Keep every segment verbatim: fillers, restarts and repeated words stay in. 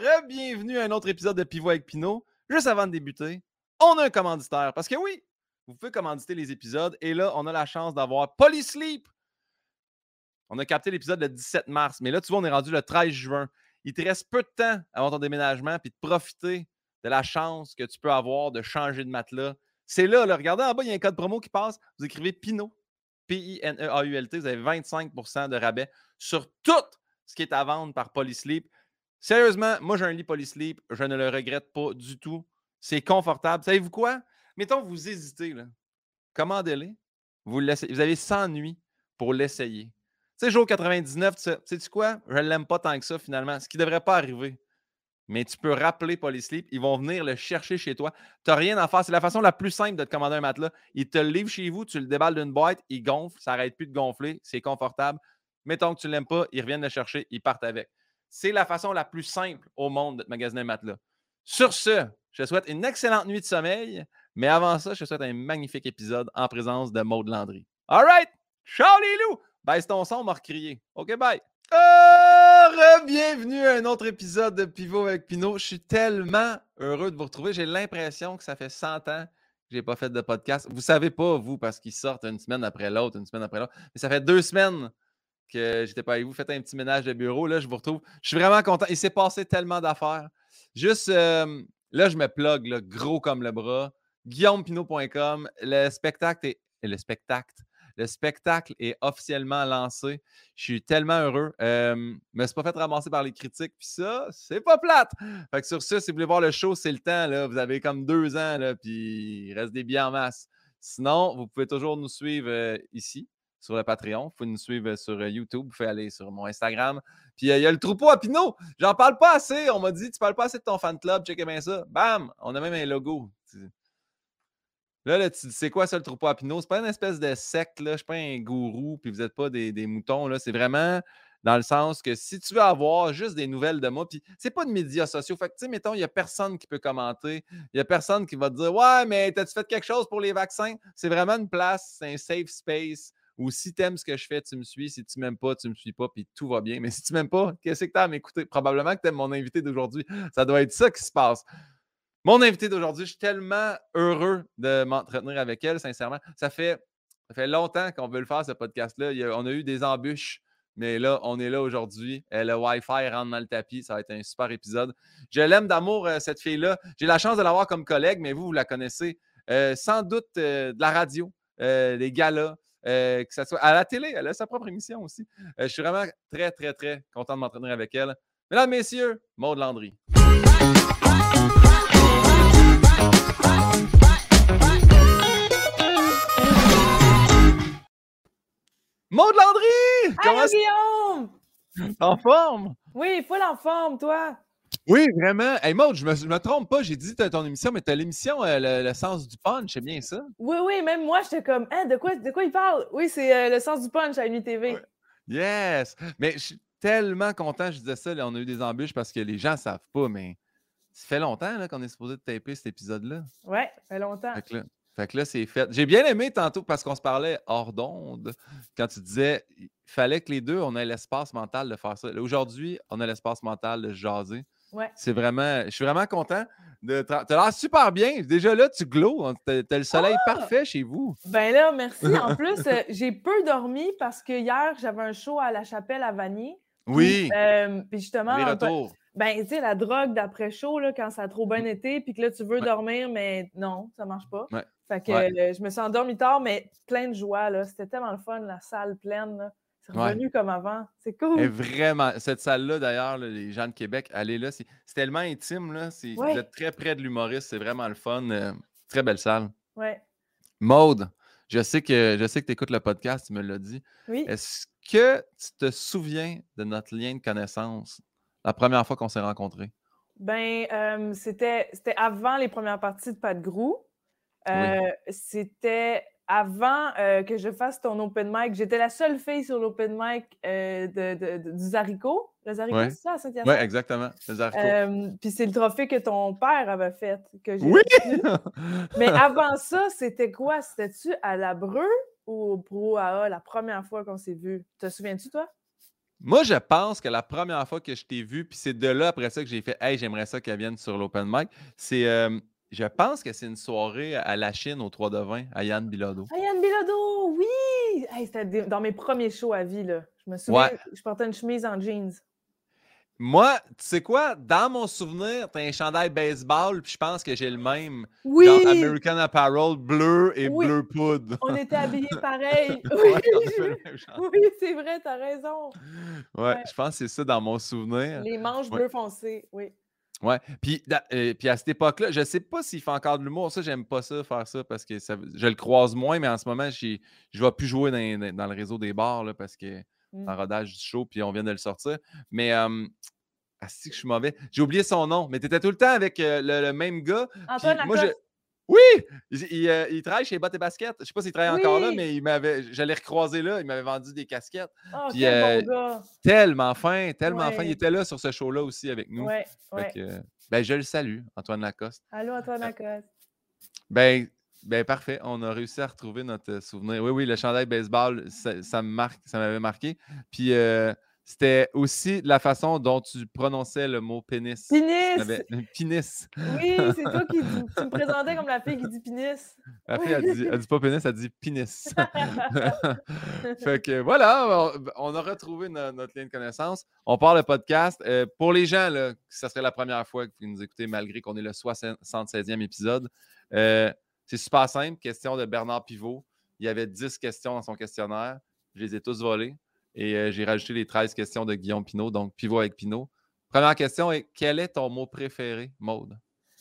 re-bienvenue à un autre épisode de Pivot avec Pinot. Juste avant de débuter, on a un commanditaire. Parce que oui, vous pouvez commanditer les épisodes. Et là, on a la chance d'avoir Polysleep. On a capté l'épisode le dix-sept mars. Mais là, tu vois, on est rendu le treize juin. Il te reste peu de temps avant ton déménagement puis de profiter de la chance que tu peux avoir de changer de matelas. C'est là, là, regardez en bas, il y a un code promo qui passe. Vous écrivez Pinot, P I N E A U L T. Vous avez vingt-cinq pour cent de rabais sur tout ce qui est à vendre par Polysleep. Sérieusement, moi, j'ai un lit Polysleep. Je ne le regrette pas du tout. C'est confortable. Savez-vous quoi? Mettons, vous hésitez. Là. Commandez-les. Vous, vous avez cent nuits pour l'essayer. Tu sais, jour quatre-vingt-dix-neuf, tu sais, sais-tu quoi? Je ne l'aime pas tant que ça, finalement. Ce qui ne devrait pas arriver. Mais tu peux rappeler Polysleep. Ils vont venir le chercher chez toi. Tu n'as rien à faire. C'est la façon la plus simple de te commander un matelas. Ils te le livrent chez vous. Tu le déballes d'une boîte. Il gonfle. Ça n'arrête plus de gonfler. C'est confortable. Mettons que tu ne l'aimes pas. Ils reviennent le chercher. Ils partent avec. C'est la façon la plus simple au monde de te magasiner un matelas. Sur ce, je te souhaite une excellente nuit de sommeil. Mais avant ça, je te souhaite un magnifique épisode en présence de Maud Landry. All right! Ciao les loups! Baisse ton son, on m'a recrié. OK, bye! Oh, bienvenue à un autre épisode de Pivot avec Pinot. Je suis tellement heureux de vous retrouver. J'ai l'impression que ça fait cent ans que je n'ai pas fait de podcast. Vous ne savez pas, vous, parce qu'ils sortent une semaine après l'autre, une semaine après l'autre. Mais ça fait deux semaines que je n'étais pas avec vous. Faites un petit ménage de bureau. Là, je vous retrouve. Je suis vraiment content. Il s'est passé tellement d'affaires. Juste, euh, là, je me plug, là, gros comme le bras. guillaume pinot point com. Le spectacle est... Le spectacle... Le spectacle est officiellement lancé. Je suis tellement heureux. Euh, mais je ne suis pas fait ramasser par les critiques. Puis ça, c'est pas plate. Fait que sur ça, si vous voulez voir le show, c'est le temps. Là. Vous avez comme deux ans, là, puis il reste des billets en masse. Sinon, vous pouvez toujours nous suivre euh, ici, sur le Patreon. Vous pouvez nous suivre sur euh, YouTube. Vous pouvez aller sur mon Instagram. Puis il euh, y a le troupeau à Pinot. J'en parle pas assez. On m'a dit, tu parles pas assez de ton fan club. Checkez bien ça. Bam! On a même un logo. Là, là, tu dis, c'est quoi ça, le troupeau à Pinot? C'est pas une espèce de secte, là. Je suis pas un gourou, puis vous n'êtes pas des, des moutons, là. C'est vraiment dans le sens que si tu veux avoir juste des nouvelles de moi, puis c'est pas de médias sociaux. Fait que, tu sais, mettons, il n'y a personne qui peut commenter. Il n'y a personne qui va te dire, ouais, mais t'as-tu fait quelque chose pour les vaccins? C'est vraiment une place, c'est un safe space où si tu aimes ce que je fais, tu me suis. Si tu m'aimes pas, tu me suis pas, puis tout va bien. Mais si tu m'aimes pas, qu'est-ce que tu as à m'écouter? Probablement que tu aimes mon invité d'aujourd'hui. Ça doit être ça qui se passe. Mon invité d'aujourd'hui, je suis tellement heureux de m'entretenir avec elle, sincèrement. Ça fait, ça fait longtemps qu'on veut le faire, ce podcast-là. Il y a, on a eu des embûches, mais là, on est là aujourd'hui. Euh, le Wi-Fi rentre dans le tapis. Ça va être un super épisode. Je l'aime d'amour, euh, cette fille-là. J'ai la chance de l'avoir comme collègue, mais vous, vous la connaissez euh, sans doute euh, de la radio, euh, des galas, euh, que ce soit à la télé. Elle a sa propre émission aussi. Euh, je suis vraiment très, très, très content de m'entretenir avec elle. Mesdames, messieurs, Maud Landry. Maud Landry! Allô, Guillaume! En forme? Oui, full en forme, toi? Oui, vraiment. Hey Maud, je me, je me trompe pas, j'ai dit que tu as ton émission, mais tu as l'émission euh, le, le sens du punch, c'est bien ça? Oui, oui, même moi, j'étais comme, hein, de quoi, de quoi il parle? Oui, c'est euh, le sens du punch à Uni T V. Ouais. Yes! Mais je suis tellement content, je disais ça, là, on a eu des embûches parce que les gens ne savent pas, mais ça fait longtemps là, qu'on est supposé de taper cet épisode-là. Ouais, ça fait longtemps. Fait que là, fait que là c'est fait. J'ai bien aimé tantôt parce qu'on se parlait hors d'onde quand tu disais il fallait que les deux, on ait l'espace mental de faire ça. Là, aujourd'hui, on a l'espace mental de jaser. Ouais. C'est vraiment, je suis vraiment content. De tra- T'as l'air super bien. Déjà là, tu glows. T'as, t'as le soleil Ah! parfait chez vous. Ben là, merci. En plus, euh, j'ai peu dormi parce que hier, j'avais un show à La Chapelle à Vanier. Oui. Puis, euh, puis justement, Les retours. ben, tu sais, la drogue d'après-show, là, quand ça a trop bien été, puis que là, tu veux Ouais. dormir, mais non, ça marche pas. Ouais. Fait que Ouais. euh, je me suis endormie tard, mais plein de joie, là. C'était tellement le fun, la salle pleine, là. C'est revenu Ouais. comme avant. C'est cool. Et vraiment, cette salle-là, d'ailleurs, là, les gens de Québec, allez là. C'est, c'est tellement intime, là. C'est, Ouais. Vous êtes très près de l'humoriste. C'est vraiment le fun. Euh, très belle salle. Ouais. Maud, je sais que je sais que tu écoutes le podcast, tu me l'as dit. Oui. Est-ce que tu te souviens de notre lien de connaissance la première fois qu'on s'est rencontrés? Ben, euh, c'était, c'était avant les premières parties de Pat Grou. Euh, Oui. C'était avant euh, que je fasse ton open mic. J'étais la seule fille sur l'open mic euh, de, de, de- du Zarico. Le Zarico, Ouais. c'est ça, à Saint-Hyacinthe? Oui, exactement. Les Arcos. Euh, Puis c'est le trophée que ton père avait fait. Que j'ai Oui! reçu. Mais avant ça, c'était quoi? C'était-tu à la Breu ou au Pro A A la première fois qu'on s'est vus? Te souviens-tu, toi? Moi, je pense que la première fois que je t'ai vu, puis c'est de là après ça que j'ai fait « Hey, j'aimerais ça qu'elle vienne sur l'open mic », c'est, euh, je pense que c'est une soirée à la Chine au trois de vin, à Yann Bilodeau. Ah, Yann Bilodeau, oui! Hey, c'était des- dans mes premiers shows à vie, là. Je me souviens, Ouais. je portais une chemise en jeans. Moi, tu sais quoi? Dans mon souvenir, t'as un chandail baseball, puis je pense que j'ai le même. Oui! Genre American Apparel bleu et Oui! bleu poudre. On était habillés pareil. Oui, Ouais, on avait le même chandail. oui, c'est vrai, t'as raison. Ouais, Ouais. je pense que c'est ça dans mon souvenir. Les manches Ouais. bleu foncé, oui. Ouais. Puis, da- euh, puis à cette époque-là, je sais pas s'il fait encore de l'humour. Ça, j'aime pas ça, faire ça, parce que ça, je le croise moins, mais en ce moment, j'ai- je vais plus jouer dans, dans- dans le réseau des bars, là, parce que Mm. en rodage du show, puis on vient de le sortir. Mais, euh, ah, c'est que je suis mauvais. J'ai oublié son nom, mais tu étais tout le temps avec euh, le, le même gars. Antoine Puis moi, je. Lacoste. Oui! Il, il, euh, il travaille chez Bottes et Baskets. Je sais pas s'il travaille encore là, Oui! mais il m'avait. Je l'ai recroisé là. Il m'avait vendu des casquettes. Oh, Puis, quel euh, bon gars! tellement fin, tellement fin. Il Ouais, était là sur ce show-là aussi avec nous. ouais, Fait ouais. que, euh, ben, je le salue, Antoine Lacoste. Allô, Antoine Euh, Lacoste. Ben, ben, parfait. On a réussi à retrouver notre euh, souvenir. Oui, oui, le chandail baseball, ça, ça me marque, ça m'avait marqué. Puis euh, c'était aussi la façon dont tu prononçais le mot pénis. Tu Pénis! m'avais- Pénis. Oui, c'est toi qui dis- tu me présentais comme la fille qui dit pénis. La Oui. fille, elle dit, elle dit pas pénis, elle dit pénis. Fait que voilà, on, on a retrouvé no- notre lien de connaissance. On part le podcast. Euh, pour les gens, là, ça serait la première fois que vous nous écoutez, malgré qu'on est le soixante-seizième épisode. Euh, c'est super simple. Question de Bernard Pivot. Il y avait dix questions dans son questionnaire. Je les ai tous volées. Et euh, j'ai rajouté les treize questions de Guillaume Pinault, donc Pivot avec Pinault. Première question est quel est ton mot préféré, Maude?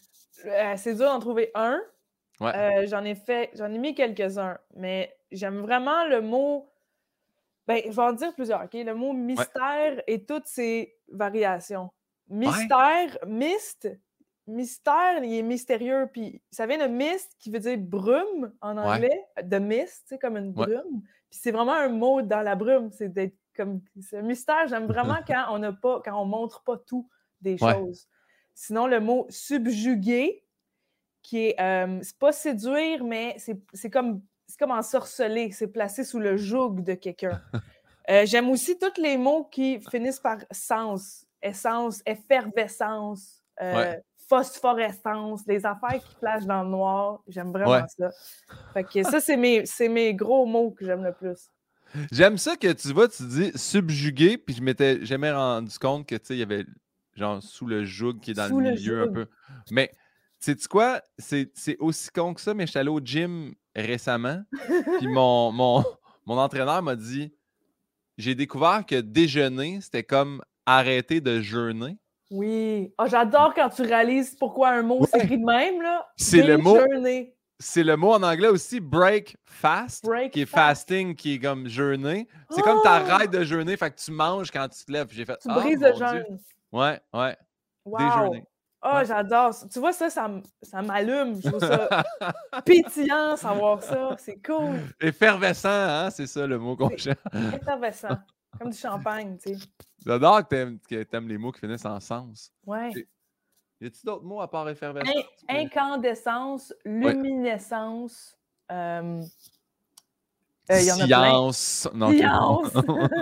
Euh, c'est dur d'en trouver un. Ouais. Euh, j'en ai fait, j'en ai mis quelques-uns, mais j'aime vraiment le mot. Ben, je vais en dire plusieurs, OK? Le mot mystère et toutes ses variations. Mystère, mist, mystère, il est mystérieux, puis ça vient de mist qui veut dire brume en Ouais. anglais, de mist, tu sais, comme une Ouais. brume. Puis c'est vraiment un mot dans la brume, c'est d'être comme. Ce mystère, j'aime vraiment quand on n'a pas, quand on montre pas tout des Ouais. choses. Sinon, le mot subjuguer, qui est, euh, c'est pas séduire, mais c'est, c'est comme, c'est comme ensorceler, c'est placé sous le joug de quelqu'un. Euh, j'aime aussi tous les mots qui finissent par sens, essence, effervescence, euh, Ouais. phosphorescence, les affaires qui flashent dans le noir. J'aime vraiment Ouais. ça. Fait que ça, c'est mes, c'est mes gros mots que j'aime le plus. J'aime ça que tu vois, tu dis subjugué, puis je m'étais jamais rendu compte que tu sais, il y avait genre sous le joug qui est dans Sous le le milieu un joug. peu. Mais sais-tu quoi? C'est c'est aussi con que ça, mais je suis allé au gym récemment, puis mon, mon, mon entraîneur m'a dit j'ai découvert que déjeuner, c'était comme arrêter de jeûner. Oui. Ah, j'adore quand tu réalises pourquoi un mot Ouais. s'écrit de même, là. C'est le mot. Déjeuner. C'est le mot en anglais aussi, break fast, Break qui est fast. fasting, qui est comme jeûner. C'est comme tu Oh! arrêtes de jeûner, fait que tu manges quand tu te lèves. Puis j'ai fait Tu ah, brises mon le Dieu. jeûne. Ouais, ouais. Wow! Déjeuner. Ah, Ouais. j'adore. Tu vois, ça, ça, m- ça m'allume. Je trouve ça pétillant, savoir ça. C'est cool. Effervescent, hein? C'est ça le mot qu'on C'est cherche. effervescent. Comme du champagne, tu sais. J'adore que t'aimes, que t'aimes les mots qui finissent en sens. Ouais. Et- Y a-t-il d'autres mots à part effervescent? In- incandescence, luminescence. Euh, euh, il y en a plein. Science. Non, ok. Science.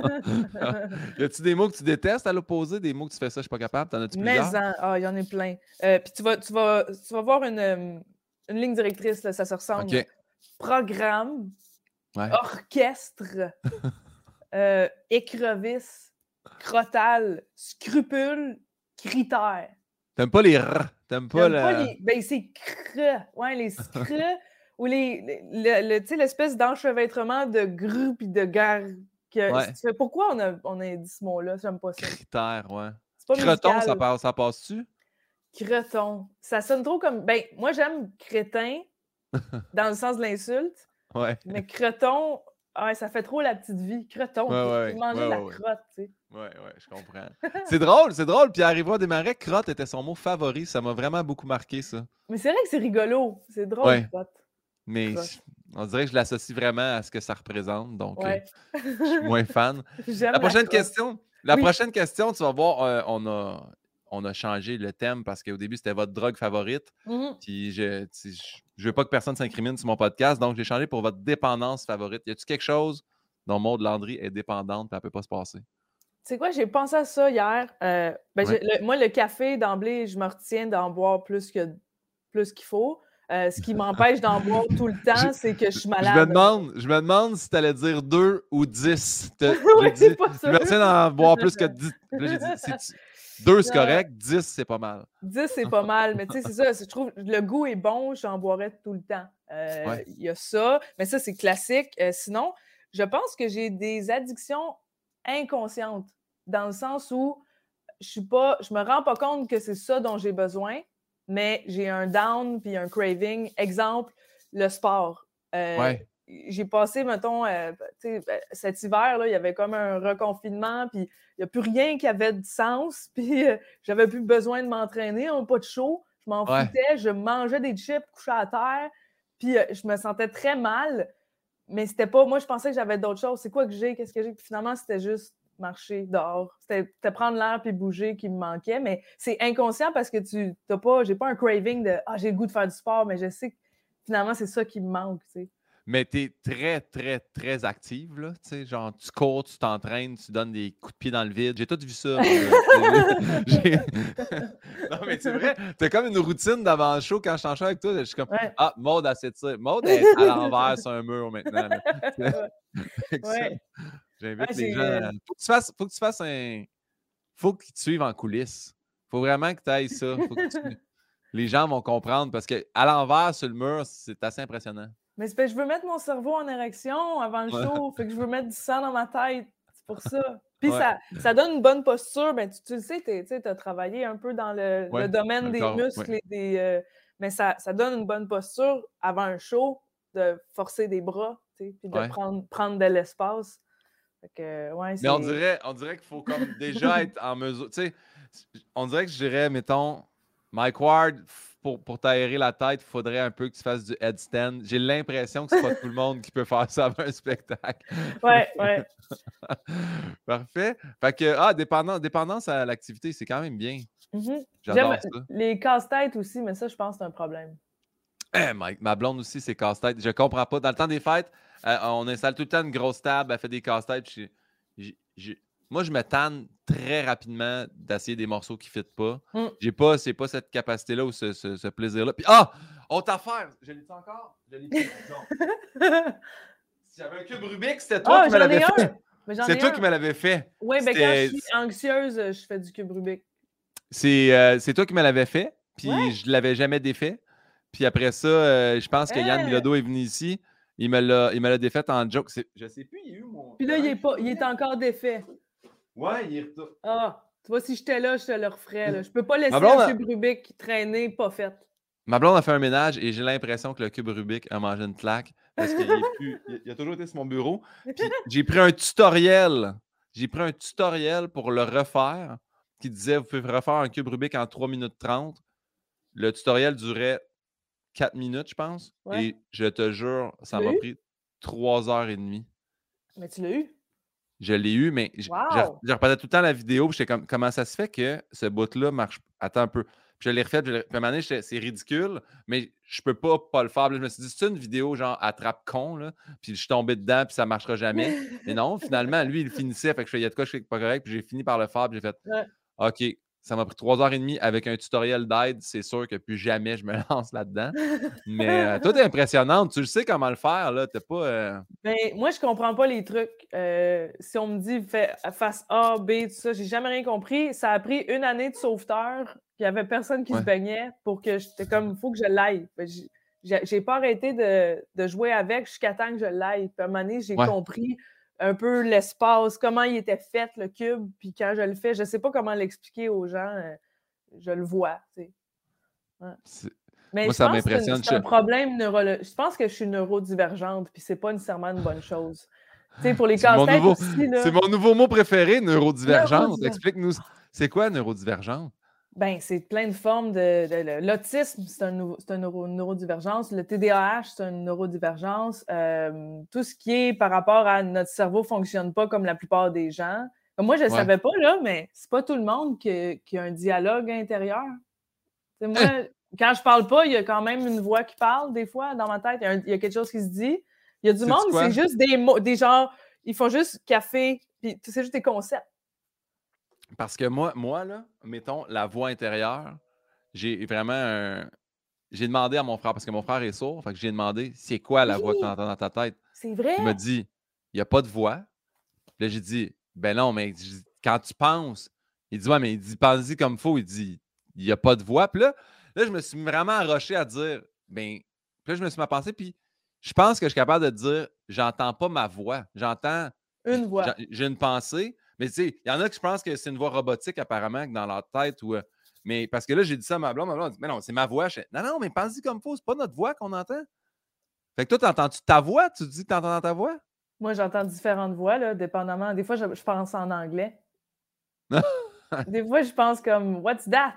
Y a-t-il des mots que tu détestes à l'opposé? Des mots que tu fais ça, je suis pas capable? T'en as-tu Mais plusieurs? en- ah, il y en a plein. Euh, Puis tu vas, tu, vas, tu vas voir une, euh, une ligne directrice, là, ça se ressemble. Ok. Programme, Ouais. orchestre, euh, écrevisse, crotale, scrupule, critère. T'aimes pas les r? T'aimes pas J'aime la... pas les. Ben, c'est cre. Ouais, les scre. Ou les. les- le, le- tu sais, l'espèce d'enchevêtrement de gru puis de gar. Que, Ouais. si tu fais- pourquoi on a, on a dit ce mot-là? J'aime pas ça. Critères, ouais. C'est pas Creton, musical. ça, passe, ça passe-tu? Creton. Ça sonne trop comme. Ben, moi, j'aime crétin dans le sens de l'insulte, Ouais. mais creton, ouais, ça fait trop la petite vie. Creton. Ouais, tu ouais, peux manger ouais, de la ouais, ouais. crotte, tu sais. Ouais, ouais, je comprends. C'est drôle, c'est drôle. Pierre-Yves Desmarais, crotte était son mot favori. Ça m'a vraiment beaucoup marqué, ça. Mais c'est vrai que c'est rigolo. C'est drôle, Ouais. crotte. Mais Crotte. je- on dirait que je l'associe vraiment à ce que ça représente. Donc, euh, Ouais. je suis moins fan. J'aime La prochaine crotte. question, la Oui. prochaine question, tu vas voir, euh, on, a, on a changé le thème parce qu'au début, c'était votre drogue favorite. Mhm. Puis je, tu sais, je, je veux pas que personne s'incrimine sur mon podcast, donc j'ai changé pour votre dépendance favorite. Y a-t-il quelque chose dont Maude Landry est dépendante et elle peut pas se passer? sais quoi, j'ai pensé à ça hier. Euh, ben, Ouais. le, moi, le café, d'emblée, je me retiens d'en boire plus que plus qu'il faut. Euh, ce qui m'empêche d'en boire tout le temps, c'est que je suis Je me malade. demande, je me demande si tu allais dire deux ou dix. J'ai Oui, dit, pas je me sûr. retiens d'en boire plus que dix. Là, j'ai dit, si tu... deux, c'est correct. dix, c'est pas mal. dix, c'est pas mal. Mais tu sais, c'est ça. Je trouve le goût est bon, j'en boirais tout le temps. Il euh, Ouais. y a ça. Mais ça, c'est classique. Euh, sinon, je pense que j'ai des addictions inconscientes, dans le sens où je suis pas, je me rends pas compte que c'est ça dont j'ai besoin, mais j'ai un down puis un craving. Exemple, le sport. Euh, Ouais. J'ai passé, mettons, euh, cet hiver, là, il y avait comme un reconfinement, puis il n'y a plus rien qui avait de sens, puis euh, j'avais plus besoin de m'entraîner, on pas de chaud, je m'en Ouais. foutais, je mangeais des chips couchés à terre, puis euh, je me sentais très mal, mais c'était pas, moi je pensais que j'avais d'autres choses, c'est quoi que j'ai, qu'est-ce que j'ai, puis finalement c'était juste marcher dehors, c'était, c'était prendre l'air puis bouger qui me manquait, mais c'est inconscient parce que tu t'as pas, j'ai pas un craving de ah j'ai le goût de faire du sport, mais je sais que finalement c'est ça qui me manque, tu sais. Mais tu es très, très, très active, là. Tu sais, genre, tu cours, tu t'entraînes, tu donnes des coups de pied dans le vide. J'ai tout vu ça. Moi, j'ai... non, mais c'est vrai, tu as comme une routine d'avant le show. Quand je t'en show avec toi, je suis comme, ouais. ah, Maud, elle s'étire. Maud est à l'envers sur un mur maintenant. ouais. J'invite ouais, les gens. À... Faut que tu fasses, faut que tu fasses un. Faut qu'ils te suivent en coulisses. Faut vraiment que tu ailles ça. Faut que tu... Les gens vont comprendre parce qu'à l'envers sur le mur, c'est assez impressionnant. Mais c'est parce que je veux mettre mon cerveau en érection avant le show. Fait que je veux mettre du sang dans ma tête. C'est pour ça. Puis Ouais. ça, ça donne une bonne posture. Ben, tu, tu le sais, tu as travaillé un peu dans le, ouais. le domaine dans des corps, muscles ouais. et des. Euh, mais ça, ça donne une bonne posture avant un show, de forcer des bras, puis de ouais. prendre, prendre de l'espace. Fait que, ouais, Mais on dirait, on dirait qu'il faut comme déjà être en mesure. Tu sais, on dirait que je dirais, mettons, Mike Ward, pour, pour t'aérer la tête, il faudrait un peu que tu fasses du headstand. J'ai l'impression que c'est pas tout le monde qui peut faire ça avant un spectacle. Ouais, ouais. Parfait. Fait que, ah, dépendance, dépendance à l'activité, c'est quand même bien. Mm-hmm. J'adore J'aime ça. les casse-têtes aussi, mais ça, je pense que c'est un problème. Eh, Mike, ma blonde aussi, c'est casse-tête. Je comprends pas. Dans le temps des fêtes, euh, on installe tout le temps une grosse table, elle fait des casse-têtes. J'ai, j'ai... Moi, je me tanne très rapidement d'essayer des morceaux qui ne fitent pas. Mm. J'ai pas, c'est pas cette capacité-là ou ce, ce, ce plaisir-là. Puis, ah! Autre affaire! Je l'ai dit encore? Je l'ai dit. Non. Si j'avais un cube Rubik, c'était toi oh, qui me l'avais fait. C'est toi un. qui me l'avais fait. Oui, mais ben quand je suis anxieuse, je fais du cube Rubik. C'est, euh, c'est toi qui me l'avais fait, puis ouais. je ne l'avais jamais défait. Puis après ça, euh, je pense que hey. Yann Bilodeau est venu ici. Il me l'a, il me l'a défait en joke. C'est, je sais plus, il est où mon. Puis là, il est, pas, il est encore défait. Ouais, il est retourné. Ah, tu vois, si j'étais là, je te le referais. Là. Je peux pas laisser blonde, un cube Rubik traîner, pas fait. Ma blonde a fait un ménage et j'ai l'impression que le cube Rubik a mangé une claque parce qu'il est plus, il a toujours été sur mon bureau. Puis j'ai pris un tutoriel. J'ai pris un tutoriel pour le refaire qui disait vous pouvez refaire un cube Rubik en trois minutes trente. Le tutoriel durait quatre minutes, je pense. Ouais. Et je te jure, ça m'a pris trois heures et demie. Mais tu l'as eu? Je l'ai eu, mais je, wow. je, je repassais tout le temps la vidéo. J'étais comme, comment ça se fait que ce bout-là marche? Attends un peu. Puis je l'ai refait. Puis, puis à un moment donné, c'est ridicule, mais je peux pas pas le faire. Puis je me suis dit, c'est une vidéo genre attrape-con, là. Puis je suis tombé dedans, puis ça marchera jamais. Mais non, finalement, lui, il finissait. Fait que je fais, il y a de quoi je suis pas correct. Puis j'ai fini par le faire. Puis j'ai fait, ouais. OK. Ça m'a pris trois heures et demie avec un tutoriel d'aide. C'est sûr que plus jamais je me lance là-dedans. Mais euh, toi, t'es impressionnante. Tu le sais comment le faire, là. T'es pas... Euh... Ben, moi, je comprends pas les trucs. Euh, si on me dit fais, face A, B, tout ça, j'ai jamais rien compris. Ça a pris une année de sauveteur. Puis il y avait personne qui ouais. se baignait pour que j'étais comme, il faut que je l'aille. J'ai pas arrêté de, de jouer avec jusqu'à temps que je l'aille. Puis à un moment donné, j'ai ouais. compris un peu l'espace, comment il était fait, le cube. Puis quand je le fais, je sais pas comment l'expliquer aux gens. Euh, je le vois, tu sais. Ouais. Mais moi, je ça pense m'impressionne. que c'est un problème neurologique. Je pense que je suis neurodivergente, puis c'est pas nécessairement une bonne chose. Tu sais, pour les casse-têtes nouveau... aussi, là... C'est mon nouveau mot préféré, neurodivergente. Neurodiver... Explique-nous, c'est quoi neurodivergente? Ben, c'est plein de formes de... de, de l'autisme, c'est un, nou... un neuro... une neurodivergence. Le T D A H, c'est une neurodivergence. Euh, tout ce qui est par rapport à notre cerveau fonctionne pas comme la plupart des gens. Comme moi, je ne ouais. savais pas, là, mais c'est pas tout le monde qui, qui a un dialogue intérieur. T'sais, moi... Hein? Quand je parle pas, il y a quand même une voix qui parle, des fois, dans ma tête. Il y a, un, il y a quelque chose qui se dit. Il y a du monde, c'est juste des mots, des genres, ils font juste café, puis c'est juste des concepts. Parce que moi, moi, là, mettons, la voix intérieure, j'ai vraiment un... J'ai demandé à mon frère, parce que mon frère est sourd, fait que j'ai demandé, c'est quoi la voix que tu Oui! entends dans ta tête? C'est Puis il m'a vrai? dit, il n'y a pas de voix. Puis là, j'ai dit, ben non, mais j'ai dit, quand tu penses, il dit, ouais, mais il dit, pense-y comme il faut. Il dit, il n'y a pas de voix. Puis là, là, je me suis vraiment arroché à dire, ben, puis là, je me suis mis à penser, puis je pense que je suis capable de dire, j'entends pas ma voix. J'entends, Une voix. j'ai j'ai une pensée, mais tu sais, il y en a qui je pense que c'est une voix robotique apparemment dans leur tête. Ou, euh, mais parce que là, j'ai dit ça à ma blonde, ma blonde a dit, mais non, c'est ma voix. Je fais, non, non, mais pense-y comme il faut, c'est pas notre voix qu'on entend. Fait que toi, t'entends-tu ta voix? Tu te dis que t'entends dans ta voix? Moi, j'entends différentes voix, là, dépendamment. Des fois, je, je pense en anglais. Des fois, je pense comme What's that?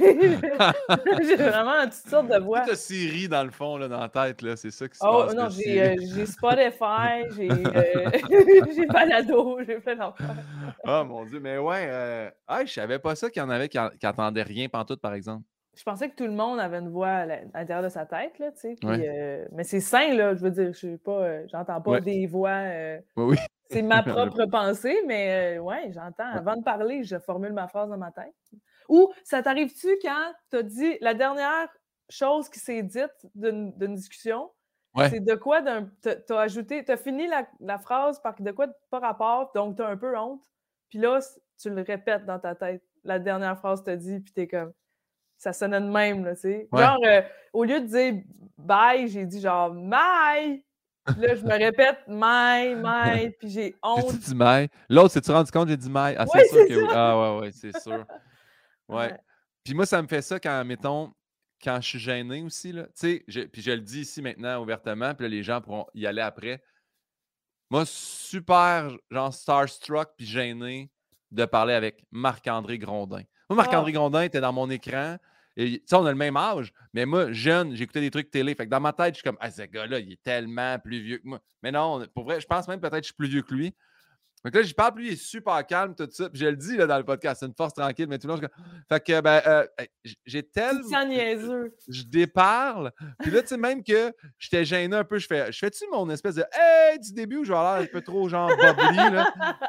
J'ai vraiment toutes sortes de voix. Tu as Siri dans le fond, là, dans la tête, là, c'est ça qui se Oh passe. non, que j'ai Siri- euh, j'ai Spotify, j'ai euh, j'ai Balado, j'ai plein d'affaires. Ah mon Dieu, mais ouais, euh... ah, je savais pas ça qu'il y en avait qui, en- qui entendaient rien pantoute, par exemple. Je pensais que tout le monde avait une voix à la- à l'intérieur de sa tête, là, tu sais. Puis, Ouais, euh, mais c'est sain, là, je veux dire, je sais pas, euh, j'entends pas ouais, des voix. euh, ouais, oui. c'est ma J'en ai- propre pensée, mais euh, ouais, j'entends. ouais. Avant de parler, je formule ma phrase dans ma tête. Ou ça t'arrive-tu quand tu as dit la dernière chose qui s'est dite d'une d'une discussion, Ouais. c'est de quoi d'un. T'as t'as ajouté, t'as fini la, la phrase par de quoi de pas rapport, donc t'as un peu honte. Puis là, c- tu le répètes dans ta tête. La dernière phrase t'as dit, puis t'es comme. Ça sonnait de même, là, tu sais. Ouais. Genre, euh, au lieu de dire bye, j'ai dit genre my. Puis là, je me répète my, my, puis j'ai honte. J'ai-tu dit maille? L'autre, s'es-tu rendu compte que j'ai dit maille? Ah, c'est Oui, sûr c'est que oui. ça! Ah, ouais, ouais, c'est sûr. Ouais. Ouais. Puis moi, ça me fait ça quand, mettons, quand je suis gêné aussi, là. Tu sais, je- puis je le dis ici maintenant ouvertement, puis là, les gens pourront y aller après. Moi, super, genre starstruck puis gêné de parler avec Marc-André Grondin. Moi, Marc-André Ah, Grondin était dans mon écran. Et, tu sais, on a le même âge, mais moi, jeune, j'écoutais des trucs télé. Fait que dans ma tête, je suis comme, ah, ce gars-là, il est tellement plus vieux que moi. Mais non, pour vrai, je pense même peut-être que je suis plus vieux que lui. Donc là, j'y parle, puis lui, il est super calme, tout ça. Puis je le dis là, dans le podcast, c'est une force tranquille, mais tout le long, je... Fait que, ben, euh, j- j'ai tu te tellement. sens niaiseux. Je déparle. Puis là, tu sais, même que j'étais gêné un peu, je fais, je fais-tu mon espèce de hey du début où je vais avoir l'air un peu trop genre bubbly, là?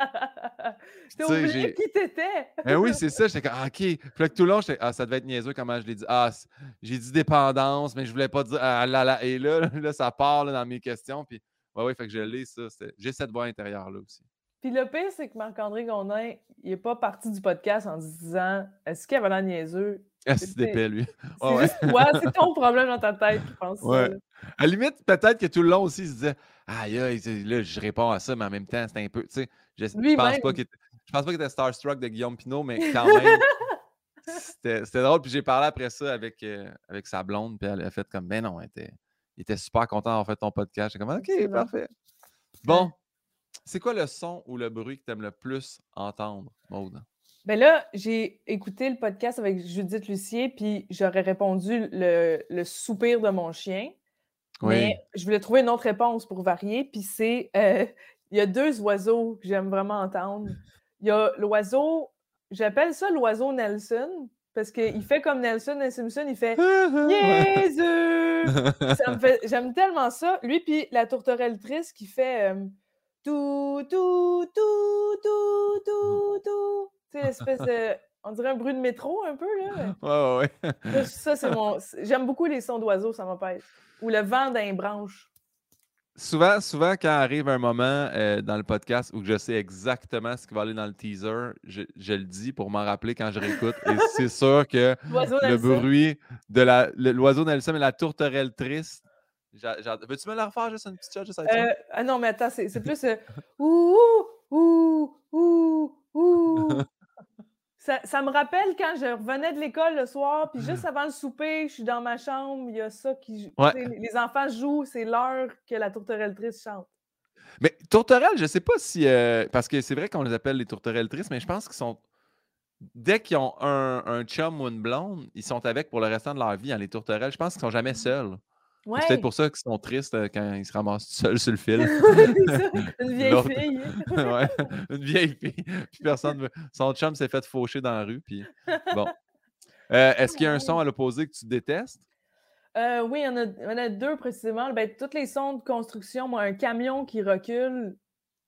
T'as Tu sais, oublié j'ai. qui t'étais. Ben oui, c'est ça. J'étais comme, ah, OK. Puis là, que tout le long, j'étais, ah, ça devait être niaiseux comment je l'ai dit. Ah, c- j'ai dit dépendance, mais je voulais pas dire, ah là là. Et là, là, ça part là, dans mes questions. Puis, ouais, ouais, fait que je l'ai, ça. c'était- J'ai cette voix intérieure-là aussi. Puis le pire, c'est que Marc-André Gondin, il est pas parti du podcast en se disant est-ce qu'il avait l'air niaiseux? Ah, C'est c'est d'épais, lui. Ouais, c'est ouais. juste toi, c'est ton problème dans ta tête qui pense ça. Ouais. Là. À la limite, peut-être que tout le long aussi, il se disait aïe, aïe, tu sais, là, je réponds à ça, mais en même temps, c'est un peu. Tu sais, je, je pense pas Lui-même. qu'il était, je pense pas qu'il était starstruck de Guillaume Pinot, mais quand même, c'était c'était drôle. Puis j'ai parlé après ça avec, euh, avec sa blonde, puis elle a fait comme ben non, elle était, il était super content d'avoir fait ton podcast. J'étais comme OK, Excellent. parfait. Ouais. Bon, c'est quoi le son ou le bruit que tu aimes le plus entendre, Maude? Ben là, j'ai écouté le podcast avec Judith Lucier, puis j'aurais répondu le, le soupir de mon chien. Mais Oui. je voulais trouver une autre réponse pour varier, puis c'est euh, il y a deux oiseaux que j'aime vraiment entendre. Il y a l'oiseau, j'appelle ça l'oiseau Nelson, parce qu'il fait comme Nelson et Simpson, il fait Ouais. niaiseux! Ça me fait, j'aime tellement ça. Lui, puis la tourterelle triste qui fait euh, tout, tout, tout, tout, tout, tout. Tu sais, l'espèce de. On dirait un bruit de métro un peu, là. Ouais, ouais, ouais. Ça, ça, c'est mon. J'aime beaucoup les sons d'oiseaux, ça m'apaise. Ou le vent dans les branches. Souvent, souvent, quand arrive un moment euh, dans le podcast où je sais exactement ce qui va aller dans le teaser, je, je le dis pour m'en rappeler quand je réécoute. Et c'est sûr que L'oiseau le Nelson. bruit de la, le- l'oiseau Nelson et la tourterelle triste. j'a- j'a- Veux-tu me la refaire juste une petite shot, juste à être sûr? Euh, ah non, mais attends, c'est, c'est plus euh, ouh, ouh, ouh, ouh. Ça, ça me rappelle quand je revenais de l'école le soir, puis juste avant le souper, je suis dans ma chambre, il y a ça qui. Tu Ouais. sais, les enfants jouent, c'est l'heure que la tourterelle triste chante. Mais tourterelle, je sais pas si. euh, parce que c'est vrai qu'on les appelle les tourterelles tristes, mais je pense qu'ils sont. Dès qu'ils ont un, un chum ou une blonde, ils sont avec pour le restant de leur vie, hein, les tourterelles. Je pense qu'ils sont jamais seuls. Fait que c'est peut-être Ouais, pour ça qu'ils sont tristes euh, quand ils se ramassent tout seuls sur le fil. c'est ça, une vieille L'autre, fille. ouais, une vieille fille. Puis personne veut. Son chum s'est fait faucher dans la rue. Puis bon. Euh, est-ce qu'il y a un son à l'opposé que tu détestes? Euh, oui, il y, en a, il y en a deux précisément. Ben, tous les sons de construction, moi, un camion qui recule,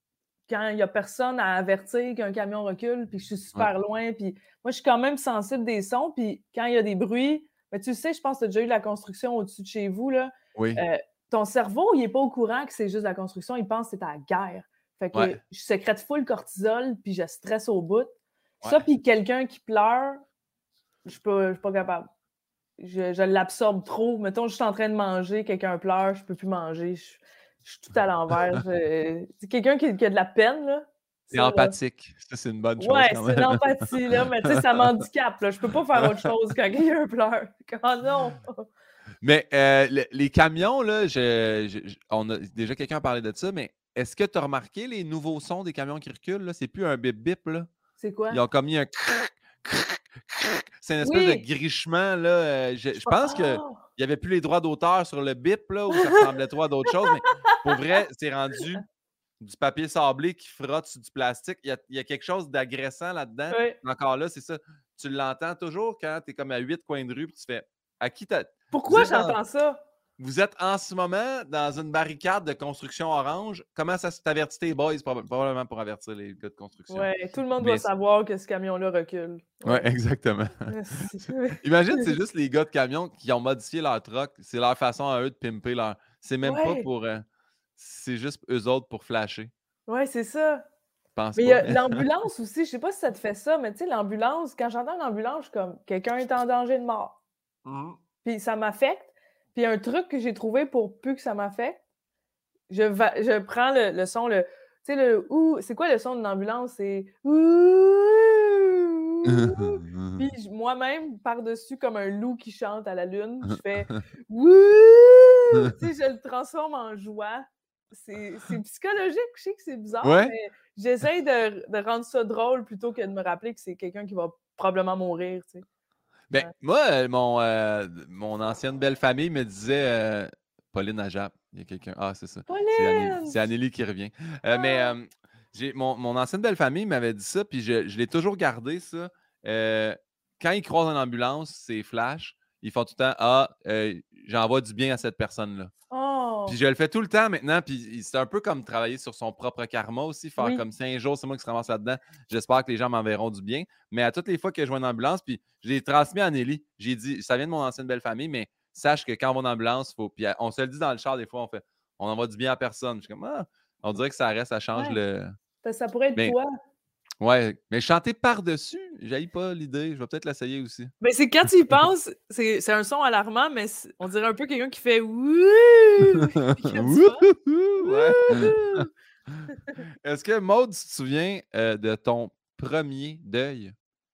quand il y a personne à avertir qu'un camion recule, puis je suis super Ouais. loin, puis moi, je suis quand même sensible des sons, puis quand il y a des bruits, ben, tu sais, je pense que tu as déjà eu de la construction au-dessus de chez vous, là. Oui. Euh, ton cerveau, il est pas au courant que c'est juste la construction, il pense que c'est à la guerre. Fait que Ouais. je sécrète full cortisol, puis je stresse au bout. Ça, Ouais. puis quelqu'un qui pleure, je suis pas, je suis pas capable. Je, je l'absorbe trop. Mettons, je suis en train de manger, quelqu'un pleure, je peux plus manger. Je, je suis tout à l'envers. Je- C'est quelqu'un qui, qui a de la peine, là. C'est Ça, là. empathique. Ça, c'est une bonne chose Ouais, quand c'est même. l'empathie, là, mais tu sais, ça m'handicape, là. Je peux pas faire autre chose quand quelqu'un pleure. Oh non! Mais euh, le- les camions, là, je, je- je- on a déjà quelqu'un a parlé de ça, mais est-ce que tu as remarqué les nouveaux sons des camions qui reculent? Là? C'est plus un bip bip, là. C'est quoi? Ils ont comme mis un crrrc, crrrc, crrrc. C'est une espèce de Oui! grichement, là. euh, je, Je je pas- pense qu'il Ah! n'y avait plus les droits d'auteur sur le bip, là, où ça ressemblait trop à d'autres choses, mais pour vrai, c'est rendu du papier sablé qui frotte sur du plastique. Il y a, il y a quelque chose d'agressant là-dedans. Ouais. Mais encore là, c'est ça. Tu l'entends toujours quand tu es comme à huit coins de rue, puis tu fais à qui t'as. Vous Pourquoi êtes dans- j'entends ça? vous êtes en ce moment dans une barricade de construction orange. Comment ça t'avertit tes boys? Proba- Probablement pour avertir les gars de construction. Ouais, tout le monde Mais doit c'est- savoir que ce camion-là recule. Ouais, Ouais. exactement. Merci. Imagine, c'est juste les gars de camion qui ont modifié leur truck. C'est leur façon à eux de pimper leur. C'est même pas Ouais, pour. euh, C'est juste eux autres pour flasher. ouais, c'est ça. Je pense Mais il y pas, a mais. l'ambulance aussi, je sais pas si ça te fait ça, mais tu sais, l'ambulance, quand j'entends l'ambulance, je suis comme quelqu'un est en danger de mort. Mhm. Puis ça m'affecte. Puis un truc que j'ai trouvé pour plus que ça m'affecte, je, va- je prends le, le son, le. Tu sais, le ouh, c'est quoi le son d'une ambulance? C'est ouh. Puis j- moi-même, par-dessus, comme un loup qui chante à la lune, je fais wouh! Tu sais, je le transforme en joie. C'est c'est psychologique, je sais que c'est bizarre, Ouais. mais j'essaye de, de rendre ça drôle plutôt que de me rappeler que c'est quelqu'un qui va probablement mourir, tu sais. Ben, Ouais. moi, euh, mon, euh, mon ancienne belle famille me disait euh, Pauline Ajap. Il y a quelqu'un. Ah, c'est ça. C'est Anélie, Pauline! c'est Anélie qui revient. Euh, mais Ah! euh, j'ai, mon, mon ancienne belle famille m'avait dit ça, puis je, je l'ai toujours gardé, ça. Euh, quand ils croisent une ambulance, c'est flash. Ils font tout le temps Ah, euh, j'envoie du bien à cette personne-là. Puis Oh! je le fais tout le temps maintenant, puis c'est un peu comme travailler sur son propre karma aussi, faire Oui. comme si un jour c'est moi qui se ramasse là-dedans. J'espère que les gens m'enverront du bien. Mais à toutes les fois que je vois une ambulance, puis je l'ai transmis à Nelly. J'ai dit, ça vient de mon ancienne belle famille, mais sache que quand on va en ambulance, faut. Puis on se le dit dans le char des fois, on fait on envoie du bien à personne. Je suis comme ah, on dirait que ça reste, ça change Ouais. le. Parce que ça pourrait être Mais toi. ouais, mais chanter par-dessus, j'aille pas l'idée. Je vais peut-être l'essayer aussi. Mais c'est quand tu y penses, c'est c'est un son alarmant, mais c'est- on dirait un peu quelqu'un qui fait wouh! Puis comme ça. Wouhou! Ouais. Wouhou! Est-ce que Maud, tu te souviens euh, de ton premier deuil?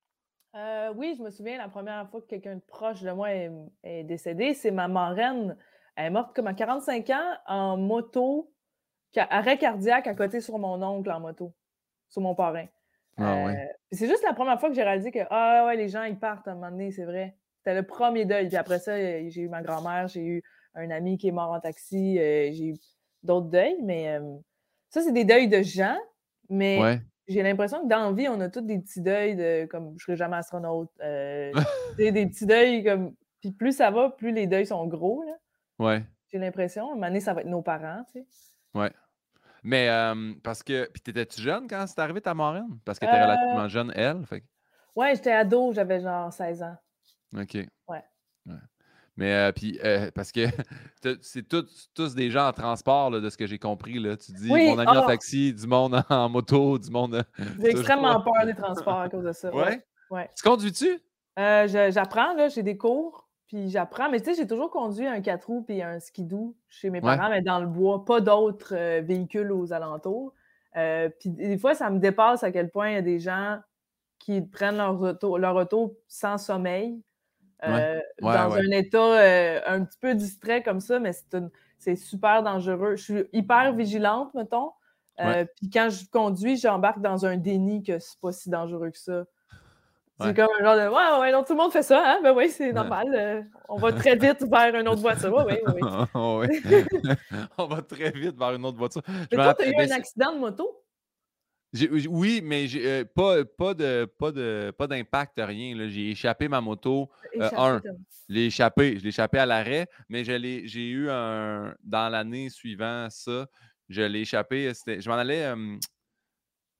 Euh, oui, je me souviens la première fois que quelqu'un de proche de moi est, est décédé, c'est ma marraine. Elle est morte comme à quarante-cinq ans en moto, ca- arrêt cardiaque à côté sur mon oncle en moto, sur mon parrain. Ah Euh, ouais. puis c'est juste la première fois que j'ai réalisé que ah ouais, les gens ils partent à un moment donné, c'est vrai. C'était le premier deuil. Puis après ça, euh, j'ai eu ma grand-mère, j'ai eu un ami qui est mort en taxi, euh, j'ai eu d'autres deuils, mais euh, ça, c'est des deuils de gens, mais Ouais. j'ai l'impression que dans la vie, on a tous des petits deuils de comme je serai jamais astronaute. Euh, tu sais, des petits deuils comme. Puis plus ça va, plus les deuils sont gros, là. Ouais. J'ai l'impression. À un moment donné, ça va être nos parents, tu sais. Ouais. Mais euh, parce que. Puis t'étais-tu jeune quand c'est arrivé ta marraine? Parce qu'elle était Euh, relativement jeune, elle. Fait que- ouais, j'étais ado, j'avais genre seize ans. OK. Ouais. Ouais. Mais euh, puis euh, parce que t'as- c'est tous, tous des gens en transport là, de ce que j'ai compris. Là. Tu dis mon Oui, ami en ah, taxi, du monde en, en moto, du monde. euh, j'ai toujours. extrêmement peur des transports à cause de ça. Ouais, Ouais? ouais. Tu conduis-tu? Euh, je- j'apprends, là, j'ai des cours, puis j'apprends. Mais tu sais, j'ai toujours conduit un quatre roues puis un skidoo chez mes Ouais. parents, mais dans le bois, pas d'autres euh, véhicules aux alentours. Euh, puis des fois, ça me dépasse à quel point il y a des gens qui prennent leur auto, leur auto sans sommeil, Ouais. euh, Ouais, dans ouais. un état euh, un petit peu distrait comme ça, mais c'est une- c'est super dangereux. Je suis hyper vigilante, mettons. Euh, Ouais. Puis quand je conduis, j'embarque dans un déni que c'est pas si dangereux que ça. C'est Ouais. comme un genre de ouais, ouais, non, tout le monde fait ça, hein? Ben oui, c'est Ouais. normal. euh, on va très vite vers une autre voiture. Oui, oui, oui. Oh, ouais. On va très vite vers une autre voiture. Je Mais me toi, tu as rappelle. eu Ben, un c'est- accident de moto? j'ai- oui, mais j'ai, euh, pas, pas de pas de pas d'impact, rien. Là. J'ai échappé ma moto. Euh, Échappé, un, t'as- je l'ai échappé. Je l'ai échappé à l'arrêt, mais je l'ai- j'ai eu un. Dans l'année suivant ça, je l'ai échappé. c'était- Je m'en allais. euh,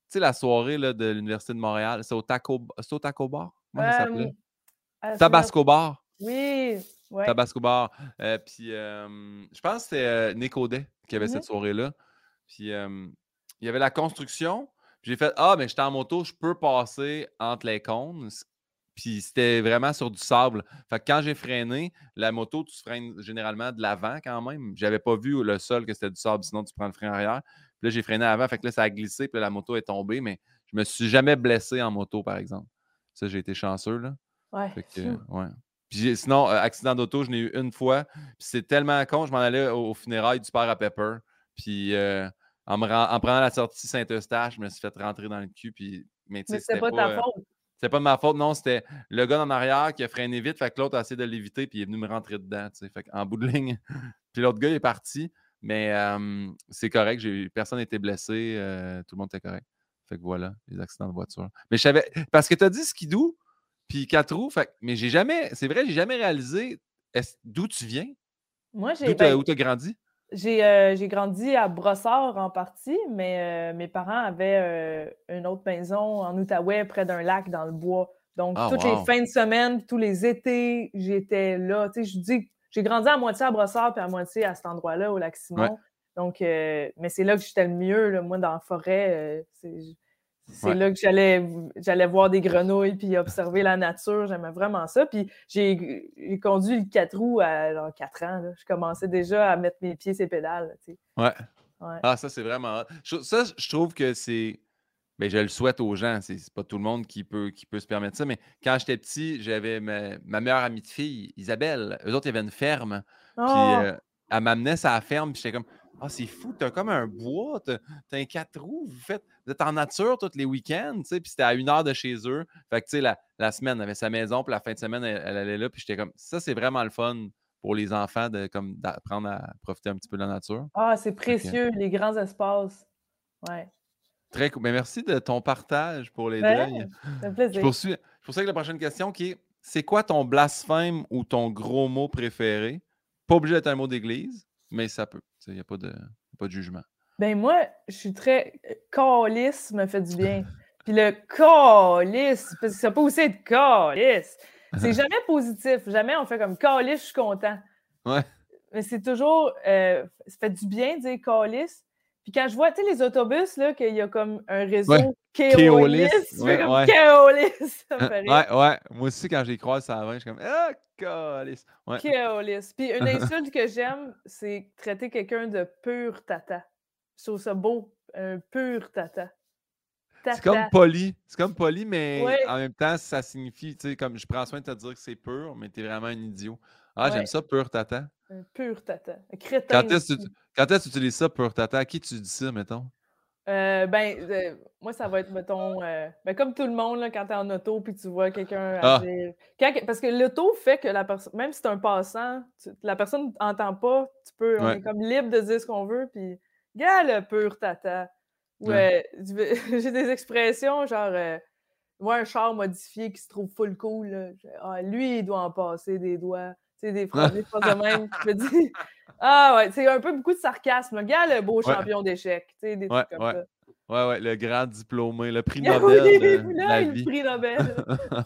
sais, la soirée là, de l'Université de Montréal, c'est au Taco, c'est au Taco Bar? Comment ça Hem, s'appelait? à souvenir Tabasco Bar. oui, ouais. Tabasco Bar. Euh, puis, euh, je pense que c'était euh, Nick Audet qui avait Mmh cette mh. soirée-là. Puis, euh, il y avait la construction. Puis j'ai fait Ah, mais j'étais en moto, je peux passer entre les cônes. Puis c'était vraiment sur du sable. Fait que quand j'ai freiné, la moto, tu freines généralement de l'avant quand même. J'avais pas vu le sol que c'était du sable, sinon tu prends le frein arrière. Puis là, j'ai freiné avant. Fait que là, ça a glissé. Puis là, la moto est tombée. Mais je me suis jamais blessé en moto, par exemple. Ça, j'ai été chanceux, là. Ouais, Fait que, phew. ouais. Puis j'ai- sinon, euh, accident d'auto, je n'ai eu une fois. Puis c'est tellement con, je m'en allais au, au funérailles du père à Pepper. Puis euh, en, me ren- en prenant la sortie Saint-Eustache, je me suis fait rentrer dans le cul. Puis, mais tu Mais sais, c'était c'était pas pas, ta euh, faute. c'était pas de ma faute. Non, c'était le gars en arrière qui a freiné vite. Fait que l'autre a essayé de l'éviter. Puis il est venu me rentrer dedans. Tu sais. Fait en bout de ligne. Puis l'autre gars il est parti. Mais euh, c'est correct. J'ai, personne n'a été blessé. euh, tout le monde était correct. Fait que voilà, les accidents de voiture. Mais je savais. Parce que tu as dit skidoo. Puis quatre roues, fait, mais j'ai jamais, c'est vrai, j'ai jamais réalisé d'où tu viens, Moi, d'où j'ai tu ben, as grandi. j'ai, heu, j'ai grandi à Brossard en partie, mais heu, mes parents avaient, heu, une autre maison en Outaouais, près d'un lac dans le bois. Donc Ah, toutes les wow. fins de semaine, tous les étés, j'étais là. Tu sais, je dis j'ai grandi à moitié à Brossard, puis à moitié à cet endroit-là, au lac Ouais, Simon. Donc heu, mais c'est là que j'étais le mieux, là. Moi, dans la forêt, heu, c'est c'est ouais. là que j'allais j'allais voir des grenouilles puis observer la nature. J'aimais vraiment ça. Puis j'ai j'ai conduit le quatre roues à genre quatre ans, là. Je commençais déjà à mettre mes pieds sur les pédales, tu sais. Ouais. Ouais. Ah, ça, c'est vraiment. je- Ça, je trouve que c'est. Ben, je le souhaite aux gens. C'est c'est pas tout le monde qui peut, qui peut se permettre ça. Mais quand j'étais petit, j'avais ma, ma meilleure amie de fille, Isabelle. Eux autres, il y avait une ferme. Puis Oh! euh, elle m'amenait sur la ferme. Puis j'étais comme Ah, c'est fou, t'as comme un bois, t'as t'as un quatre roues, vous faites. Vous êtes en nature tous les week-ends, tu sais. Puis c'était à une heure de chez eux. Fait que, tu sais, la, la semaine, elle avait sa maison. Puis la fin de semaine, elle, elle allait là. Puis j'étais comme Ça, c'est vraiment le fun pour les enfants de comme d'apprendre à profiter un petit peu de la nature. Ah, c'est Fait que, précieux, les grands espaces. Ouais. très cool. Mais merci de ton partage pour les Ouais, deuils. ça fait Je plaisir. poursuis. Je poursuis avec la prochaine question qui est c'est quoi ton blasphème ou ton gros mot préféré? Pas obligé d'être un mot d'église, mais ça peut. Il n'y a pas de, pas de jugement. Ben moi, je suis très euh, calisse me fait du bien. Puis le calisse, parce que ça peut aussi être calisse. C'est jamais positif. Jamais on fait comme calisse, je suis content. Ouais. Mais c'est toujours, euh, ça fait du bien de dire calisse. Puis quand je vois, tu sais, les autobus, là, qu'il y a comme un Ouais. réseau Kéolis. kéolisse, je fais Ouais, comme ouais. kéolisse, ça me Hein, fait rire. ouais, ouais. Moi aussi, quand j'ai croisé ça avant, je suis comme Ah, calice. Ouais. Kéolisse. Puis une insulte que j'aime, c'est traiter quelqu'un de pur tata. Je trouve ça beau, un pur tata. C'est comme Tata. poli. C'est comme poli, mais Ouais, en même temps, ça signifie, tu sais, comme je prends soin de te dire que c'est pur, mais t'es vraiment un idiot. Ah, j'aime ouais, ça, pur tata. un pur tata. Un crétin Quand est-ce que tu, aussi. quand est-ce que tu utilises ça, pur tata? À qui tu dis ça, mettons? Euh, ben, euh, moi, ça va être, mettons, euh, ben, comme tout le monde, là, quand tu es en auto puis tu vois quelqu'un à Ah, dire. Quand que- parce que l'auto fait que la personne, même si c'est un passant, tu- la personne n'entend pas, tu peux, on ouais, est comme libre de dire ce qu'on veut, puis, gars, le pur tata. Ou ouais. euh, je vais- j'ai des expressions genre, euh, moi, un char modifié qui se trouve full cool, là, je- ah, lui, il doit en passer des doigts. Tu sais, des phrases, des phrases de même. Je me dis, ah ouais, c'est un peu beaucoup de sarcasme. Là. Gars, le beau Ouais, champion d'échecs, tu sais, des ouais, trucs comme ouais. ça. Ouais, ouais, le grand diplômé, le prix Oui, Nobel de, de là, la le vie. prix Nobel.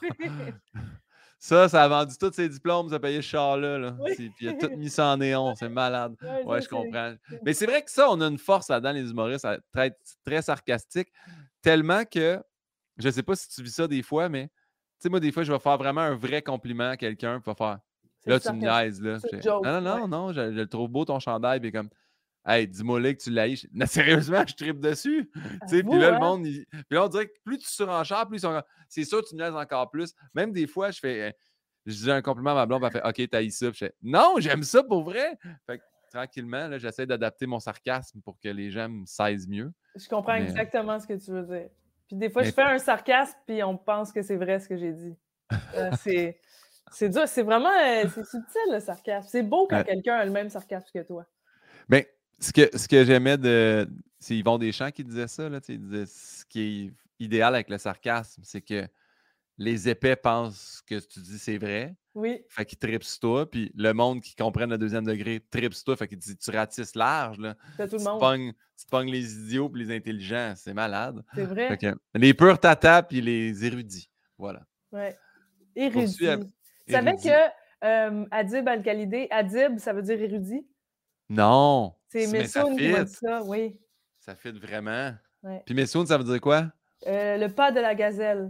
Ça, ça a vendu tous ses diplômes, ça a payé ce char-là. Là. Oui. C'est- Puis il a tout mis ça en néon, c'est malade. Ouais, Ouais, ça, je c'est comprends. c'est Mais c'est vrai que ça, on a une force là-dedans, les humoristes, à être très sarcastique, tellement que, je sais pas si tu vis ça des fois, mais, tu sais, moi, des fois, je vais faire vraiment un vrai compliment à quelqu'un, puis il va faire, c'est du là, tu me sarcasme. niaises, là. C'est Puis une je fais, joke, non, ouais. non, non, non, je, je le trouve beau ton chandail, puis comme, hey, dis-moi là que tu l'haïs. Je- Non, sérieusement, je tripe dessus. Tu sais, puis Avoue, là, le hein? monde, il- puis là, on dirait que plus tu surenchères, plus ils sont comme, c'est sûr, tu me laisses encore plus. Même des fois, je fais, euh, je dis un compliment à ma blonde, puis elle fait, OK, t'as ça. Puis je fais, non, j'aime ça pour vrai. Fait que tranquillement, là, j'essaie d'adapter mon sarcasme pour que les gens me saisent mieux. Je comprends Mais, exactement ce que tu veux dire. Puis des fois, je mais fais un sarcasme, puis on pense que c'est vrai ce que j'ai dit. Euh, c'est c'est dur. C'est vraiment euh, c'est subtil, le sarcasme. C'est beau quand ouais. quelqu'un a le même sarcasme que toi. Ben, ce que, ce que j'aimais de. C'est Yvon Deschamps qui disait ça, là, tu sais, il disait ce qui est idéal avec le sarcasme, c'est que les épais pensent que ce que tu dis, c'est vrai. Oui. Fait qu'il tripe sur toi, puis le monde qui comprenne le deuxième degré tripe sur toi, fait qu'il dit tu ratisses large, là. T'as tout le Tu te monde. pognes, tu te pognes les idiots puis les intelligents, c'est malade. C'est Fait vrai. que les purs tatas puis les érudits. Voilà. Ouais. Poursuis à- Érudit. Tu savais érudit. que euh, Adib Al-Khalidé, Adib, ça veut dire érudit? Non! C'est Mais ça Messoun qui fit! m'a dit ça, oui. Ça fit vraiment. Ouais. Puis Messoun, ça veut dire quoi? Euh, le pas de la gazelle.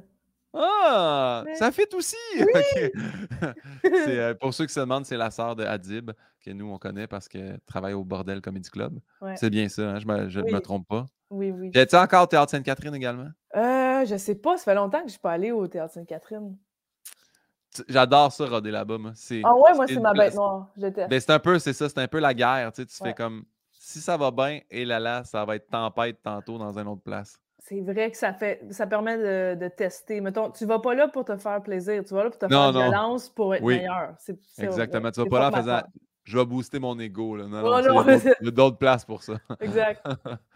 Ah! Ouais. Ça fit aussi! Oui! OK. C'est, euh, pour ceux qui se demandent, c'est la sœur de Adib, que nous, on connaît parce qu'elle travaille au Bordel Comedy Club. Ouais. C'est bien ça, hein? Je me, je ne me Oui. trompe pas. Oui, oui. Puis, as-tu encore au Théâtre Sainte-Catherine également? Euh, je sais pas, ça fait longtemps que je suis pas allée au Théâtre Sainte-Catherine. Tu- J'adore ça, roder là-bas, moi. C'est Ah ouais, moi, c'est c'est une ma bête place. noire. Je déteste. Ben, c'est un peu, c'est ça, c'est un peu la guerre. Tu sais, tu fais Ouais. comme si ça va bien, et là là, ça va être tempête tantôt dans une autre place. C'est vrai que ça fait, ça permet de, de tester. Mettons, tu vas pas là pour te faire plaisir, tu vas là pour te faire Non, de non. violence pour être Oui, meilleur. C'est c'est exactement. Tu vas c'est pas là en faisant formateur. je vais booster mon ego, là. Non, Oh non, ça, il y a non, d'autres il y a d'autres places pour ça. exact.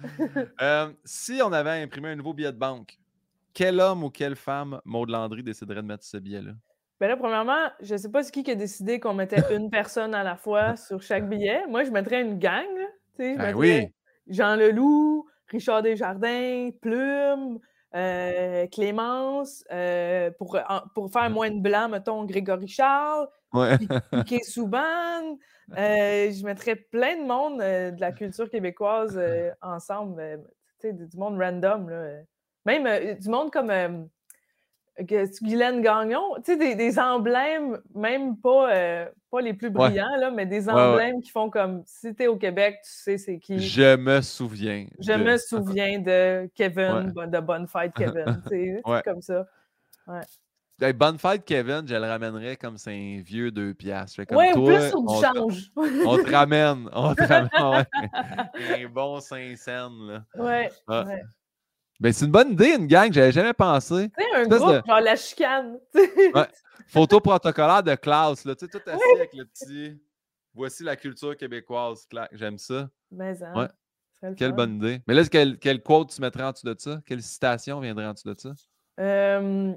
Euh, si on avait imprimé un nouveau billet de banque, quel homme ou quelle femme Maud Landry déciderait de mettre ce billet-là? Ben là, premièrement, je sais pas c'est qui qui a décidé qu'on mettait une personne à la fois sur chaque billet. Moi, je mettrais une gang, là. Tu sais, je Ben mettrais oui! Jean Leloup, Richard Desjardins, Plume, euh, Clémence, euh, pour, en- pour faire moins de blanc, mettons, Grégory Charles, Ouais. Pi- Piquet Souban. Euh, je mettrais plein de monde euh, de la culture québécoise euh, ensemble. euh, tu sais, du du monde random, là. Même euh, du monde comme euh, que- Guylaine Gagnon, tu sais, des, des emblèmes, même pas, euh, pas les plus Ouais. brillants, là, mais des Ouais, ouais. emblèmes qui font comme si t'es au Québec, tu sais c'est qui. Je me souviens Je de. me souviens de Kevin, Ouais. bon- de Bonne Fête Kevin, tu sais, des trucs Ouais. comme ça. Ouais. Hey, bonne fête, Kevin, je le ramènerais comme c'est un vieux deux piastres. Je fais comme Ouais, ou plus toi, sur du on te, change. on te ramène. On te ramène. Ouais. Un bon cinq cents, là. Ouais, Ah. ouais. Ben, c'est une bonne idée, une gang, j'avais jamais pensé. Tu sais, un Espèce groupe, de genre la chicane. tu sais. ouais, photo protocolaire de classe, là. Tu sais, tout assis Ouais. avec le petit. Voici la culture québécoise. clac. J'aime ça. Mais hein, Ouais, ce serait le quelle fun. bonne idée. Mais là, quelle, quelle quote tu mettrais en dessous de ça? Quelle citation viendrait en dessous de ça? Euh,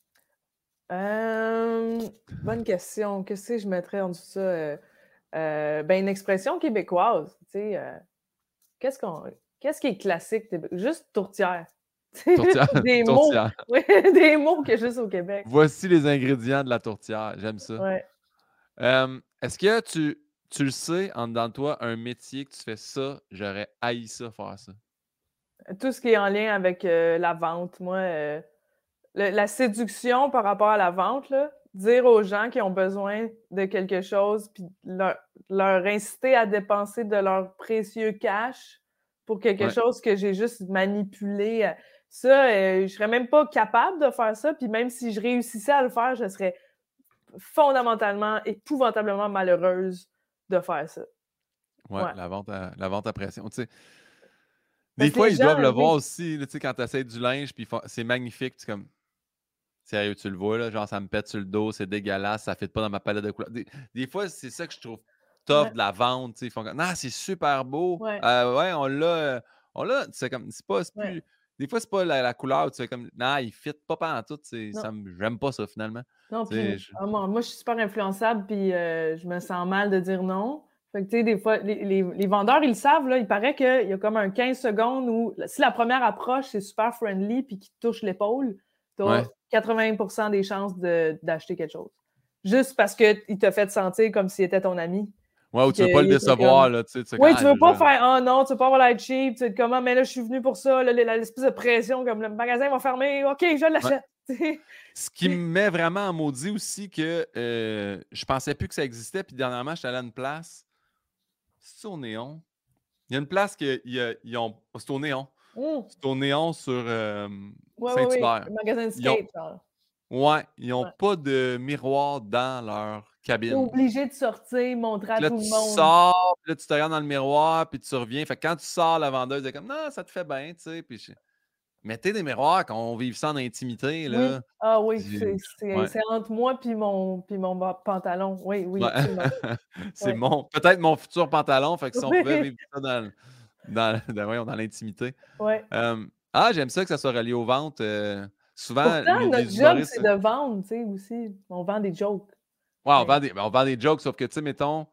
euh, bonne question. Qu'est-ce que je mettrais en dessous de ça? Euh, euh, ben, une expression québécoise, tu sais. euh, Qu'est-ce qu'on, qu'est-ce qui est classique? Québé- Juste tourtière. Tourtière. Des mots. Tourtière. Oui, des mots qu'il y a juste au Québec. Voici les ingrédients de la tourtière. J'aime ça. Ouais. Euh, Est-ce que tu, tu le sais, en dedans de toi, un métier que tu fais ça, j'aurais haï ça, faire ça? Tout ce qui est en lien avec euh, la vente. Moi, euh, le- la séduction par rapport à la vente, là, dire aux gens qui ont besoin de quelque chose, puis leur, leur inciter à dépenser de leur précieux cash pour quelque Ouais. chose que j'ai juste manipulé. euh, Ça, euh, je serais même pas capable de faire ça. Puis même si je réussissais à le faire, je serais fondamentalement, épouvantablement malheureuse de faire ça. Ouais, Ouais. la vente à, la vente à pression. Tu sais, Parce des que fois, les ils doivent gens, le oui. voir aussi, là, tu sais, quand tu essaies du linge, puis ils font- c'est magnifique. Tu es comme, sérieux, tu le vois, là, genre, ça me pète sur le dos, c'est dégueulasse, ça ne fit pas dans ma palette de couleurs. Des, des fois, c'est ça que je trouve tough Ouais. de la vente. Tu sais, ils font comme, non, c'est super beau. Ouais. Euh, ouais, on l'a. euh, on l'a. C'est comme, c'est pas, c'est Ouais. plus. Des fois, c'est pas la, la couleur, tu fais comme, non, il fit pas pantoute. c'est- Non. Ça me- J'aime pas ça, finalement. Non, Tu sais, puis je- ah, moi, moi, je suis super influençable, puis euh, je me sens mal de dire non. Fait que, tu sais, des fois, les, les- les vendeurs, ils le savent, là, il paraît qu'il y a comme un quinze secondes où, si la première approche, c'est super friendly, puis qu'il te touche l'épaule, t'as Ouais. quatre-vingts pour cent des chances de- d'acheter quelque chose. Juste parce qu'il t'a fait sentir comme s'il était ton ami. Ouais, ou Puis tu veux pas le qu'il était décevoir, comme- là, tu sais. tu sais, Oui, quand, tu veux ah, pas je- faire « Oh non, tu veux pas avoir l'air cheap, tu sais, comment, mais là, je suis venu pour ça, là, la- l'espèce de pression, comme le magasin va fermer, OK, je l'achète. Ce qui me met vraiment en maudit aussi que euh, je pensais plus que ça existait. Puis dernièrement, j'étais allé à une place. C'est au Néon. Il y a une place que il y a- ils ont. C'est au Néon. Hum, C'est au Néon sur euh, Ouais, ouais, ouais, Saint-Hubert. le magasin de Ils ont, skate, genre. ouais, ils n'ont Ouais. pas de miroir dans leur T'es cabine. obligé de sortir, montrer à Puis là, tout tu le monde. sors, puis là, tu te regardes dans le miroir, puis tu reviens. Fait que quand tu sors, la vendeuse est comme non, ça te fait bien, tu sais. Puis je- mettez des miroirs quand on vive ça en intimité, Oui. là. Ah oui, J'ai- c'est c'est- Ouais. c'est entre moi puis mon, puis mon ba- pantalon. Oui, oui, Ouais. absolument. C'est Ouais. mon peut-être mon futur pantalon, fait que si on pouvait Oui. vivre ça dans l dans dans voyons, dans l'intimité. Ouais. Hem, ah, j'aime ça que ça soit relié aux ventes, heu, souvent Pourtant, les notre les job, humoristes c'est de vendre, tu sais, aussi. On vend des jokes. Ouais, on Mais... vend, des, on vend des jokes, sauf que, tu sais, mettons...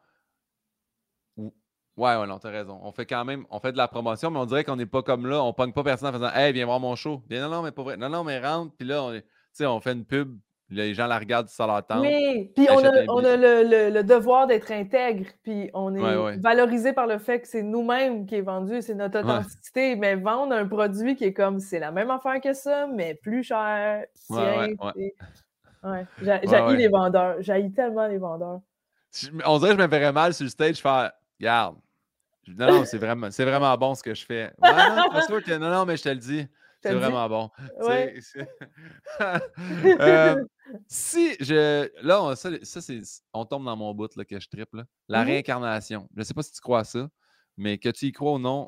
Ouais, ouais, non, t'as raison. On fait quand même, on fait de la promotion, mais on dirait qu'on n'est pas comme là. On pogne pas personne en faisant « Hey, viens voir mon show. » Bien, non, non, mais pas vrai. Non, non, mais rentre. Puis là, on, tu sais, on fait une pub. Les gens la regardent si ça leur tente. Oui, puis on a, Achètent un on billet. a le, le, le devoir d'être intègre, puis on Ouais, est ouais. valorisé par le fait que c'est nous-mêmes qui est vendu, c'est notre Ouais. authenticité, mais vendre un produit qui est comme, c'est la même affaire que ça, mais plus cher, Ouais, tiens, ouais, ouais. tu sais. Ouais, j'a- Ouais, j'haïs ouais. les vendeurs, j'haïs tellement les vendeurs. Je- On dirait que je me verrais mal sur le stage faire « Regarde. » Non, non, c'est vraiment, c'est vraiment bon ce que je fais. Ouais, non, c'est pas sûr que. Non, non, mais je te le dis. Je te C'est le dis. vraiment bon. Tu Ouais. sais, c'est- Euh, si je. Là, on, ça, ça, c'est. On tombe dans mon bout là, que je trippe. Là. La Mhm. réincarnation. Je ne sais pas si tu crois à ça, mais que tu y crois ou non.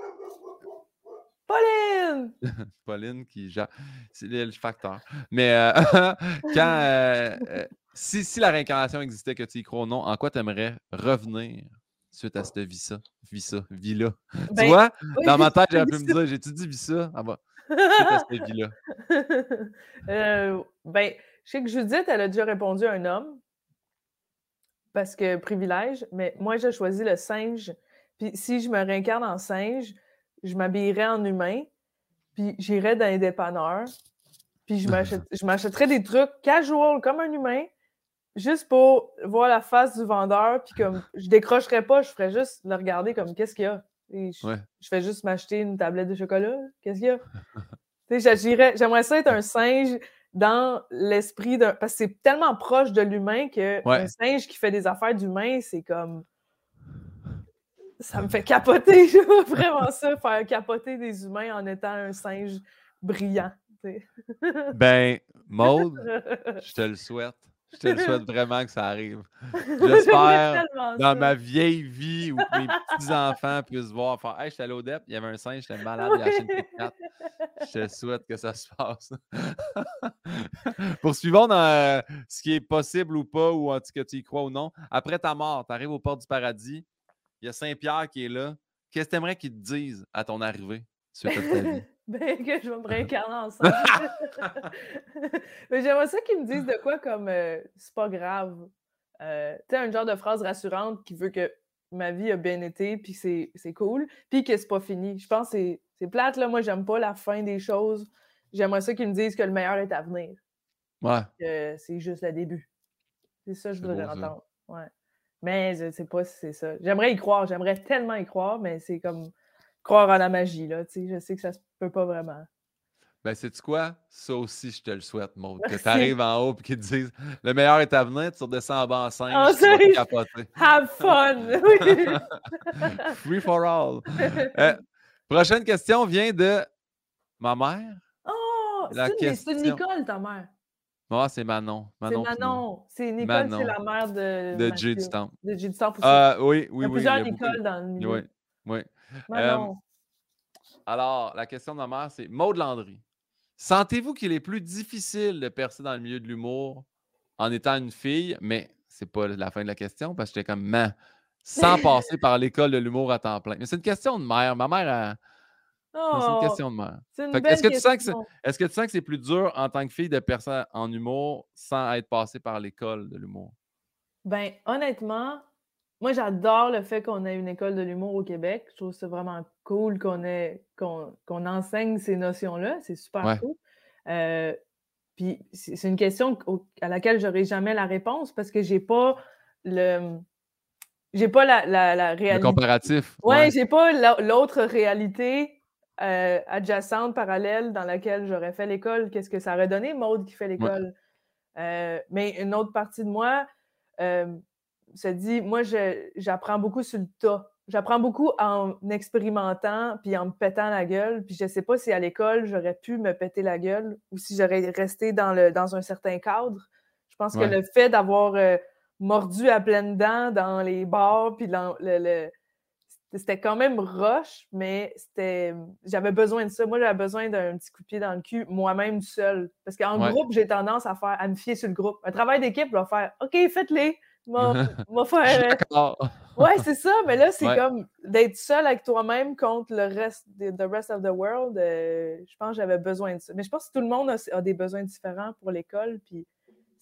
Pauline! Pauline qui. ja- C'est le le facteur. Mais euh, quand. euh, euh, si, si la réincarnation existait, que tu y crois ou non, en quoi tu aimerais revenir suite à cette vie-ça? Vie-ça, vie-là. Tu Ben, vois, oui, dans ma tête, j'aurais pu c'est me ça. dire, j'ai-tu dit vie-ça? Ah bah, suite à cette vie-là. Euh, ben, je sais que Judith, elle a déjà répondu à un homme, parce que privilège, mais moi, j'ai choisi le singe. Puis si je me réincarne en singe, je m'habillerais en humain, puis j'irais dans les dépanneurs, puis je m'achète- je m'achèterais des trucs casual, comme un humain, juste pour voir la face du vendeur, puis comme, je décrocherais pas, je ferais juste le regarder comme, qu'est-ce qu'il y a? Et je, Ouais. je fais juste m'acheter une tablette de chocolat, qu'est-ce qu'il y a? Tu sais, j'agirais- j'aimerais ça être un singe dans l'esprit d'un... Parce que c'est tellement proche de l'humain qu'un Ouais. singe qui fait des affaires d'humain, c'est comme... Ça me fait capoter, j'aime vraiment ça, faire capoter des humains en étant un singe brillant. tu sais. Ben, Maude, je te le souhaite. Je te le souhaite vraiment que ça arrive. J'aimerais J'espère, tellement dans ça. ma vieille vie, où mes petits-enfants puissent voir, faire « Hey, j'étais allé au D E P, il y avait un singe, j'étais malade, il a acheté une Kit Kat. » Je te souhaite que ça se passe. Poursuivons dans euh, ce qui est possible ou pas, ou en tout cas tu y crois ou non. Après ta mort, tu arrives aux portes du paradis, il y a Saint-Pierre qui est là. Qu'est-ce que tu aimerais qu'il te dise à ton arrivée suite à ta vie? Ben, que je vais me réincarner en singe. Mais j'aimerais ça qu'ils me disent de quoi comme euh, c'est pas grave. Euh, tu sais, un genre de phrase rassurante qui veut que ma vie a bien été, puis c'est c'est cool, puis que c'est pas fini. Je pense que c'est- c'est plate, là. Moi, j'aime pas la fin des choses. J'aimerais ça qu'ils me disent que le meilleur est à venir, Ouais, que c'est juste le début. C'est ça que je c'est voudrais beau ça. entendre. Ouais. Mais je sais pas si c'est ça. J'aimerais y croire, j'aimerais tellement y croire, mais c'est comme croire à la magie, là. Tu sais, je sais que ça se peut pas vraiment. Ben, sais-tu quoi? Ça aussi, je te le souhaite, Maud. Que tu Merci. arrives en haut et qu'ils te disent le meilleur est à venir, tu redescends en bas en singe, En tu vas singe. capoter. Have fun! Oui. Free for all. Euh, prochaine question vient de ma mère. Oh! La C'est une, c'est une question. Nicole, ta mère. Ah, c'est Manon. C'est Manon Pinot. Manon. C'est Nicole, c'est Manon. la mère de De Jay du Mathieu. Temple. De Jay du Temple aussi. Ah, oui, oui, Il y a oui. Il y plusieurs a beaucoup. Nicole dans le milieu. Oui, oui. Euh, Manon. alors, la question de ma mère, c'est Maud Landry. Sentez-vous qu'il est plus difficile de percer dans le milieu de l'humour en étant une fille, mais c'est pas la fin de la question parce que j'étais comme man, sans passer par l'école de l'humour à temps plein. Mais c'est une question de mère. Ma mère, elle- non, c'est une Oh! question de mère. C'est une Fait que belle est-ce que tu sens que c'est, question. est-ce que tu sens que c'est plus dur en tant que fille de percer en humour sans être passé par l'école de l'humour? Ben, honnêtement, moi, j'adore le fait qu'on ait une école de l'humour au Québec. Je trouve ça vraiment cool qu'on ait, qu'on, qu'on enseigne ces notions-là. C'est super Ouais. cool. Euh, puis c'est c'est une question au- à laquelle j'aurai jamais la réponse parce que j'ai pas le, j'ai pas la, la, la Le réalité. comparatif. Ouais, Ouais. j'ai pas la- l'autre réalité euh, adjacente, parallèle, dans laquelle j'aurais fait l'école. Qu'est-ce que ça aurait donné, Maude qui fait Ouais. l'école? Euh, mais une autre partie de moi euh, se dit, moi, je- j'apprends beaucoup sur le tas. J'apprends beaucoup en expérimentant puis en me pétant la gueule. Puis je sais pas si à l'école, j'aurais pu me péter la gueule ou si j'aurais resté dans, le, dans un certain cadre. Je pense que Ouais. le fait d'avoir euh, mordu à pleines dents dans les bars puis dans le, le- c'était quand même roche, mais c'était j'avais besoin de ça. Moi, j'avais besoin d'un petit coup de pied dans le cul, moi-même seul. Parce qu'en Ouais. groupe, j'ai tendance à faire à me fier sur le groupe. Un travail d'équipe va faire OK, faites-les. M'a m'a Je suis faire. d'accord. Ouais, c'est ça, mais là, c'est Ouais. comme d'être seul avec toi-même contre le reste, the rest of the world. euh, je pense que j'avais besoin de ça. Mais je pense que tout le monde a, a des besoins différents pour l'école, puis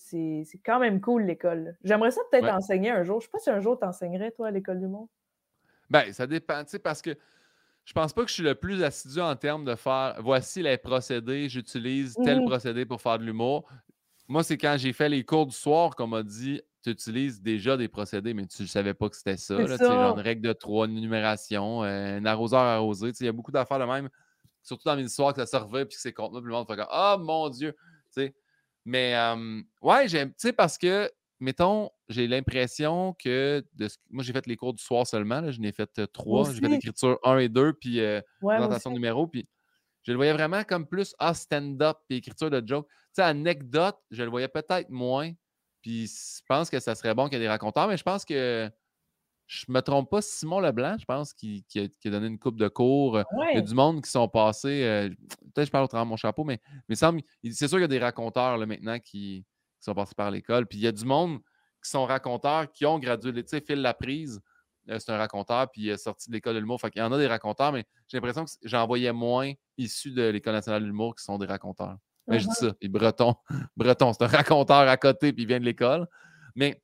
c'est, c'est quand même cool, l'école. Là. J'aimerais ça peut-être Ouais. enseigner un jour. Je sais pas si un jour t'enseignerais, toi, à l'école d'humour. Ben, ça dépend, tu sais, parce que je pense pas que je suis le plus assidu en termes de faire voici les procédés, j'utilise tel Mhm. procédé pour faire de l'humour. Moi, c'est quand j'ai fait les cours du soir qu'on m'a dit tu utilises déjà des procédés, mais tu ne savais pas que c'était ça. C'est Là, tu sais, genre ça. une règle de trois, une numération, euh, un arroseur arrosé. Tu sais, il y a beaucoup d'affaires de même, surtout dans mes histoires que ça servait puis que c'est contenu, puis le monde fait comme ah mon Dieu! Tu sais. Mais euh, ouais, j'aime, tu sais, parce que, mettons, j'ai l'impression que de ce- moi, j'ai fait les cours du soir seulement. Là, je n'ai fait euh, Moi trois. J'ai fait aussi. écriture un et deux, puis euh, Ouais, moi aussi. présentation de numéro, puis je le voyais vraiment comme plus ah, stand-up puis écriture de joke. Tu sais, anecdote, je le voyais peut-être moins. Puis je pense que ça serait bon qu'il y ait des raconteurs, mais je pense que je me trompe pas, Simon Leblanc, je pense, qui, qui a, qui a donné une coupe de cours. Euh, Il y a Ouais. du monde qui sont passés. euh, peut-être que je parle au travers de mon chapeau, mais, mais il semble- il- c'est sûr qu'il y a des raconteurs là, maintenant qui, qui sont passés par l'école. Puis il y a du monde qui sont raconteurs, qui ont gradué. Tu sais, Phil Laprise, euh, c'est un raconteur, puis il est sorti de l'école de l'humour. Fait qu'il y en a des raconteurs, mais j'ai l'impression que j'en voyais moins issus de l'École nationale de l'humour qui sont des raconteurs. Mais je dis Mhm. ça. Et Breton, Breton, c'est un raconteur à côté, puis il vient de l'école. Mais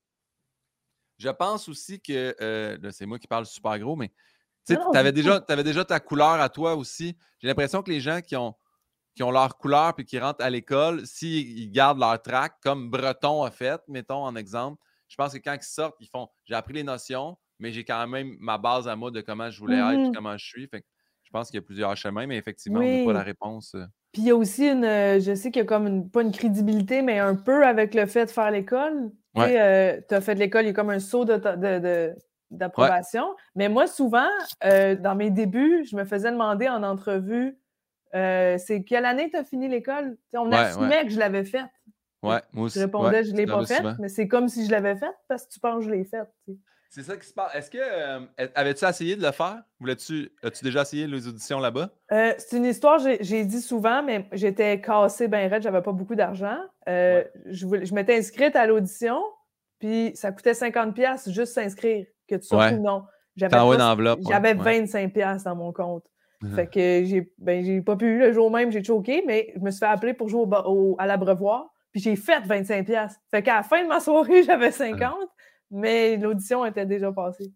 je pense aussi que, euh, là, c'est moi qui parle super gros, mais tu Non, non, c'est avais cool. déjà, t'avais déjà ta couleur à toi aussi. J'ai l'impression que les gens qui ont, qui ont leur couleur puis qui rentrent à l'école, s'ils gardent leur track, comme Breton a fait, mettons en exemple, je pense que quand ils sortent, ils font j'ai appris les notions, mais j'ai quand même ma base à moi de comment je voulais être et Mhm. comment je suis. Fait que je pense qu'il y a plusieurs chemins, mais effectivement, on n'a pas la Oui. réponse. euh. Puis il y a aussi une, euh, je sais qu'il y a comme une, pas une crédibilité, mais un peu avec le fait de faire l'école. Tu Ouais, sais, euh, tu as fait de l'école, il y a comme un saut de, de- de- ouais, d'approbation. Mais moi, souvent, euh, dans mes débuts, je me faisais demander en entrevue, euh, c'est quelle année tu as fini l'école? Tu sais, on ouais, ouais, assumait que je l'avais faite. Fait que ouais, moi je aussi. Ouais, répondais, je ne l'ai ça pas arrive faite, souvent. mais c'est comme si je l'avais faite parce que tu penses que je l'ai faite. Tu sais. C'est ça qui se passe. Est-ce que euh, avais-tu essayé de le faire? Voulais-tu, as-tu déjà essayé les auditions là-bas? Euh, c'est une histoire, j'ai, j'ai dit souvent, mais j'étais cassée ben raide, j'avais pas beaucoup d'argent. Euh, Ouais. je, voulais- je m'étais inscrite à l'audition, puis ça coûtait cinquante pièces juste s'inscrire, que tu sortes ou Ouais. non. J'avais T'envoies pas, une enveloppe, ouais. j'avais Ouais. vingt-cinq pièces dans mon compte. Fait que j'ai, ben, j'ai pas pu. Le jour même, j'ai choqué, mais je me suis fait appeler pour jouer au, ba- au- à l'abreuvoir, puis j'ai fait vingt-cinq pièces. Fait qu'à la fin de ma soirée, j'avais cinquante, mais l'audition était déjà passée.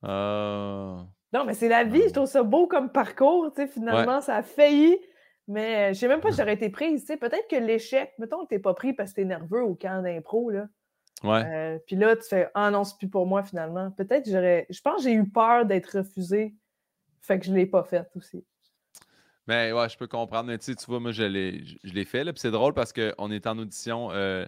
Ah. Non, mais c'est la vie, je Ah. trouve ça beau comme parcours, tu sais, Ouais. finalement, ça a failli, mais euh, je sais même pas si j'aurais été prise, tu sais, peut-être que l'échec, mettons que t'es pas pris parce que t'es nerveux au camp d'impro, là, Ouais. euh, puis là, tu fais « Ah non, c'est plus pour moi, finalement ». Peut-être que j'aurais... Je pense que j'ai eu peur d'être refusée, fait que je l'ai pas faite aussi. Mais ouais, je peux comprendre. Mais tu sais, tu vois, moi, je l'ai, je, je l'ai fait. Là, puis c'est drôle parce qu'on est en audition. euh,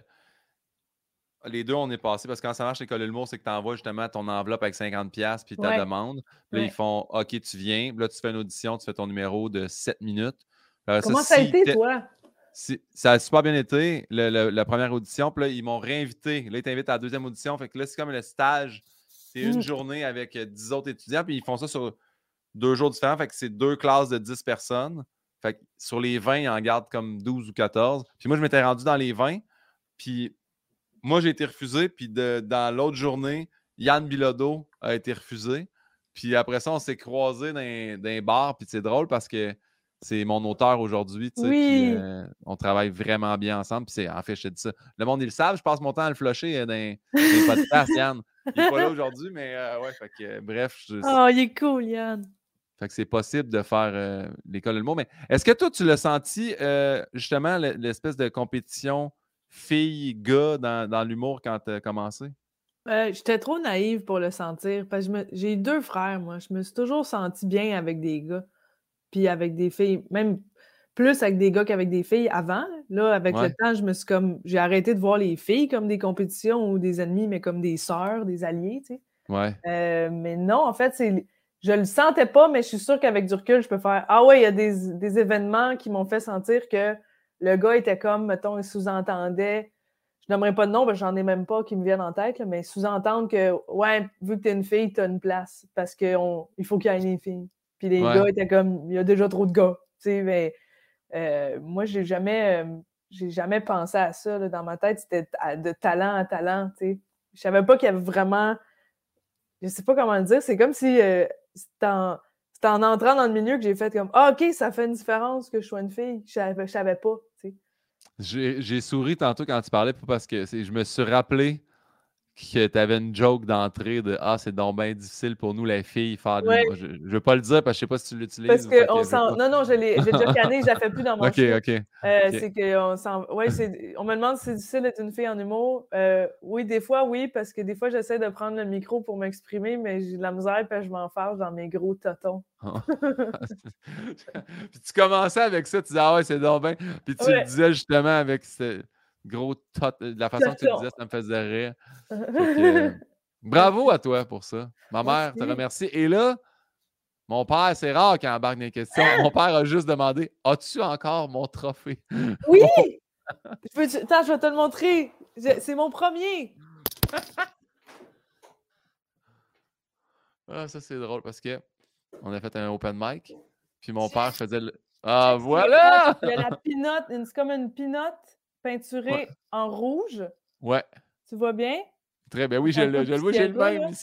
les deux, on est passés. Parce que quand ça marche l'école de l'humour, c'est que tu envoies justement ton enveloppe avec cinquante pièces puis ta Ouais, demande. Puis là, ils ouais. font OK, tu viens. Puis là, tu fais une audition, tu fais ton numéro de sept minutes. Puis après ça, Comment ça a si, été, t'es- toi? si- ça a super bien été, le- le- la première audition. Puis là, ils m'ont réinvité. Là, ils t'invitent à la deuxième audition. Fait que là, c'est comme le stage. C'est une Mm. journée avec euh, dix autres étudiants. Puis ils font ça sur deux jours différents. Fait que c'est deux classes de dix personnes. Fait que sur les vingt, ils en gardent comme douze ou quatorze. Puis moi, je m'étais rendu dans les vingt. Puis moi, j'ai été refusé. Puis de- dans l'autre journée, Yann Bilodeau a été refusé. Puis après ça, on s'est croisés dans, un- dans un bar. Puis c'est drôle parce que c'est mon auteur aujourd'hui, tu sais. Puis Oui! euh, on travaille vraiment bien ensemble. Puis c'est, en fait, je te dis ça. Le monde, ils le savent. Je passe mon temps à le flusher euh, dans, dans les podcasts, Yann. Il n'est pas là aujourd'hui, mais euh, ouais, fait que euh, bref, je- Oh, il est cool, Yann! fait que c'est possible de faire euh, l'école de l'humour. Mais est-ce que toi, tu l'as senti, euh, justement, le- l'espèce de compétition fille-gars dans, dans l'humour quand tu as commencé? Euh, j'étais trop naïve pour le sentir, parce que je me- j'ai deux frères, moi. Je me suis toujours sentie bien avec des gars. Puis avec des filles, même plus avec des gars qu'avec des filles avant. Là, avec le Ouais, temps, je me suis comme j'ai arrêté de voir les filles comme des compétitions ou des ennemis, mais comme des sœurs, des alliés, tu sais. ouais, Euh, mais non, en fait, c'est je le sentais pas, mais je suis sûre qu'avec du recul, je peux faire Ah ouais, il y a des, des événements qui m'ont fait sentir que le gars était comme, mettons, il sous-entendait. Je n'aimerais pas de nom, parce que j'en ai même pas qui me viennent en tête, là, mais sous-entendre que ouais, vu que t'es une fille, t'as une place. Parce qu'il faut qu'il y ait des filles. Puis les ouais, gars étaient comme, il y a déjà trop de gars. Tu sais, mais euh, moi, j'ai jamais, euh, j'ai jamais pensé à ça. Là. Dans ma tête, c'était de talent à talent. Tu sais. Je savais pas qu'il y avait vraiment. Je sais pas comment le dire. C'est comme si euh, c'était en, c'était en entrant dans le milieu que j'ai fait comme Ah, OK, ça fait une différence que je sois une fille. Je savais, je savais pas. Tu sais. J'ai j'ai souri tantôt quand tu parlais, pas parce que c'est je me suis rappelé que tu avais une joke d'entrée de «Ah, c'est donc bien difficile pour nous, les filles, faire de Ouais. l'humour». Je je veux pas le dire parce que je sais pas si tu Parce l'utilises ou fait qu'on que je veux s'en pas. non, non, je l'ai j'ai déjà canné, je la fais plus dans mon OK, show. OK, Heu, OK. c'est qu'on s'en ouais, c'est on me demande si c'est difficile d'être une fille en humour. Heu, oui, des fois, oui, parce que des fois, j'essaie de prendre le micro pour m'exprimer, mais j'ai de la misère parce que je m'enfarge dans mes gros totons. Puis tu commençais avec ça, tu disais: «Ah ouais, c'est donc bien». Puis tu le Ouais, disais justement avec ce gros tot la façon que tu le totons. disais, ça me faisait rire. Fait que bravo Merci, à toi pour ça. Ma mère te merci. remercie et là, mon père, c'est rare qu'il embarque dans les questions. Mon père a juste demandé: «As-tu encore mon trophée?» Oui! Mon Je peux te attends, je vais te le montrer. Je c'est mon premier. Ah, ça, c'est drôle parce qu'on a fait un open mic, puis mon père Check, faisait le ah, check ce qu'il y a dedans. voilà! Il y a la pinotte, une c'est comme une pinotte Ouais, peinturée en rouge. ouais, Tu vois bien? très bien. Oui, C'est je un peu le je le vois, j'ai le Pussyada, même là. ici.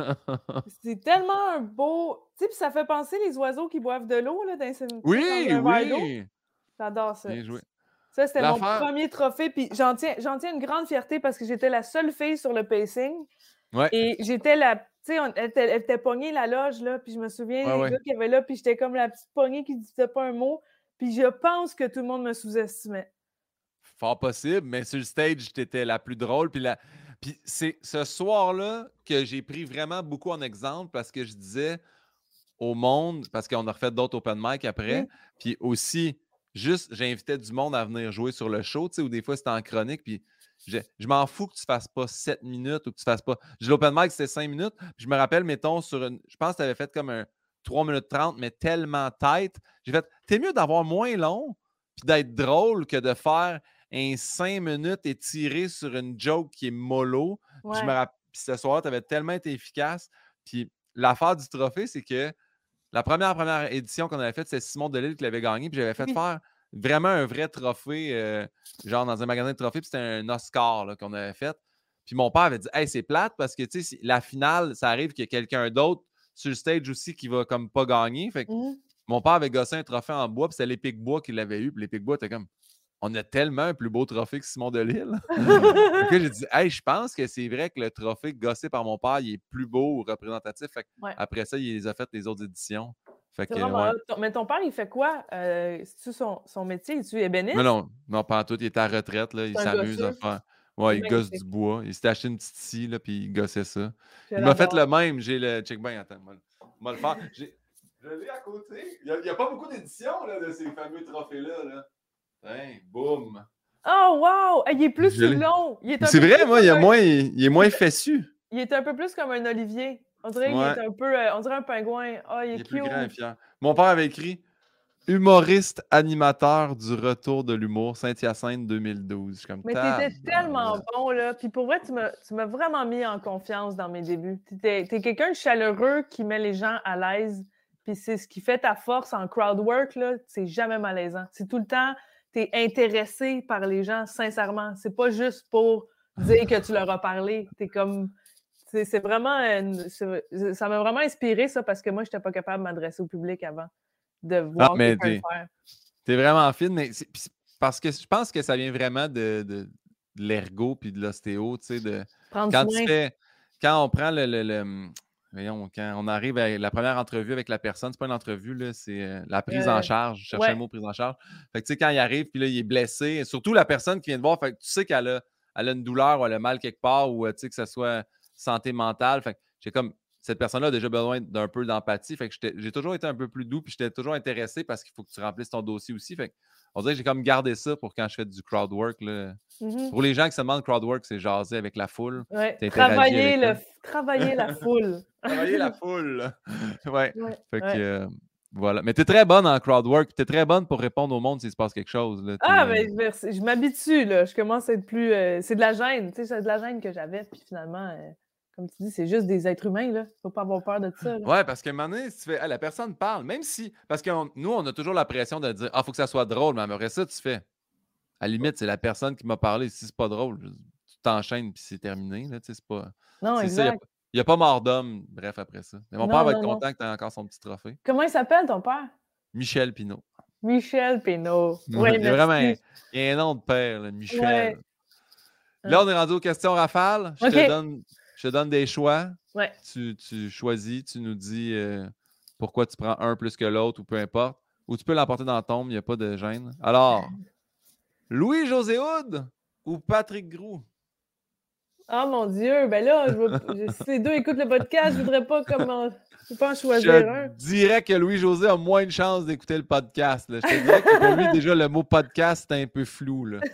C'est tellement un beau tu sais, puis ça fait penser les oiseaux qui boivent de l'eau, là, dans tu sais, dans Oui, un verre d'eau. oui! J'adore ça. Bien joué. Ça, c'était mon L'affaire premier trophée, puis j'en tiens j'en tiens une grande fierté parce que j'étais la seule fille sur le pacing ouais, et j'étais la tu sais, on elle était elle était pognée la loge, là, puis je me souviens ouais, des ouais. gars qui avaient là, puis j'étais comme la petite pognée qui disait pas un mot, puis je pense que tout le monde me sous-estimait. Fort possible, mais sur le stage, tu étais la plus drôle. Puis, la... puis c'est ce soir-là que j'ai pris vraiment beaucoup en exemple parce que je disais au monde, parce qu'on a refait d'autres open mic après, Oui. puis aussi, juste, j'invitais du monde à venir jouer sur le show, tu sais, ou des fois c'était en chronique, puis je, je m'en fous que tu fasses pas sept minutes ou que tu fasses pas. J'ai l'open mic, c'était cinq minutes. Puis je me rappelle, mettons, sur une. Je pense que tu avais fait comme un trois minutes trente, mais tellement tête. J'ai fait, t'es mieux d'avoir moins long, puis d'être drôle que de faire un cinq minutes étiré sur une joke qui est mollo. Puis je me Ouais. rappelle, puis ce soir-là, tu avais tellement été efficace. Puis l'affaire du trophée, c'est que la première, première édition qu'on avait faite, c'est Simon Delille qui l'avait gagné. Puis j'avais fait Oui. faire vraiment un vrai trophée, euh, genre dans un magasin de trophées. Puis c'était un Oscar là, qu'on avait fait. Puis mon père avait dit hey, c'est plate parce que tu sais, la finale, ça arrive qu'il y a quelqu'un d'autre sur le stage aussi qui va comme pas gagner. Fait que Mmh. mon père avait gossé un trophée en bois, puis c'était l'Épic Bois qui l'avait eu. Puis l'Épic Bois était comme on a tellement un plus beau trophée que Simon Delille. Fait que j'ai dit hey, je pense que c'est vrai que le trophée gossé par mon père, il est plus beau ou représentatif. Fait que Ouais. après ça, il les a fait les autres éditions. Fait C'est que, vraiment ouais. hot. Ton mais ton père, il fait quoi? Heu, c'est-tu son son métier? Es-tu Mais ébéniste? non, non, pas en tout. Il est à la retraite, là. Il C'est un s'amuse à gosseux? faire. C'est Ouais, il gosse du magnifique. bois. Il s'est acheté une petite scie, là, puis il gossait ça. Je Il m'a fait le l'adore. même. J'ai le. Check bien, attends, moi, moi le faire. J'ai- Je l'ai à côté. Il n'y a, a pas beaucoup d'éditions là, de ces fameux trophées-là. Là. Hein, boum. Oh wow! Hey, il est plus Je si l'ai. long. Il est un C'est peu vrai, plus moi, il, comme y a un moins, il est il moins est fessu. il est un peu plus comme un olivier. On dirait qu'il est Ouais, un peu, heu, on dirait un pingouin. Ah, il il est est plus grand et cute. fier. Mon père avait écrit humoriste animateur du retour de l'humour, Saint-Hyacinthe deux mille douze. Je suis comme Mais tu étais tellement tabarouette. bon, là. Puis pour vrai, tu m'as tu m'as vraiment mis en confiance dans mes débuts. Tu étais tu es quelqu'un de chaleureux qui met les gens à l'aise. Puis c'est ce qui fait ta force en crowd work, là. C'est jamais malaisant. C'est tout le temps, tu es intéressé par les gens, sincèrement. C'est pas juste pour dire que tu leur as parlé. Tu es comme. C'est c'est vraiment. une- c'est- ça m'a vraiment inspiré, ça, parce que moi, je n'étais pas capable de m'adresser au public avant de Ah, voir mais quelqu'un le t'es faire. t'es vraiment fine, mais c'est pis c'est parce que je pense que ça vient vraiment de, de, de l'ergo puis de l'ostéo, tu sais, de Prendre quand tu soin. fais quand on prend le, le, le, hum, voyons, quand on arrive à la première entrevue avec la personne, c'est pas une entrevue, là, c'est euh, la prise en Euh, charge. Je cherchais ouais. le mot prise en charge. Fait que tu sais, quand il arrive, puis là, il est blessé, et surtout la personne qui vient de voir, fait que tu sais qu'elle a, elle a une douleur ou elle a mal quelque part, ou euh, tu sais, que ce soit santé mentale. Fait que j'ai comme cette personne-là a déjà besoin d'un peu d'empathie. Fait que j'étais- j'ai toujours été un peu plus doux, puis j'étais toujours intéressé parce qu'il faut que tu remplisses ton dossier aussi. Fait que on dirait que j'ai comme gardé ça pour quand je fais du crowd work. Là. Mhm. Pour les gens qui se demandent crowd work, c'est jaser avec la foule, Ouais, tu interagis travailler avec le eux. travailler la foule. Travailler la foule. Ouais. Ouais, Fait que ouais. euh, voilà. Mais tu es très bonne en crowd work. Tu es très bonne pour répondre au monde s'il se passe quelque chose. Là. Ah, T'es, euh, ben, merci. Je m'habitue, là. Je commence à être plus. euh, c'est de la gêne, tu sais, c'est de la gêne que j'avais. Puis finalement, euh, comme tu dis, c'est juste des êtres humains, là. Faut pas avoir peur de ça, là. Ouais, parce qu'à un moment donné, si tu fais, ah, la personne parle, même si. Parce que on- nous, on a toujours la pression de dire, ah, faut que ça soit drôle, mais après ça, tu fais. À la limite, c'est la personne qui m'a parlé. Si c'est pas drôle, je- tu t'enchaînes puis c'est terminé. Là, tu sais, c'est pas. Non, C'est ça, il exact. n'y a, pas mort d'homme, bref, après ça. Mais mon père Non, va être non, non. content que tu aies encore son petit trophée. Comment il s'appelle, ton père? Michel Pinault. Michel Pénaud. Ouais, Oui, il y a vraiment un, merci. il y a un nom de père, là, Michel. Ouais. Là, on est rendu aux questions rafales. Je, OK. te, donne, je te donne des choix. Ouais. Tu, tu choisis, tu nous dis euh, pourquoi tu prends un plus que l'autre ou peu importe. Ou tu peux l'emporter dans la tombe, il n'y a pas de gêne. Alors, Louis-José Hood ou Patrick Groux? Oh mon Dieu, ben là, je veux... je- si les deux écoutent le podcast, je voudrais pas comment. Je peux pas en Je choisir un. dirais que Louis-José a moins de chances d'écouter le podcast. Là. Je te dirais que pour lui, déjà, le mot podcast, c'est un peu flou. Là.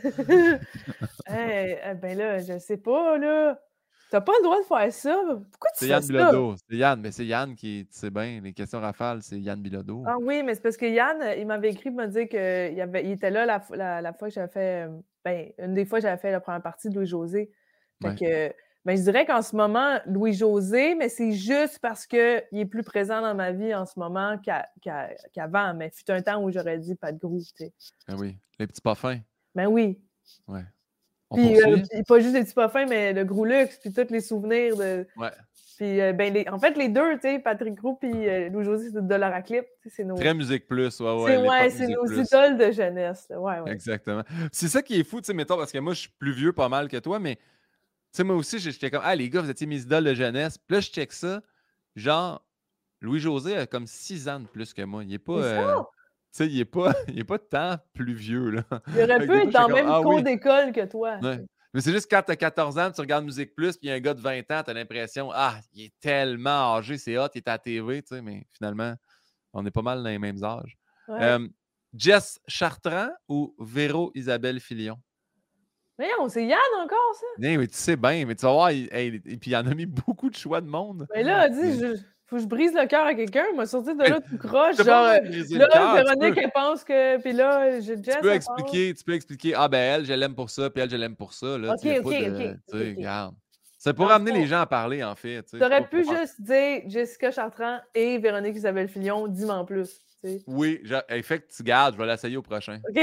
hey, eh ben là, je sais pas, là. T'as pas le droit de faire ça. Pourquoi tu C'est fais Yann ça? Bilodeau. C'est Yann, mais c'est Yann qui, tu sais bien, les questions rafales, c'est Yann Bilodeau. Ah oui, mais c'est parce que Yann, il m'avait écrit pour me dire qu'il avait... il était là la, la, la fois que j'avais fait. euh, Ben, une des fois, j'avais fait la première partie de Louis-José. Fait Ouais. que. Ben, je dirais qu'en ce moment, Louis-José, mais c'est juste parce qu'il est plus présent dans ma vie en ce moment qu'à- qu'à- qu'avant. Mais fut un temps où j'aurais dit pas de Groux, tu sais. Ben oui, les petits pas fins. Ben oui. Ouais. On Puis, euh, poursuit? puis pas juste des petits pas fins, mais le Gros Luxe, puis tous les souvenirs de. Ouais. Puis, euh, ben, les... en fait, les deux, tu sais, Patrick Groux puis euh, Louis-José, c'est de Dollar à clip. C'est nos... Très Musique Plus, ouais, ouais. c'est l'époque ouais, c'est Musique nos Plus. idoles de jeunesse. Là. Ouais, ouais. Exactement. C'est ça qui est fou, tu sais, mettons, parce que moi, je suis plus vieux pas mal que toi, mais tu sais, moi aussi, j'étais comme, ah, les gars, vous étiez mes idoles de jeunesse. Puis là, je check ça. Genre, Louis-José a comme six ans de plus que moi. Il est pas. C'est ça! euh, tu sais, il est pas, il est pas tant plus vieux, là. Il aurait Fait que pu des fois, être j'étais dans comme, le même ah cours oui. d'école que toi. Ouais. Mais c'est juste quand t'as quatorze ans, tu regardes Musique Plus, puis il y a un gars de vingt ans, t'as l'impression, ah, il est tellement âgé, c'est hot, il est à la T V, tu sais, mais finalement, on est pas mal dans les mêmes âges. Ouais. Euh, Jess Chartrand ou Véro Isabelle Filion? Voyons, c'est Yann encore, ça? Non, mais tu sais bien, mais tu vas voir, il, hey, et puis il en a mis beaucoup de choix de monde. Mais là, dis, Mais- je... faut que je brise le cœur à quelqu'un. Moi, sortir de Hey, là tout croche. t'as Genre, pas besoin euh, de briser le là, cœur, tu Véronique, peux- elle pense que. Puis là, j'ai Jess, Tu peux elle expliquer, tu peux expliquer, ah ben elle, je l'aime pour ça, puis elle, je l'aime pour ça. Là, pense. tu sais, Ok, il y a ok, pas de. ok. Tu sais, ok, ok. regarde. C'est pour Dans le amener les fond, gens à parler, en fait. Tu sais, c'est T'aurais pas pu pour- juste dire Jessica Chartrand et Véronique Isabelle Filion, dis-moi en plus. Tu sais. Oui, je... hey, fait que tu gardes, je vais l'essayer au prochain. OK.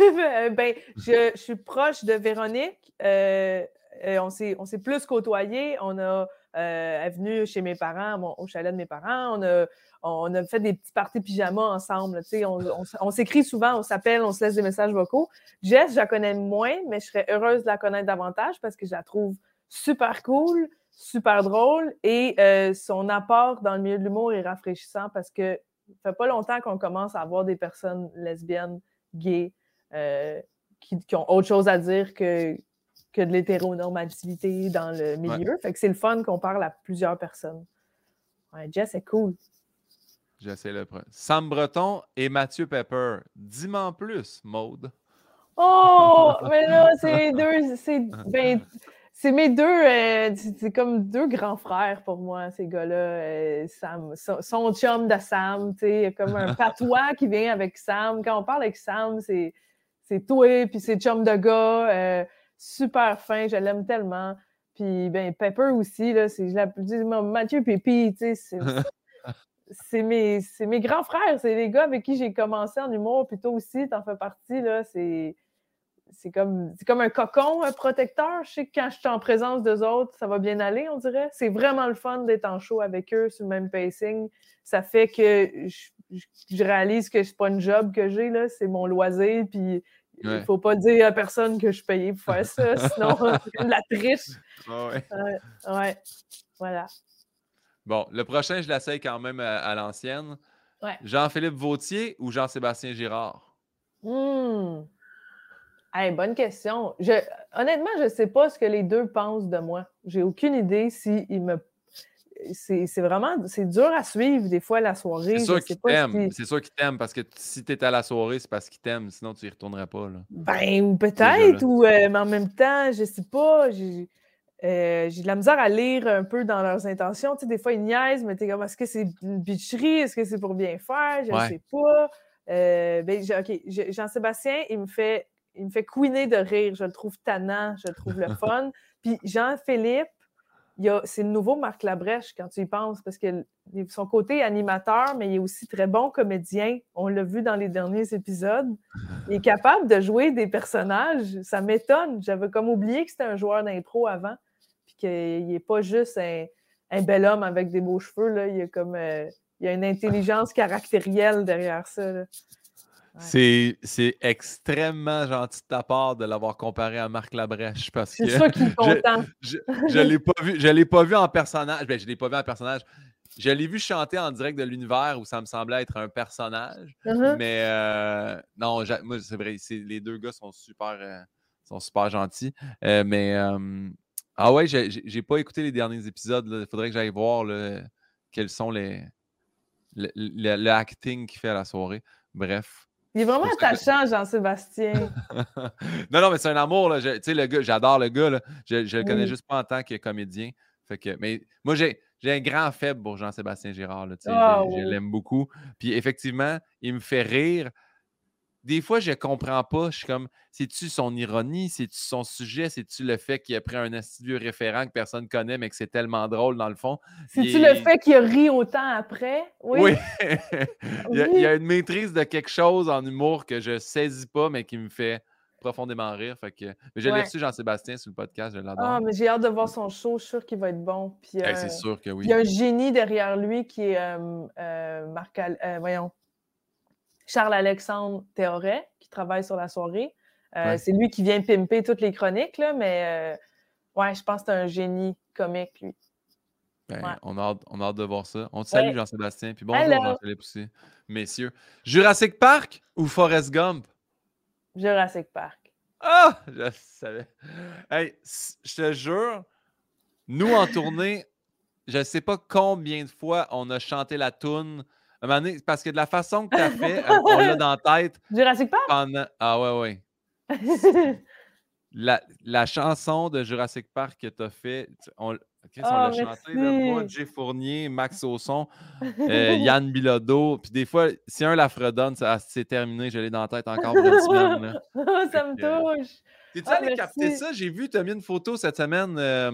ben, je, je suis proche de Véronique. Euh, euh, on s'est on s'est plus côtoyés. On a, euh, elle est venue chez mes parents, mon- au chalet de mes parents. On a, on a fait des petits parties pyjama ensemble. Tu sais, on on, s- on s'écrit souvent, on s'appelle, on se laisse des messages vocaux. Jess, je la connais moins, mais je serais heureuse de la connaître davantage parce que je la trouve super cool, super drôle et euh, son apport dans le milieu de l'humour est rafraîchissant parce que ça fait pas longtemps qu'on commence à avoir des personnes lesbiennes, gays, euh, qui, qui ont autre chose à dire que, que de l'hétéronormativité dans le milieu. Fait que c'est le fun qu'on parle à plusieurs personnes. Ouais, Jess est cool. J'essaie le premier. Sam Breton et Mathieu Pepper. Dis-moi en plus, Maude. Oh! Mais là, c'est deux. C'est ben, c'est mes deux. euh, c'est c'est comme deux grands frères pour moi, ces gars-là. Euh, Sam, son, son chum de Sam, tu sais, il y a comme un patois qui vient avec Sam. Quand on parle avec Sam, c'est c'est toi, puis c'est chum de gars. euh, super fin, je l'aime tellement. Puis, ben, Pepper aussi, là, c'est, je l'appelle- je dis, Mathieu Pépi, tu sais, c'est. C'est mes, c'est mes grands frères, c'est les gars avec qui j'ai commencé en humour, puis toi aussi, t'en fais partie, là, c'est, c'est, comme, c'est comme un cocon, un protecteur. Je sais que quand je suis en présence d'eux autres, ça va bien aller, on dirait. C'est vraiment le fun d'être en show avec eux sur le même pacing. Ça fait que je, je, je réalise que c'est pas une job que j'ai, là, c'est mon loisir, puis Ouais. il faut pas dire à personne que je suis payée pour faire ça, sinon c'est comme de la triche. Ah ouais. Euh, ouais, voilà. Bon, le prochain, je l'essaye quand même à, à l'ancienne. Ouais. Jean-Philippe Vautier ou Jean-Sébastien Girard? Hmm. Hey, bonne question. Je, honnêtement, je ne sais pas ce que les deux pensent de moi. J'ai aucune idée si ils me. C'est, c'est vraiment. C'est dur à suivre des fois la soirée. C'est sûr je sais qu'ils pas t'aiment. si- C'est sûr qu'ils t'aiment parce que si tu es à la soirée, c'est parce qu'ils t'aiment. Sinon, tu y retournerais pas. Là. Ben, ou Déjà peut-être, là. ou euh, mais en même temps, je sais pas. J'ai, euh, j'ai de la misère à lire un peu dans leurs intentions. Tu sais, des fois, ils niaisent, mais t'es comme, est-ce que c'est une bitcherie? Est-ce que c'est pour bien faire? Je ne Ouais. sais pas. Euh, ben, j'ai- OK, j'ai- Jean-Sébastien, il me fait il me fait couiner de rire. Je le trouve tannant, je le trouve le fun. Puis Jean-Philippe, il y a, c'est le nouveau Marc Labrèche quand tu y penses, parce que son côté animateur, mais il est aussi très bon comédien. On l'a vu dans les derniers épisodes. Il est capable de jouer des personnages. Ça m'étonne. J'avais comme oublié que c'était un joueur d'impro avant, puis qu'il n'est pas juste un, un bel homme avec des beaux cheveux. Là. Il y a comme euh, il y a une intelligence caractérielle derrière ça. Là. C'est, c'est extrêmement gentil de ta part de l'avoir comparé à Marc Labrèche parce C'est que ça qui est je content. je je l'ai pas vu je l'ai pas vu en personnage. Ben, je l'ai pas vu en personnage. Je l'ai vu chanter en direct de l'univers où ça me semblait être un personnage. Uh-huh. Mais euh, non, j'a- moi, c'est vrai, c'est, les deux gars sont super, euh, sont super gentils. Euh, mais euh, ah ouais, j'ai, j'ai j'ai pas écouté les derniers épisodes. Il faudrait que j'aille voir là, quels sont les le, le- le acting qu'il fait à la soirée. Bref. Il est vraiment Pour ça que- attachant, Jean-Sébastien. non, non, mais c'est un amour. Là. Je- Tu sais, le gars, j'adore le gars. Là. Je, je le connais Oui. juste pas en tant que comédien. Fait que, mais moi, j'ai, j'ai un grand faible pour Jean-Sébastien Girard. Là, tu sais, Ah je, je oui. l'aime beaucoup. Puis effectivement, il me fait rire. Des fois, je comprends pas. Je suis comme, c'est-tu son ironie? C'est-tu son sujet? C'est-tu le fait qu'il a pris un astucieux référent que personne connaît, mais que c'est tellement drôle dans le fond? Il C'est-tu le est- fait qu'il a ri autant après? Oui. Oui, il, y a, il y Oui. a une maîtrise de quelque chose en humour que je saisis pas, mais qui me fait profondément rire. Fait que... Mais je l'ai Ouais. reçu, Jean-Sébastien, sur le podcast, je Ah, l'adore. mais j'ai hâte de voir son show. Je suis sûre qu'il va être bon. Puis, Eh, euh, c'est sûr que il oui. y a un génie derrière lui qui est euh, euh, Marc Al- euh, voyons, Charles-Alexandre Théoret, qui travaille sur la soirée. Euh, Ouais. C'est lui qui vient pimper toutes les chroniques, là, mais euh, ouais, je pense que c'est un génie comique, lui. Ben, Ouais. on, a hâte, on a hâte de voir ça. On te salue, Ouais. Jean-Sébastien. Puis bonjour, Alors, Jean-Philippe aussi. Messieurs. Jurassic Park ou Forrest Gump? Jurassic Park. Ah! Je savais. Hey, s- je te jure, nous en tournée, je sais pas combien de fois on a chanté la toune. À un moment donné, parce que de la façon que tu as fait, euh, on l'a dans la tête Jurassic Park? pendant. Ah ouais, ouais. La, la chanson de Jurassic Park que tu as fait, tu- on, Chris, on Oh, l'a chanté, là, moi, merci. Jay Fournier, Max Ausson, euh, Yann Bilodeau. Puis des fois, si un la fredonne, ça c'est terminé, je l'ai dans la tête encore pour une semaine. Là. Fait Ça me que, euh, touche. T'es-tu Ah, allé capter merci. ça? J'ai vu, tu as mis une photo cette semaine, euh,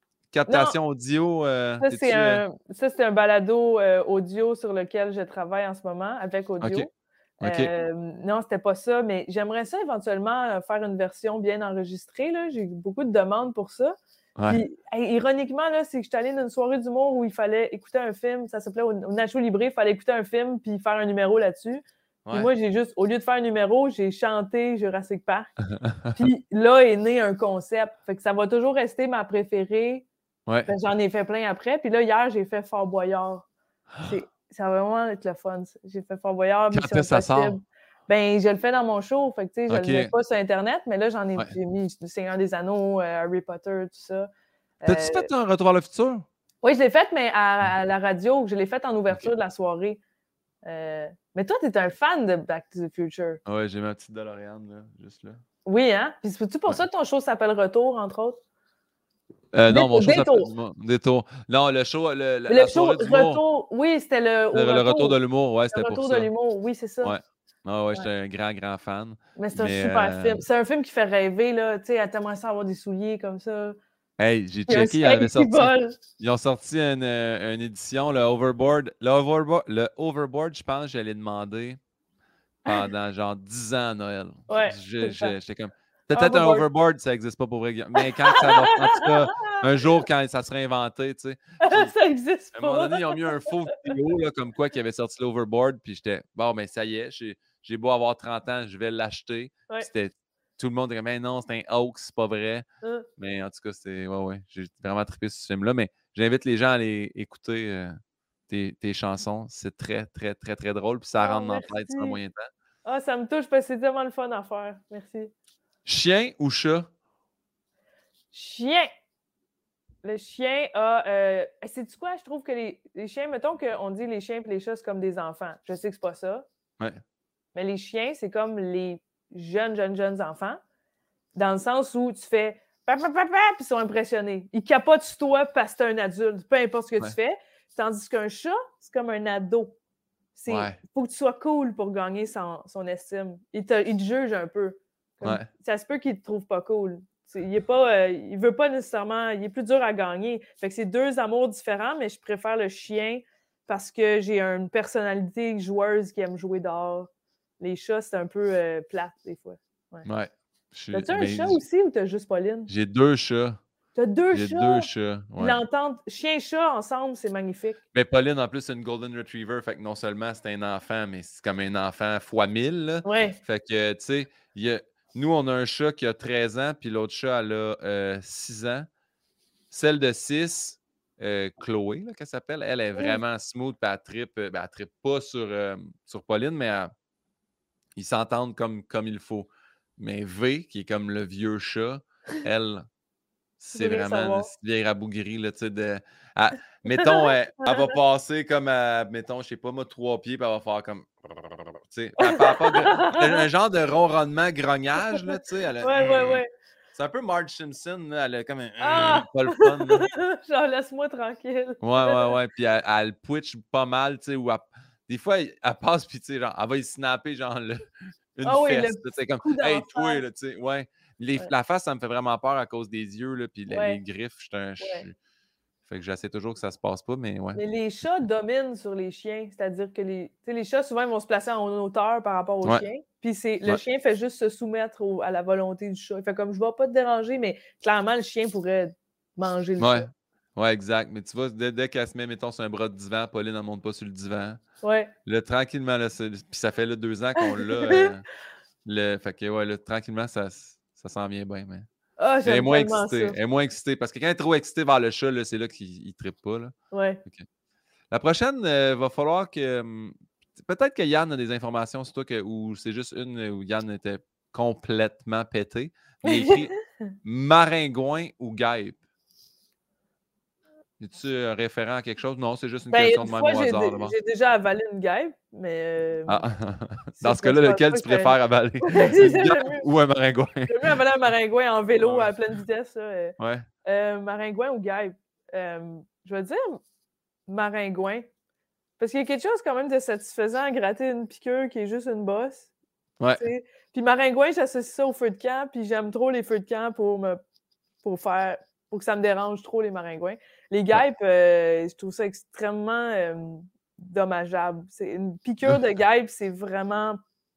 Non, captation audio. euh, ça, c'est t'es-tu, euh, un, ça, c'est un balado euh, audio sur lequel je travaille en ce moment, avec OK. audio. OK. Euh, non, c'était pas ça, mais j'aimerais ça éventuellement euh, faire une version bien enregistrée. Là. J'ai eu beaucoup de demandes pour ça. Ouais. Puis, hey, ironiquement, là, c'est que j'étais allée dans une soirée d'humour où il fallait écouter un film. Ça s'appelait au, au Nacho Libre. Il fallait écouter un film puis faire un numéro là-dessus. Puis Ouais. moi, j'ai juste, au lieu de faire un numéro, j'ai chanté Jurassic Park. Puis là est né un concept. Fait que ça va toujours rester ma préférée. Ouais. Ben, j'en ai fait plein après. Puis là, hier, j'ai fait Fort Boyard. C'est, ça va vraiment être le fun. ça. J'ai fait Fort Boyard, Quand Mission est-ce que ça sort? Impossible. Ben, je le fais dans mon show. Fait que, tu sais, je OK. le mets pas sur Internet, mais là, j'en ai, Ouais. j'ai mis Le Seigneur des Anneaux, euh, Harry Potter, tout ça. T'as-tu Euh, fait un retour vers le futur? Oui, je l'ai fait, mais à, à la radio. Je l'ai fait en ouverture de la soirée. Euh, Mais toi, tu es un fan de Back to the Future. Ouais, j'ai ma petite DeLorean, là, juste là. Oui, hein? Puis c'est-tu pour Ouais. ça que ton show s'appelle Retour, entre autres? Euh, non, mon show Détour. s'appelle Détour. Non, le show, le, la, Le la show soirée d'humour. Retour, oui, c'était le, au Le, le retour. retour de l'humour, ouais, Le c'était pour retour de ça. l'humour, oui, c'est ça. Ouais. Ah ouais, Ouais. j'étais un grand, grand fan. Mais c'est un Mais, super euh, film. C'est un film qui fait rêver, là. Tu sais, t'aimerais ça avoir des souliers comme ça. Hey, j'ai Il y a un checké, ils avaient skate qui sorti. vole. Ils ont sorti une, euh, une édition, le Overboard. Le Overboard, le Overboard, je pense, je l'ai demandé pendant genre dix ans à Noël. Ouais, Je- tout le je- temps. J'étais comme. Peut-être un Overboard. overboard, ça n'existe pas pour vrai. Mais quand ça va. En tout cas, un jour, quand ça sera inventé, tu sais. Puis, Ça existe à un moment pas. donné, ils ont mis un faux vidéo, là, comme quoi, qui avait sorti l'overboard. Puis j'étais, bon, ben ça y est, j'ai j'ai beau avoir trente ans, je vais l'acheter. Ouais. Puis c'était. Tout le monde disait, mais non, c'est un hoax, c'est pas vrai. Hein. Mais en tout cas, c'était. Ouais, ouais. J'ai vraiment trippé sur ce film-là. Mais j'invite les gens à aller écouter euh, tes, tes chansons. C'est très, très, très, très drôle. Puis ça Oh, rentre dans la tête merci. sans moyen temps. Ah, ça me touche parce que c'est tellement le fun à faire. Merci. Chien ou chat? Chien. Le chien a. Euh... Sais-tu quoi? Je trouve que les, les chiens, mettons qu'on dit les chiens et les chats, c'est comme des enfants. Je sais que c'est pas ça. Ouais. Mais les chiens, c'est comme les jeunes, jeunes, jeunes enfants. Dans le sens où tu fais papa, papa, puis ils sont impressionnés. Ils capotent sur toi parce que t'es un adulte, peu importe ce que Ouais. tu fais. Tandis qu'un chat, c'est comme un ado. Il Ouais. faut que tu sois cool pour gagner son, son estime. Il te, il te juge un peu. Comme, Ouais. ça se peut qu'il te trouve pas cool. C'est- il est pas, euh, il veut pas nécessairement, il est plus dur à gagner. Fait que c'est deux amours différents, mais je préfère le chien parce que j'ai une personnalité joueuse qui aime jouer dehors. Les chats, c'est un peu euh, plate des fois. Ouais. Je suis- T'as-tu un ben, chat j- aussi ou t'as juste Pauline? J'ai deux chats. T'as deux J'ai chats! deux chats, Puis ouais. l'entente chien-chat ensemble, c'est magnifique. Mais Pauline, en plus, c'est une golden retriever, fait que non seulement c'est un enfant, mais c'est comme un enfant fois mille, là. Ouais. Fait que, tu sais, il y a nous, on a un chat qui a treize ans, puis l'autre chat, elle a, heu, six ans. Celle de six, heu, Chloé, là, qu'elle s'appelle, elle est Oui. vraiment smooth, puis elle trippe, heu, ben, elle trippe pas sur, hem, sur Pauline, mais elle ils s'entendent comme comme il faut. Mais V, qui est comme le vieux chat, elle, Tu veux c'est rien vraiment une savoir. petite vieille rabougrie, là, tu sais, de elle mettons, elle elle va passer comme à, mettons, je sais pas moi, trois pieds, puis elle va faire comme tu sais, puis elle parle pas gr un un genre de ronronnement grognage, là, tu sais, elle a Ouais, ouais, ouais. c'est un peu Marge Simpson, là, elle a comme un Ah! pas le fun, là. Genre, laisse-moi tranquille. Ouais, ouais, ouais, puis elle elle twitch pas mal, tu sais, ou elle des fois, elle elle passe, puis tu sais, genre, elle va y snapper, genre, le une Ah oui, le fesse, là, tu sais, petit comme: coup d'en «Hey, toi, face. là», tu sais, ouais. Les Ouais. la face, ça me fait vraiment peur à cause des yeux, là, puis les les Ouais. griffes, je suis un je Ouais. suis fait que j'essaie toujours que ça se passe pas, mais ouais. Mais les chats dominent sur les chiens, c'est-à-dire que les tu sais, les chats, souvent, ils vont se placer en hauteur par rapport au Ouais, chien, puis c'est le ouais. chien fait juste se soumettre au à la volonté du chat. Il fait comme: «Je vais pas te déranger», mais clairement, le chien pourrait manger le chat. Ouais. Ouais, exact, mais tu vois, dès dès qu'elle se met, mettons, sur un bras de divan, Pauline, elle monte pas sur le divan. Ouais. Là, tranquillement, là, c'est puis ça fait, là, deux ans qu'on l'a, heu, le fait que, ouais, là, tranquillement, ça s ça s'en vient bien, mais Ah, elle est j'aime moins tellement excitée. ça. Elle est moins excitée parce que quand elle est trop excitée vers le chat, là, c'est là qu'il il trippe pas, là. Ouais. Fait que la prochaine, heu, va falloir que, mmh, peut-être que Yann a des informations sur toi que ou c'est juste une où Yann était complètement pété, mais il a écrit maringouin ou guêpe. Y a-tu un référent à quelque chose? Non, c'est juste une Ben, question une de même fois, au j'ai hasard, dé d'abord. j'ai déjà avalé une guêpe, mais, hem, Ah! c'est Dans ce pas je cas-là, pense lequel pas tu que c'est un préfères avaler? ouais, c'est Une ça, guêpe j'aime mieux ou un maringouin? j'aime mieux avaler un maringouin en Ouais, vélo ouais. à pleine vitesse, là, heu Ouais. heu, maringouin ou guêpe? Hem, je vais dire maringouin, parce qu'il y a quelque chose quand même de satisfaisant à gratter une piqûre qui est juste une bosse, Ouais. tu sais? Puis maringouin, j'associe ça au feu de camp, puis j'aime trop les feux de camp pour me pour faire pour que ça me dérange trop les maringouins. Les Ouais. guêpes, heu, je trouve ça extrêmement, hem, dommageable. C'est une piqûre de guêpe, c'est vraiment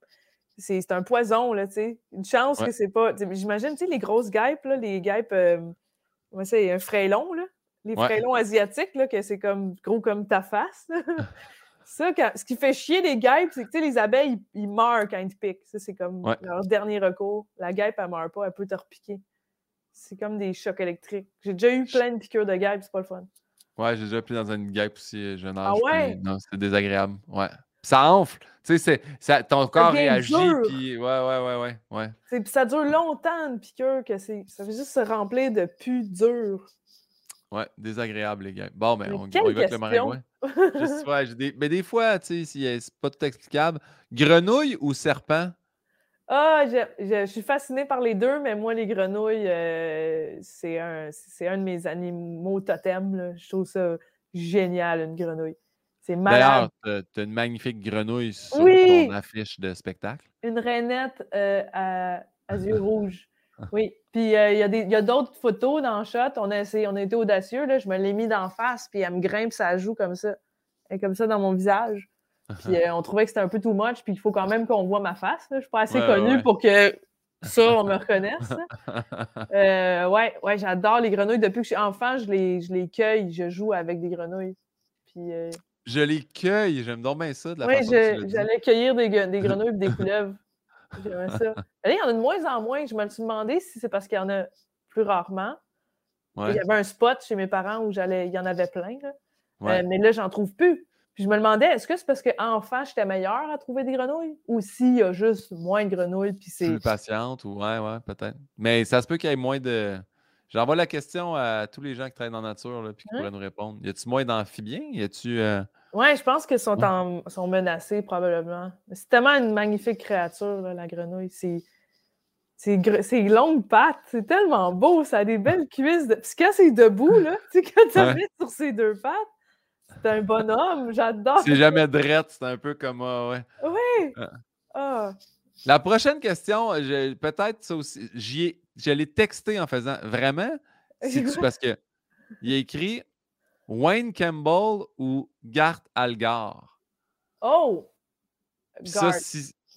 c'est c'est un poison, là, tu sais. Une chance Ouais. que c'est pas tu sais, j'imagine, tu sais, les grosses guêpes, là, les guêpes, hem, comment ça, un frêlon, là? Les Ouais. frêlons asiatiques, là, que c'est comme gros comme ta face, là. Ça, quand ce qui fait chier les guêpes, c'est que, tu sais, les abeilles, ils ils meurent quand ils te piquent. Ça, c'est comme Ouais. leur dernier recours. La guêpe, elle meurt pas, elle peut te repiquer. C'est comme des chocs électriques. J'ai déjà eu Ch plein de piqûres de guêpes, c'est pas le fun. Ouais, j'ai déjà pris dans une guêpe aussi, heu, jeune Ah âge, puis ouais? non, c'était désagréable. Ouais. Ça enfle, tu sais, c'est ça ton Ça corps devient réagit, dur! puis ouais, ouais, ouais, ouais, ouais. C'est puis ça dure longtemps une piqûre que c'est ça fait juste se remplir de pus dur. Ouais, désagréable les guêpes. Bon, ben, Mais on on y quelle va avec le question! maringouin. Je sais ouais, j'ai des mais des fois, tu sais, si, heu, c'est pas tout explicable. Grenouille ou serpent? Ah, je je je suis fascinée par les deux, mais moi, les grenouilles, heu, c'est un c'est un de mes animaux totems, là. Je trouve ça génial, une grenouille. C'est malade. D'ailleurs, tu as tu as une magnifique grenouille sur ton Oui! affiche de spectacle. Une rainette, heu, à à yeux rouges. Oui, puis, heu, il y a des il y a d'autres photos dans Shot. On a essayé on a été audacieux, là. Je me l'ai mis d'en face, puis elle me grimpe sa joue comme ça. Elle est comme ça dans mon visage. Puis, heu, on trouvait que c'était un peu too much, puis il faut quand même qu'on voit ma face, là. Je suis pas Ouais, assez ouais, connue ouais. pour que ça, on me reconnaisse, là. Heu, ouais, ouais, j'adore les grenouilles. Depuis que je suis enfant, je les je les cueille, je joue avec des grenouilles. Puis, heu Je les cueille, j'aime donc bien ça de la ouais, façon que tu je le dis. j'allais cueillir des gue des grenouilles et des couleuvres. J'aimais ça. Mais là, il y en a de moins en moins. Je me suis demandé si c'est parce qu'il y en a plus rarement. Il y Ouais, avait un spot chez mes parents où j'allais il y en avait plein, là. ouais. Heu, mais là, j'en trouve plus. Puis je me demandais, est-ce que c'est parce qu'enfant, j'étais meilleure à trouver des grenouilles? Ou s'il y a juste moins de grenouilles, puis c'est Plus patiente ou ouais, ouais, peut-être. Mais ça se peut qu'il y ait moins de j'envoie la question à tous les gens qui travaillent dans la nature, là, puis qui hein? pourraient nous répondre. Y a-tu moins d'amphibiens? Y a-tu, heu Ouais, je pense qu'ils sont ouais, en sont menacés probablement. C'est tellement une magnifique créature, là, la grenouille. C'est c'est gr c'est longues pattes, c'est tellement beau, ça a des belles cuisses de puis quand c'est debout, là, tu sais, quand ça ouais. met sur ses deux pattes, c'est un bonhomme, j'adore C'est ça. jamais drette, c'est un peu comme ah ouais. Oui! Heu, Ah! la prochaine question, je peut-être ça aussi, j'y ai je l'ai texté en faisant: «Vraiment? C'est-tu» parce qu'il a écrit Wayne Campbell ou Garth Algar. Oh! Puis ça, Garth. si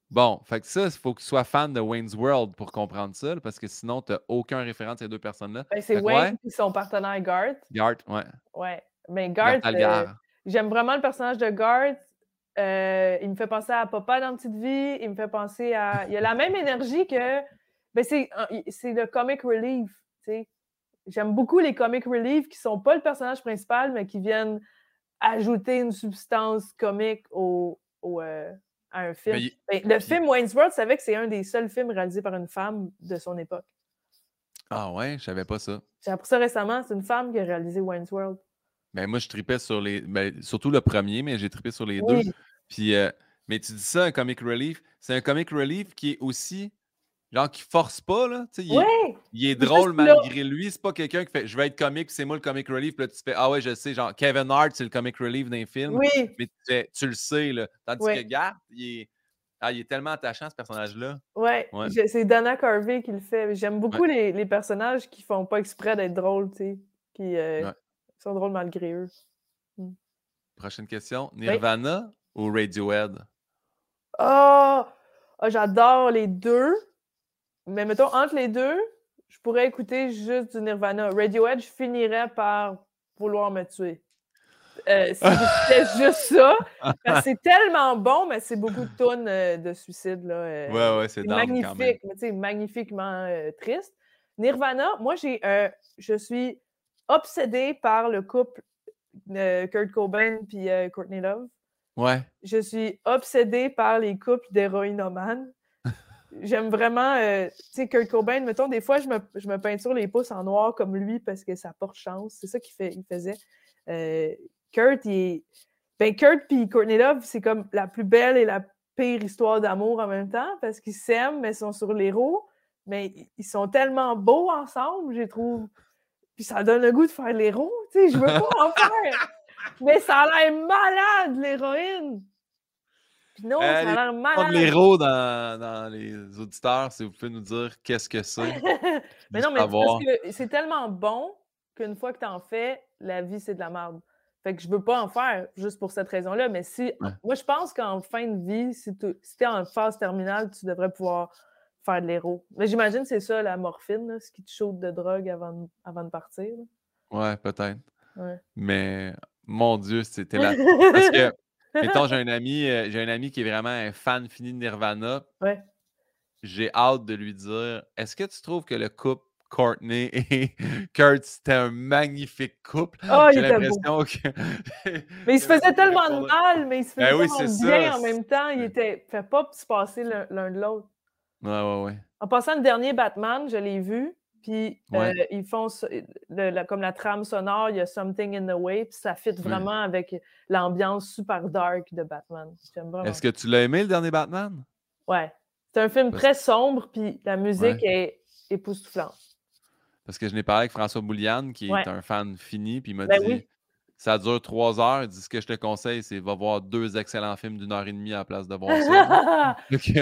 Bon, fait que ça, il faut que tu sois fan de Wayne's World pour comprendre ça, là, parce que sinon, tu n'as aucun référent de ces deux personnes-là. Ben, c'est Fait que Wayne ouais, et son partenaire Garth. Garth, ouais. Ouais. Mais Garth Garth, euh, Algar. j'aime vraiment le personnage de Garth. Euh, il me fait penser à Papa dans Petite Vie. Il me fait penser à. Il a la même énergie que. Ben, c'est, c'est le comic relief. T'sais. J'aime beaucoup les comic relief qui sont pas le personnage principal, mais qui viennent ajouter une substance comique au, au, euh, à un film. Il... Ben, le Puis... film Wayne's World, c'est vrai que c'est un des seuls films réalisés par une femme de son époque. Ah ouais, je savais pas ça. J'ai appris ça récemment, c'est une femme qui a réalisé Wayne's World. Ben moi, je tripais sur les. Ben, surtout le premier, mais j'ai trippé sur les Oui. deux. Puis, euh... mais tu dis ça, un comic relief. C'est un comic relief qui est aussi. Genre, qui force pas, là. Tu sais, il, ouais. est... il est drôle malgré lui. C'est pas quelqu'un qui fait je vais être comique, c'est moi le comic relief. Puis là, tu fais ah ouais, je sais. Genre, Kevin Hart, c'est le comic relief d'un film. Oui. Mais tu, fais, tu le sais, là. Tandis ouais. que Garth, il est. Ah, il est tellement attachant, ce personnage-là. Ouais, ouais. c'est Dana Carvey qui le fait. J'aime beaucoup ouais. les, les personnages qui font pas exprès d'être drôles, tu sais, qui euh, ouais. sont drôles malgré eux. Mm. Prochaine question. Nirvana oui. ou Radiohead? Oh! oh! J'adore les deux. Mais mettons, entre les deux, je pourrais écouter juste du Nirvana. Radiohead, je finirais par vouloir me tuer. Euh, si c'était juste ça, parce que c'est tellement bon, mais c'est beaucoup de tonnes euh, de suicide. Là, euh, ouais, ouais, c'est magnifique, mais tu sais, magnifiquement euh, triste. Nirvana, moi, j'ai, euh, je suis obsédée par le couple euh, Kurt Cobain puis euh, Courtney Love. Ouais. Je suis obsédée par les couples d'héroïnomanes. J'aime vraiment, euh, tu sais, Kurt Cobain, mettons, des fois, je me, je me peinture les pouces en noir comme lui parce que ça porte chance. C'est ça qu'il fait, il faisait. Euh, Kurt, il est... Ben, Kurt puis Courtney Love, c'est comme la plus belle et la pire histoire d'amour en même temps parce qu'ils s'aiment, mais ils sont sur les roues. Mais ils sont tellement beaux ensemble, je trouve. Puis ça donne le goût de faire les roues, tu sais, je veux pas en faire. Mais ça a l'air malade, l'héroïne. Puis non, euh, ça a l'air malade. L'héros dans, dans les auditeurs, si vous pouvez nous dire qu'est-ce que c'est. Mais non, mais parce que c'est tellement bon qu'une fois que tu en fais, la vie, c'est de la merde. Fait que je veux pas en faire juste pour cette raison-là. Mais si. Ouais. Moi, je pense qu'en fin de vie, si tu si es en phase terminale, tu devrais pouvoir faire de l'héros. Mais j'imagine que c'est ça, la morphine, là, ce qui te shoot de drogue avant de, avant de partir. Là. Ouais, peut-être. Ouais. Mais mon Dieu, c'était là. Parce que, mettons, j'ai un ami, euh, j'ai un ami qui est vraiment un fan fini de Nirvana. Ouais. J'ai hâte de lui dire est-ce que tu trouves que le couple Courtney et Kurt, c'était un magnifique couple? Oh, j'ai l'impression que. mais il se faisait tellement de mal, mais il se faisait ben oui, tellement bien ça. En même temps. Il était fait pas se passer l'un de l'autre. Ouais, ouais, ouais. En passant, le dernier Batman, je l'ai vu. Puis ouais. euh, ils font le, le, comme la trame sonore, il y a Something in the Way, puis ça fit vraiment oui. avec l'ambiance super dark de Batman. J'aime vraiment. Est-ce que tu l'as aimé, le dernier Batman? Ouais. C'est un film Parce... très sombre, puis la musique ouais. est époustouflante. Parce que je n'ai parlé avec François Bouliane, qui ouais. est un fan fini, puis il m'a ben dit oui. ça dure trois heures. Il dit ce que je te conseille, c'est va voir deux excellents films d'une heure et demie à la place de voir ça.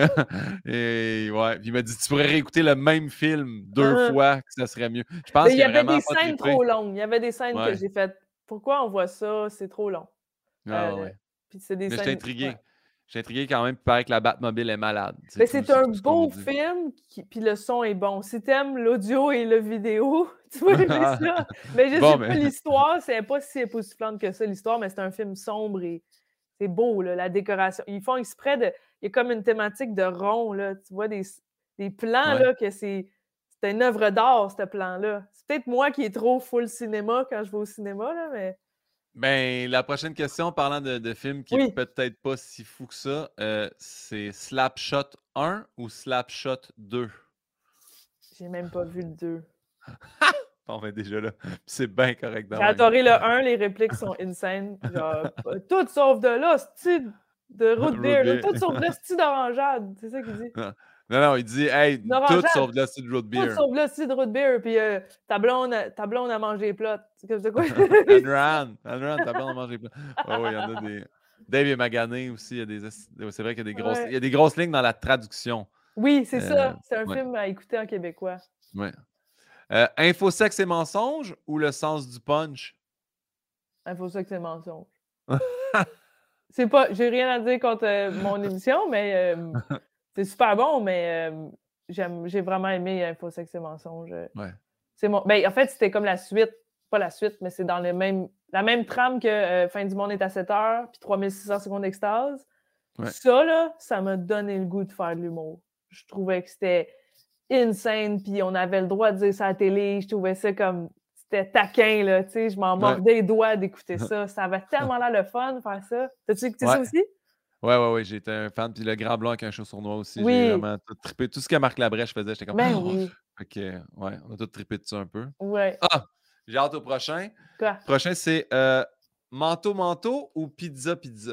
et ouais. Puis il m'a dit tu pourrais réécouter le même film deux uh-huh. fois, que ça serait mieux. Je pense qu'il y, y avait des scènes trippé. trop longues. Il y avait des scènes ouais. que j'ai faites. Pourquoi on voit ça? C'est trop long. Ah, euh, ouais. Puis c'est des Mais scènes... je suis intrigué. Ouais. Je suis intrigué quand même, puis il paraît que la Batmobile est malade. C'est, c'est un beau film, qui, puis le son est bon. Si t'aimes l'audio et le vidéo, tu vas aimer ça. Mais je bon, sais mais... pas l'histoire, c'est pas si époustouflante que ça, l'histoire, mais c'est un film sombre et c'est beau, là, la décoration. Ils font exprès de... Il y a comme une thématique de rond, là. Tu vois des, des plans, ouais. là, que c'est... C'est une œuvre d'art, ce plan-là. C'est peut-être moi qui est trop full cinéma quand je vais au cinéma, là, mais... Ben, la prochaine question, parlant de, de films qui oui. est peut-être pas si fou que ça, euh, c'est Slapshot un ou Slapshot deux? J'ai même pas vu le deux. On va déjà là. C'est bien correct. J'ai adoré le un, les répliques sont insane. Genre, tout sauf de l'hostie de root beer, tout sauf de l'hostie d'orangeade. C'est ça qu'il dit. Non, non, il dit, hey, tout sauf de l'hostie de root beer. Tout sauf de l'hostie de root beer. Puis euh, ta, blonde, ta blonde a mangé les plats. C'est quoi? Anran, Anran, ta blonde a mangé les plats. Oui, oui, il y en a des. Dave est magané aussi. Il y a des... C'est vrai qu'il y a des grosses... Ouais. Il y a des grosses lignes dans la traduction. Oui, c'est euh, ça. C'est un ouais. film à écouter en québécois. Oui. Euh, Info, sexe et mensonge ou le sens du punch? Info, sexe et mensonge. C'est pas... J'ai rien à dire contre euh, mon émission, mais euh, c'est super bon, mais euh, j'aime, j'ai vraiment aimé Info, Sexe et Mensonges. Ouais. C'est mon... ben, en fait, c'était comme la suite, pas la suite, mais c'est dans le même, la même trame que euh, Fin du monde est à sept heures, puis trois mille six cents secondes d'extase. Ouais. Ça, là, ça m'a donné le goût de faire de l'humour. Je trouvais que c'était insane, puis on avait le droit de dire ça à la télé. Je trouvais ça comme... C'était taquin, là, tu sais. Je m'en mordais les doigts d'écouter ça. Ça avait tellement l'air le fun de faire ça. T'as-tu écouté ouais. ça aussi? Ouais, ouais, ouais, j'étais un fan. Puis le Grand Blanc avec un chausson noir aussi, oui. j'ai vraiment tout trippé. Tout ce que Marc Labrèche faisait, j'étais comme... Ben oui. Fait que, ouais, on a tout trippé dessus un peu. Ouais. Ah! J'ai hâte au prochain. Quoi? Le prochain, c'est euh, manteau, manteau ou pizza, pizza?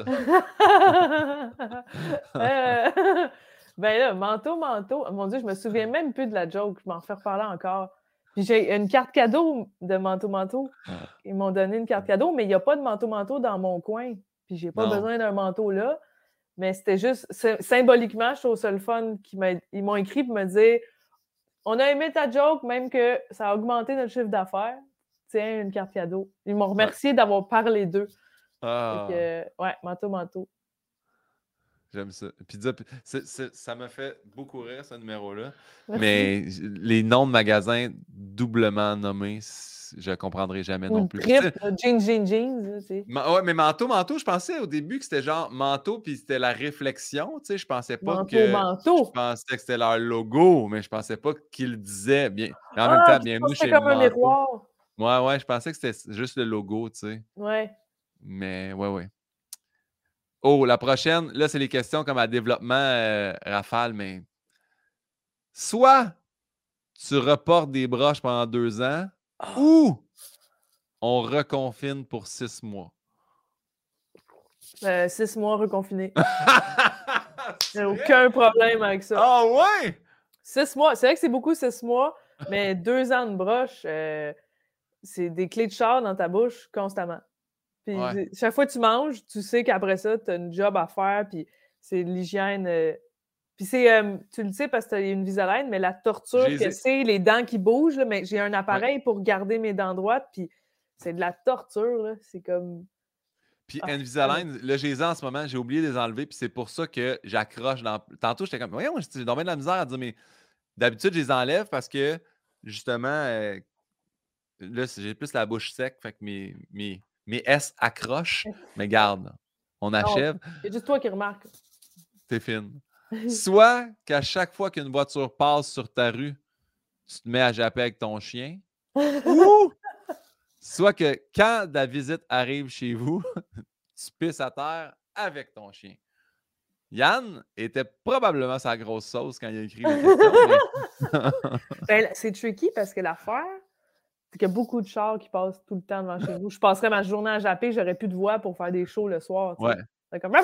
euh... ben là, manteau, manteau. Mon Dieu, je me souviens même plus de la joke. Je m'en fais reparler encore. Puis j'ai une carte cadeau de manteau, manteau. Ils m'ont donné une carte cadeau, mais il n'y a pas de manteau, manteau dans mon coin. Puis j'ai pas Non. besoin d'un manteau là. Mais c'était juste, symboliquement, je trouve ça le fun. Ils m'ont écrit pour me dire on a aimé ta joke, même que ça a augmenté notre chiffre d'affaires. Tiens, une carte cadeau. Ils m'ont remercié ouais. d'avoir parlé d'eux. Ah. Que, ouais, manteau, manteau. J'aime ça. Pizza, c'est, c'est, ça m'a fait beaucoup rire, ce numéro-là. Merci. Mais les noms de magasins doublement nommés, je ne comprendrai jamais Ou non plus. Trip, jeans, jeans, jeans. Tu sais. Ma, ouais, mais manteau, manteau, je pensais au début que c'était genre manteau, puis c'était la réflexion. Tu sais, je pensais pas manteau, que. Manteau. Je pensais que c'était leur logo, mais je pensais pas qu'ils disaient. Bien, en ah, même temps, bienvenue chez comme Manteau. Un miroir. Ouais, ouais, je pensais que c'était juste le logo, tu sais. Ouais. Mais, ouais, ouais. Oh, la prochaine, là, c'est les questions comme à développement euh, rafale, mais soit tu reportes des broches pendant deux ans oh. ou on reconfine pour six mois. Euh, six mois reconfiné. Il n'y a aucun problème avec ça. Ah oh, ouais? Six mois. C'est vrai que c'est beaucoup six mois, mais deux ans de broche, euh, c'est des clés de char dans ta bouche constamment. Puis ouais. chaque fois que tu manges, tu sais qu'après ça, tu as une job à faire, puis c'est l'hygiène. Euh... Puis c'est, euh, tu le sais parce que tu as une Visalign, mais la torture que c'est, les dents qui bougent, là, mais j'ai un appareil ouais. pour garder mes dents droites, puis c'est de la torture, là. C'est comme... Puis ah, Invisalign, là, j'ai les en ce moment, j'ai oublié de les enlever, puis c'est pour ça que j'accroche dans... Tantôt, j'étais comme, voyons, j'ai dormi de la misère à dire, mais d'habitude, je les enlève parce que, justement, euh, là, j'ai plus la bouche sec, fait que mes... mes... Mes S accrochent, mais garde, on achève. C'est juste toi qui remarques. T'es fine. Soit qu'à chaque fois qu'une voiture passe sur ta rue, tu te mets à japper avec ton chien. Ou soit que quand la visite arrive chez vous, tu pisses à terre avec ton chien. Yann était probablement sa grosse sauce quand il a écrit les questions. Mais... ben, c'est tricky parce que l'affaire, c'est qu'il y a beaucoup de chars qui passent tout le temps devant chez nous. Je passerais ma journée à japper, j'aurais plus de voix pour faire des shows le soir. Ouais. C'est comme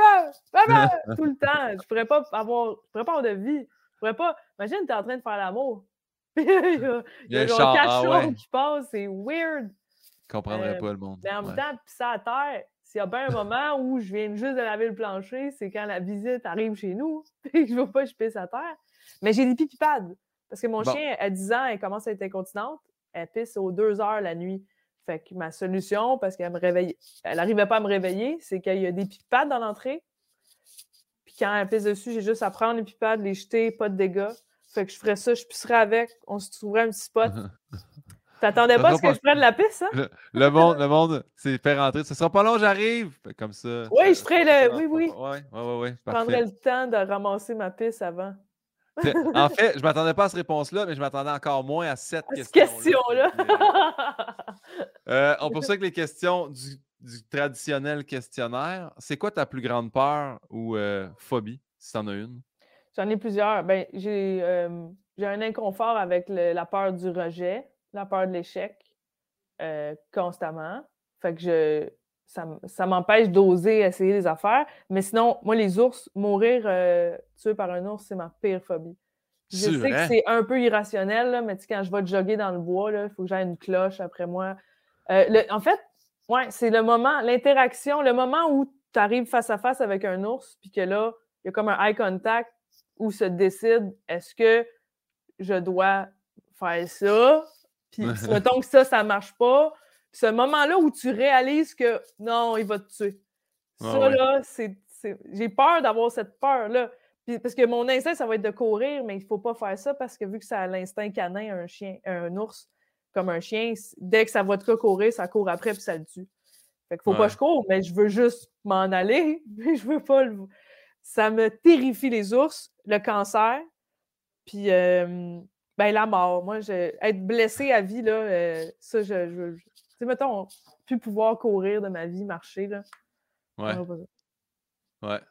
tout le temps. Je pourrais pas avoir, je pourrais pas avoir de vie. Je pourrais pas. Imagine, t'es en train de faire l'amour. il y a, il y a, il y a genre char, quatre ah, chars ouais. qui passent, c'est weird. Je comprendrais euh, pas le monde. Mais en même ouais. temps, pis ça à terre, s'il y a bien un moment où je viens juste de laver le plancher, c'est quand la visite arrive chez nous et que je veux pas que je pisse à terre. Mais j'ai des pipi-pads. Parce que mon bon. chien, à dix ans, elle commence à être incontinente. Elle pisse aux deux heures la nuit. Fait que ma solution, parce qu'elle me réveille, elle n'arrivait pas à me réveiller, c'est qu'il y a des pipi-pads dans l'entrée. Puis quand elle pisse dessus, j'ai juste à prendre les pipi-pads, les jeter, pas de dégâts. Fait que je ferais ça, je pisserais avec, on se trouverait un petit spot. T'attendais pas à ce que pas... je prenne la pisse, hein? Le, le monde, le monde s'est fait rentrer. Ce sera pas long, j'arrive. Comme ça. Oui, ça, je ferais le. Oui, oui. Oui, oui, oui. Ouais, je prendrais le temps de ramasser ma pisse avant. En fait, je ne m'attendais pas à cette réponse-là, mais je m'attendais encore moins à cette à question-là. question-là. euh, on poursuit avec les questions du, du traditionnel questionnaire. C'est quoi ta plus grande peur ou euh, phobie, si tu en as une? J'en ai plusieurs. Ben, j'ai, euh, j'ai un inconfort avec le, la peur du rejet, la peur de l'échec, euh, constamment. Fait que je... Ça, ça m'empêche d'oser essayer des affaires. Mais sinon, moi, les ours, mourir euh, tué par un ours, c'est ma pire phobie. Je c'est sais vrai? que c'est un peu irrationnel, là, mais tu sais, quand je vais jogger dans le bois, il faut que j'aille une cloche après moi. Euh, le, en fait, ouais, c'est le moment, l'interaction, le moment où tu arrives face à face avec un ours, puis que là, il y a comme un eye contact où se décide, est-ce que je dois faire ça? Puis, mettons que ça, ça ne marche pas. Ce moment-là où tu réalises que non, il va te tuer. Ça, ah ouais. là, c'est, c'est... j'ai peur d'avoir cette peur-là. Puis, parce que mon instinct, ça va être de courir, mais il ne faut pas faire ça parce que vu que ça a l'instinct canin, un chien, un ours, comme un chien, dès que ça va de cas courir, ça court après puis ça le tue. Fait qu'il faut Ouais. pas que je cours, mais je veux juste m'en aller, mais je veux pas le... Ça me terrifie les ours, le cancer, puis euh, ben, la mort. Moi, je... être blessé à vie, là, euh, ça, je, je veux... Tu sais, mettons, plus pouvoir courir de ma vie, marcher, là. Ouais. Pas ça. Ouais.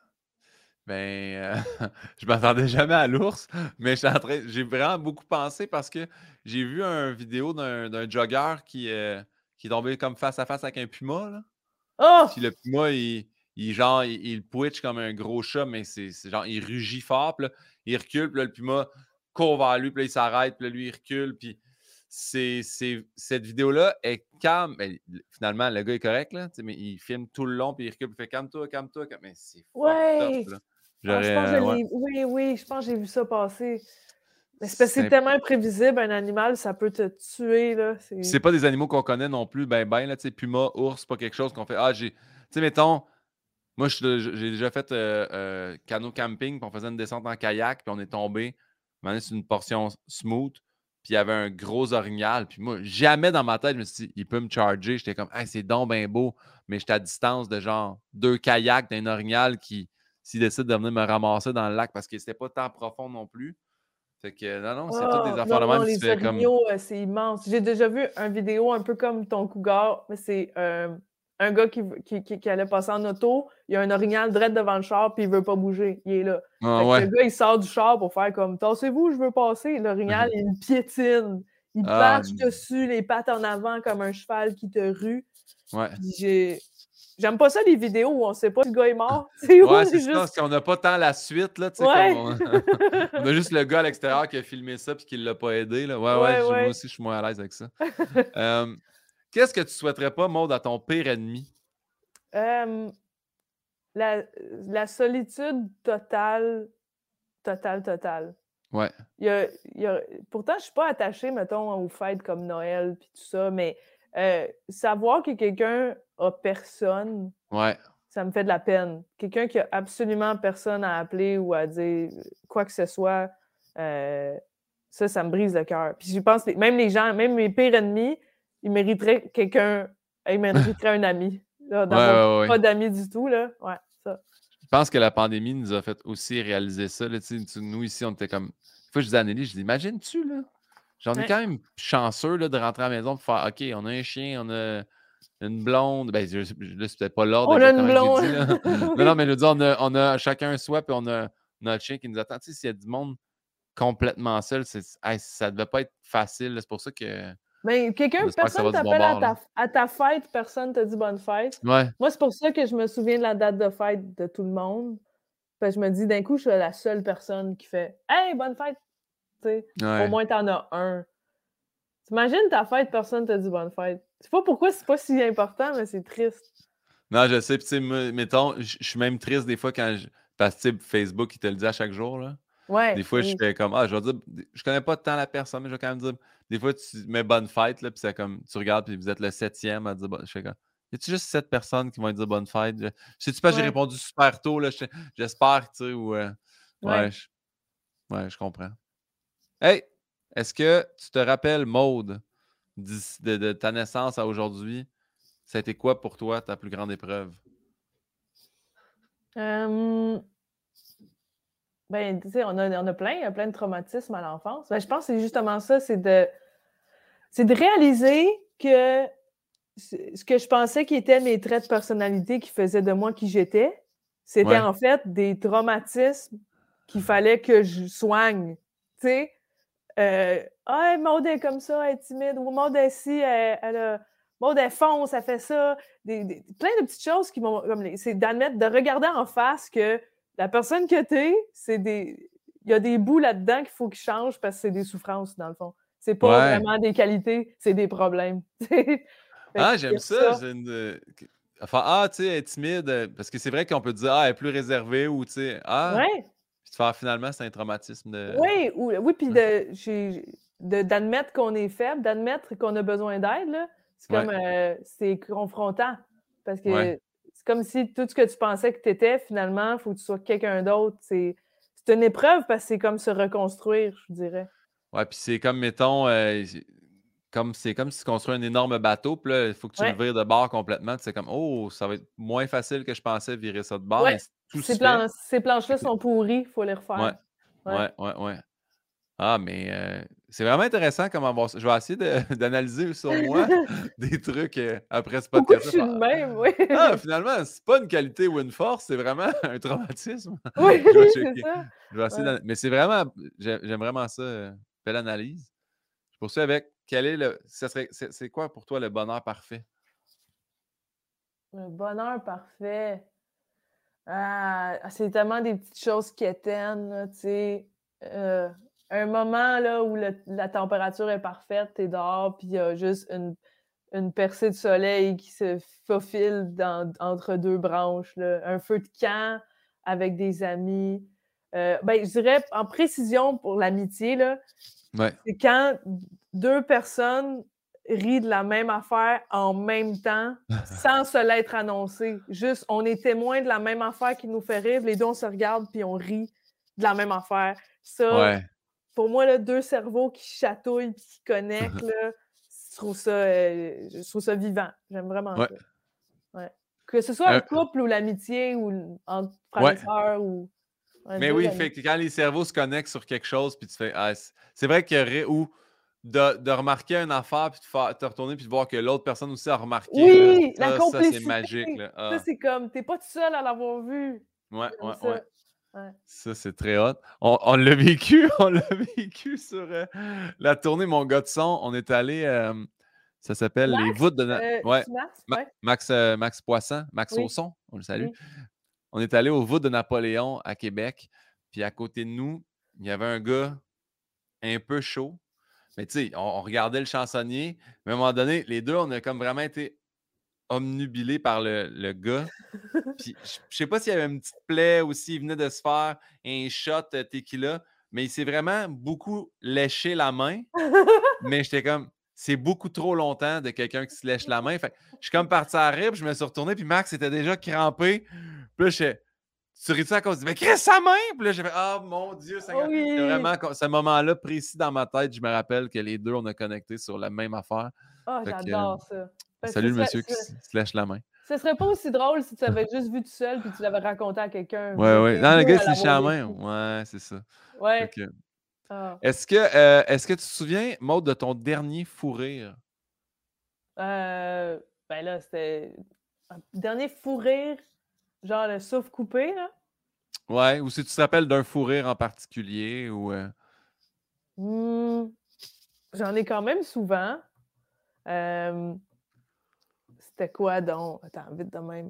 Ben, euh, je m'attendais jamais à l'ours, mais j'ai train... vraiment beaucoup pensé parce que j'ai vu une vidéo d'un, d'un jogger qui, euh, qui est tombé comme face à face avec un puma, là. Oh! Puis le puma, il, il genre, il, il twitch comme un gros chat, mais c'est, c'est genre, il rugit fort, puis là, il recule, puis là, le puma court vers lui, puis là, il s'arrête, puis là, lui, il recule, puis c'est, c'est, cette vidéo-là est calme. Mais finalement, le gars est correct, là, mais il filme tout le long, puis il recule, puis il fait calme-toi, calme-toi, calme. Mais c'est fucked Ouais! up, là. Ah, je J'aurais, pense que je euh, ouais. l'ai... Oui, oui, je pense que j'ai vu ça passer. Mais c'est parce que c'est C'est, tellement imprévisible, un animal, ça peut te tuer, là. C'est... c'est pas des animaux qu'on connaît non plus, ben, ben, là, tu sais, puma, ours, c'est pas quelque chose qu'on fait. Ah, j'ai. Tu sais, mettons, moi, je- j'ai déjà fait euh, euh, canot camping, puis on faisait une descente en kayak, puis on est tombé. Maintenant, c'est une portion smooth, puis il y avait un gros orignal. Puis moi, jamais dans ma tête, je me suis dit, il peut me charger. J'étais comme, hey, c'est donc bien beau, mais j'étais à distance de genre deux kayaks d'un orignal qui, s'il décide de venir me ramasser dans le lac, parce que c'était pas tant profond non plus. Fait que, non, non, c'est toutes des Oh, affaires non, de non, même. Tu les fais comme, orignaux, euh, c'est immense. J'ai déjà vu une vidéo un peu comme ton cougar, mais c'est euh, un gars qui, qui, qui, qui allait passer en auto, il y a un orignal direct devant le char, puis il veut pas bouger, il est là. ah, Fait que ouais. le gars, il sort du char pour faire comme « Tassez-vous, je veux passer ». L'orignal, il le piétine, il Ah, marche dessus, les pattes en avant comme un cheval qui te rue. ouais. Puis j'ai... J'aime pas ça, les vidéos où on sait pas si le gars est mort. C'est où Ouais, on c'est est ça, juste... parce qu'on n'a pas tant la suite, là, tu sais, comme Ouais! on... on a juste le gars à l'extérieur qui a filmé ça puis qui l'a pas aidé, là. Ouais, ouais, Ouais, je- moi ouais. aussi, je suis moins à l'aise avec ça. Euh, qu'est-ce que tu souhaiterais pas, Maud, à ton pire ennemi? Euh, la, la solitude totale, totale, totale. Ouais, Il y a, il y a... Pourtant, je suis pas attachée, mettons, aux fêtes comme Noël puis tout ça, mais euh, savoir que quelqu'un a personne, ouais, ça me fait de la peine. Quelqu'un qui a absolument personne à appeler ou à dire quoi que ce soit, euh, ça, ça me brise le cœur. Puis je pense que même les gens, même mes pires ennemis, ils mériteraient quelqu'un, ils mériteraient un ami. Là, ouais, d'avoir ouais, ouais. pas d'amis du tout, là. Ouais, ça. Je pense que la pandémie nous a fait aussi réaliser ça, là, tu sais, tu- nous, ici, on était comme... Une fois, je disais à Nelly, je dis, imagines-tu, là? J'en ai Ouais. quand même chanceux, là, de rentrer à la maison pour faire, OK, on a un chien, on a... une blonde, ben, je, je- là, c'est peut-être pas l'ordre On a une exactement que j'ai blonde. dit, là. Non, non, mais je veux dire, on a, on a chacun soi, puis on a notre chien qui nous attend. Tu sais, s'il y a du monde complètement seul, c'est, hey, ça devait pas être facile, là. C'est pour ça que Mais quelqu'un, j'espère que ça personne va du bon t'appelle à bord, là. ta, à ta fête, personne te dit bonne fête. Ouais, Moi, c'est pour ça que je me souviens de la date de fête de tout le monde. Parce que je me dis, d'un coup, je suis la seule personne qui fait « Hey, bonne fête! » Tu sais, au ouais. moins, t'en as un. T'imagines ta fête, personne te dit bonne fête. Je sais pas pourquoi c'est pas si important, mais c'est triste. Non, je sais, puis tu sais, moi, mettons, je je suis même triste des fois quand je... Parce que, tu sais, Facebook, il te le dit à chaque jour, là. Des Ouais, fois, je oui. fais comme, ah, je vais dire, je connais pas tant la personne, mais je vais quand même dire, des fois, tu mets bonne fête, là, puis c'est comme, tu regardes, puis vous êtes le septième à dire, bon, je fais comme, y a-tu juste sept personnes qui vont dire bonne fête? Je sais-tu pas, j'ai Ouais, répondu super tôt, là, je- j'espère, tu sais, ou, euh, ouais, ouais. je, ouais, je comprends. Hey, est-ce que tu te rappelles, Maude, d'ici- de, de ta naissance à aujourd'hui, ça a été quoi pour toi ta plus grande épreuve? Euh, ben, tu sais, on a, on a plein, il y a plein de traumatismes à l'enfance. Ben, je pense que c'est justement ça, c'est de, c'est de réaliser que ce que je pensais qui étaient mes traits de personnalité qui faisaient de moi qui j'étais, c'était Ouais, en fait des traumatismes qu'il fallait que je soigne. Tu sais, euh, ah, Maud est comme ça, elle est timide, ou Maud est ci, elle, elle a. Maud est fonce, elle fait ça. Des, des- plein de petites choses qui m'ont. Comme les- c'est d'admettre, de regarder en face que la personne que t'es, c'est des. Il y a des bouts là-dedans qu'il faut qu'ils changent parce que c'est des souffrances, dans le fond. C'est pas ouais. vraiment des qualités, c'est des problèmes. Fait Ah, qu'il y j'aime a ça. ça. J'ai une, euh, que- enfin, ah, tu sais, elle est timide. euh, Parce que c'est vrai qu'on peut dire, ah, elle est plus réservée ou, tu sais, ah, Ouais. puis de faire finalement, c'est un traumatisme de. Oui, ou, oui, puis Ouais. de, j'ai- de- d'admettre qu'on est faible, d'admettre qu'on a besoin d'aide, là, c'est Ouais. comme, euh, c'est confrontant. Parce Ouais. que c'est comme si tout ce que tu pensais que tu étais, finalement, il faut que tu sois quelqu'un d'autre. C'est c'est une épreuve parce que c'est comme se reconstruire, je dirais. Ouais, puis c'est comme, mettons, euh, comme c'est comme si tu construis un énorme bateau, puis là, il faut que tu le Ouais. vires de bord complètement. C'est comme, oh, ça va être moins facile que je pensais virer ça de bord, Ouais. mais tout Ces se fait. plan ces planches-là sont pourries, il faut les Ouais, refaire. Ouais. ouais, ouais, ouais. Ah, mais euh, c'est vraiment intéressant comment voir ça. Je vais essayer de- d'analyser sur moi des trucs euh, après ce Pourquoi je podcast-là. suis de Faire, même, oui. ah, finalement, c'est pas une qualité ou une force, c'est vraiment un traumatisme. Oui, Je vais c'est checker. ça. Je vais essayer Ouais. d'ana- Mais c'est vraiment, j'ai- j'aime vraiment ça. euh, Belle analyse. Je poursuis avec, quel est le, ça serait, c'est c'est quoi pour toi le bonheur parfait? Le bonheur parfait. Ah, c'est tellement des petites choses quétaines, là, tu sais. Heu, un moment, là, où le la température est parfaite, tu es dehors, puis il y a juste une une percée de soleil qui se faufile dans entre deux branches, là. Un feu de camp avec des amis. Heu, ben, je dirais en précision pour l'amitié, là, Ouais. c'est quand deux personnes rient de la même affaire en même temps, sans se l'être annoncé. Juste, on est témoin de la même affaire qui nous fait rire, les deux on se regarde puis on rit de la même affaire. Ça, Ouais. pour moi, là, deux cerveaux qui chatouillent puis qui connectent, là, je trouve ça, euh, je trouve ça vivant. J'aime vraiment Ouais. ça. Ouais. Que ce soit un Euh, couple ou l'amitié ou l- entre frères et ouais. sœurs ou ouais, Mais deux oui, amis. fait que quand les cerveaux se connectent sur quelque chose, puis tu fais, ah, c'est c'est vrai qu'il y aurait, ou de, de remarquer une affaire, puis de faire- te retourner, puis de voir que l'autre personne aussi a remarqué, là, Oui, la ça, ça c'est complicité. magique, là. Ça, Ah, c'est comme, t'es pas tout seul à l'avoir vu. ouais, J'aime ouais, ouais. ça. Ouais. Ça, c'est très hot. On, on l'a vécu, on l'a vécu sur euh, la tournée Mon gars de son. On est allé, euh, ça s'appelle Les Max, voûtes de... Na- euh, Ouais, tu Max? Ma- Ouais. Max, euh, Max Poisson, Max Oui, Ausson, on le salue. oui. On est allé aux voûtes de Napoléon à Québec. Puis à côté de nous, il y avait un gars un peu chaud. Mais tu sais, on, on regardait le chansonnier. Mais à un moment donné, les deux, on a comme vraiment été omnubilés par le, le gars. Puis je je sais pas s'il y avait une petite plaie ou s'il venait de se faire un shot euh, tequila, mais il s'est vraiment beaucoup léché la main. Mais j'étais comme, c'est beaucoup trop longtemps de quelqu'un qui se lèche la main. Fait que je suis comme parti à rire, puis je me suis retourné, puis Max était déjà crampé. Puis là, je fais, tu ris-tu à cause de. Mais crée sa main! Puis là, j'ai fait, ah mon Dieu, Oh Seigneur. C'est oui! vraiment co- ce moment-là précis dans ma tête, je me rappelle que les deux, on a connecté sur la même affaire. Oh, Fait que, euh, j'adore ça. Fait que ce salut le serait monsieur qui ce se se lèche la main. ce serait pas aussi drôle si tu l'avais juste vu tout seul puis tu l'avais raconté à quelqu'un. Vous Ouais, êtes ouais. les Non, le deux gars, il à se lèche l'avoir la vécu. main. Ouais, c'est ça. Fait Ouais. que, Ah. est-ce que, euh, est-ce que tu te souviens, Maud, de ton dernier fou rire? Heu, ben là, c'était un dernier fou rire, genre le souffle coupé, là. Ouais, ou si tu te rappelles d'un fou rire en particulier, ou... euh, Mmh, j'en ai quand même souvent. Hem, c'était quoi donc? Attends, vite de même.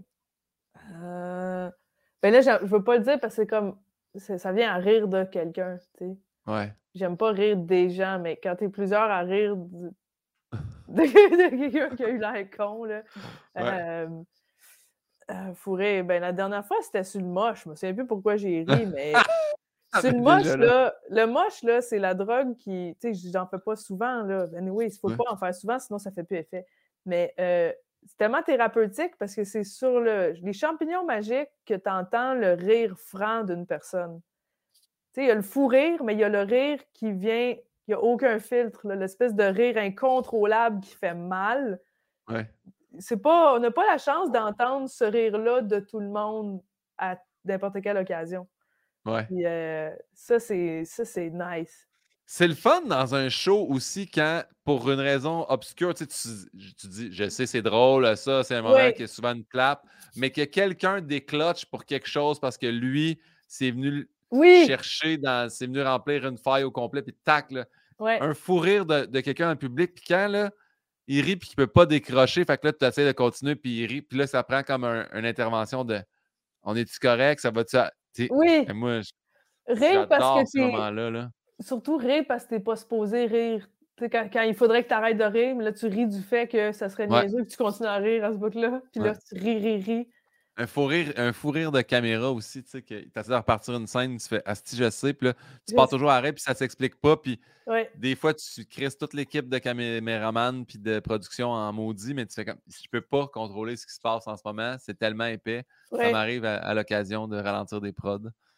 Heu, ben là, je je veux pas le dire parce que c'est comme c'est ça vient à rire de quelqu'un, tu sais? Ouais. J'aime pas rire des gens, mais quand tu es plusieurs à rire du de de quelqu'un qui a eu l'air con, là. Ouais. Hem, heu, fou rire, ben la dernière fois, c'était sur le moche. Je me souviens plus pourquoi j'ai ri, mais Ah, sur ben le moche, déjà là. là, le moche, là, c'est la drogue qui tu sais, j'en fais pas souvent, là. Anyway, il faut Ouais. pas en faire souvent, sinon ça fait plus effet. Mais, heu, c'est tellement thérapeutique parce que c'est sur le les champignons magiques que tu entends le rire franc d'une personne. Tu sais, il y a le fou rire, mais il y a le rire qui vient il y a aucun filtre, là, l'espèce de rire incontrôlable qui fait mal. Ouais. C'est pas on n'a pas la chance d'entendre ce rire-là de tout le monde à n'importe quelle occasion. Ouais. Puis, heu, ça, c'est ça, c'est nice. C'est le fun dans un show aussi quand, pour une raison obscure, tu sais, tu, tu dis, je sais, c'est drôle, ça, c'est un moment Oui, qui est souvent une clap, mais que quelqu'un décloche pour quelque chose parce que lui, c'est venu oui, chercher, dans, c'est venu remplir une faille au complet, puis tac, là, ouais, un fou rire de, de quelqu'un dans le public, puis quand, là, il rit, puis qu'il peut pas décrocher, fait que là, tu essaies de continuer, puis il rit, puis là, ça prend comme un- une intervention de, on est-tu correct, ça va-tu... à- tu sais, oui. et moi, Rire parce que j'adore ces tu moments-là, là. surtout rire parce que tu es pas supposé rire. Tu sais, quand quand il faudrait que tu arrêtes de rire, mais là, tu ris du fait que ça serait Ouais, niaiseux que tu continues à rire à ce bout-là, puis ouais. là, tu ris, ris, ris. Un fou rire, un fou rire de caméra aussi, tu sais, que tu essaies de repartir une scène, tu fais Asti, je sais, puis là, tu pars Juste toujours à arrêt, puis ça s'explique pas, puis ouais, des fois, tu crises toute l'équipe de caméramans puis de production en maudit, mais tu fais comme je peux pas contrôler ce qui se passe en ce moment, c'est tellement épais. Ça ouais. m'arrive à, à l'occasion de ralentir des prods.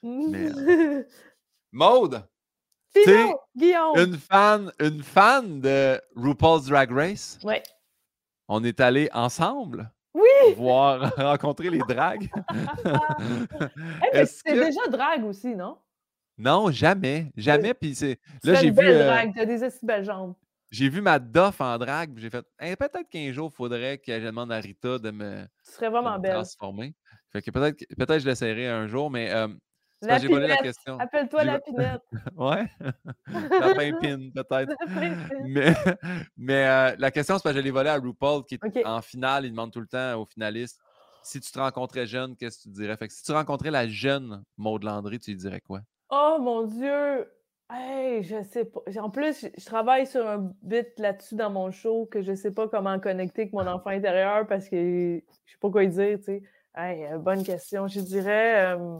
Mais, euh, Maude, t'es Pino! Guillaume! une fan, une fan de RuPaul's Drag Race? Ouais. On est allés ensemble Oui! voir, rencontrer les drags. Hey, mais tu Est-ce fais que... déjà drague aussi, non? Non, jamais, Mais jamais. Puis c'est... tu Là, fais j'ai une vu, belle euh, drague, t'as des assez belles jambes. j'ai vu ma Doff en drague, puis j'ai fait, hey, peut-être qu'un jour, il faudrait que je demande à Rita de me, Tu serais de vraiment me belle. transformer. Fait que peut-être, que- peut-être que je l'essayerai un jour, mais euh, c'est parce La que j'ai volé la pinette! question. Appelle-toi J'ai la vo- pinette. Ouais, la pimpine, peut-être. La pimpine. Mais, mais euh, la question, c'est parce que je l'ai volé à RuPaul, qui est OK. en finale. Il demande tout le temps aux finalistes si tu te rencontrais jeune, qu'est-ce que tu dirais? Fait que si tu rencontrais la jeune Maud Landry, tu lui dirais quoi? Oh mon Dieu! Hey, je sais pas. En plus, je je travaille sur un bit là-dessus dans mon show que je sais pas comment connecter avec mon enfant intérieur parce que je sais pas quoi lui dire, tu sais. Hey, euh, bonne question. Je dirais, euh,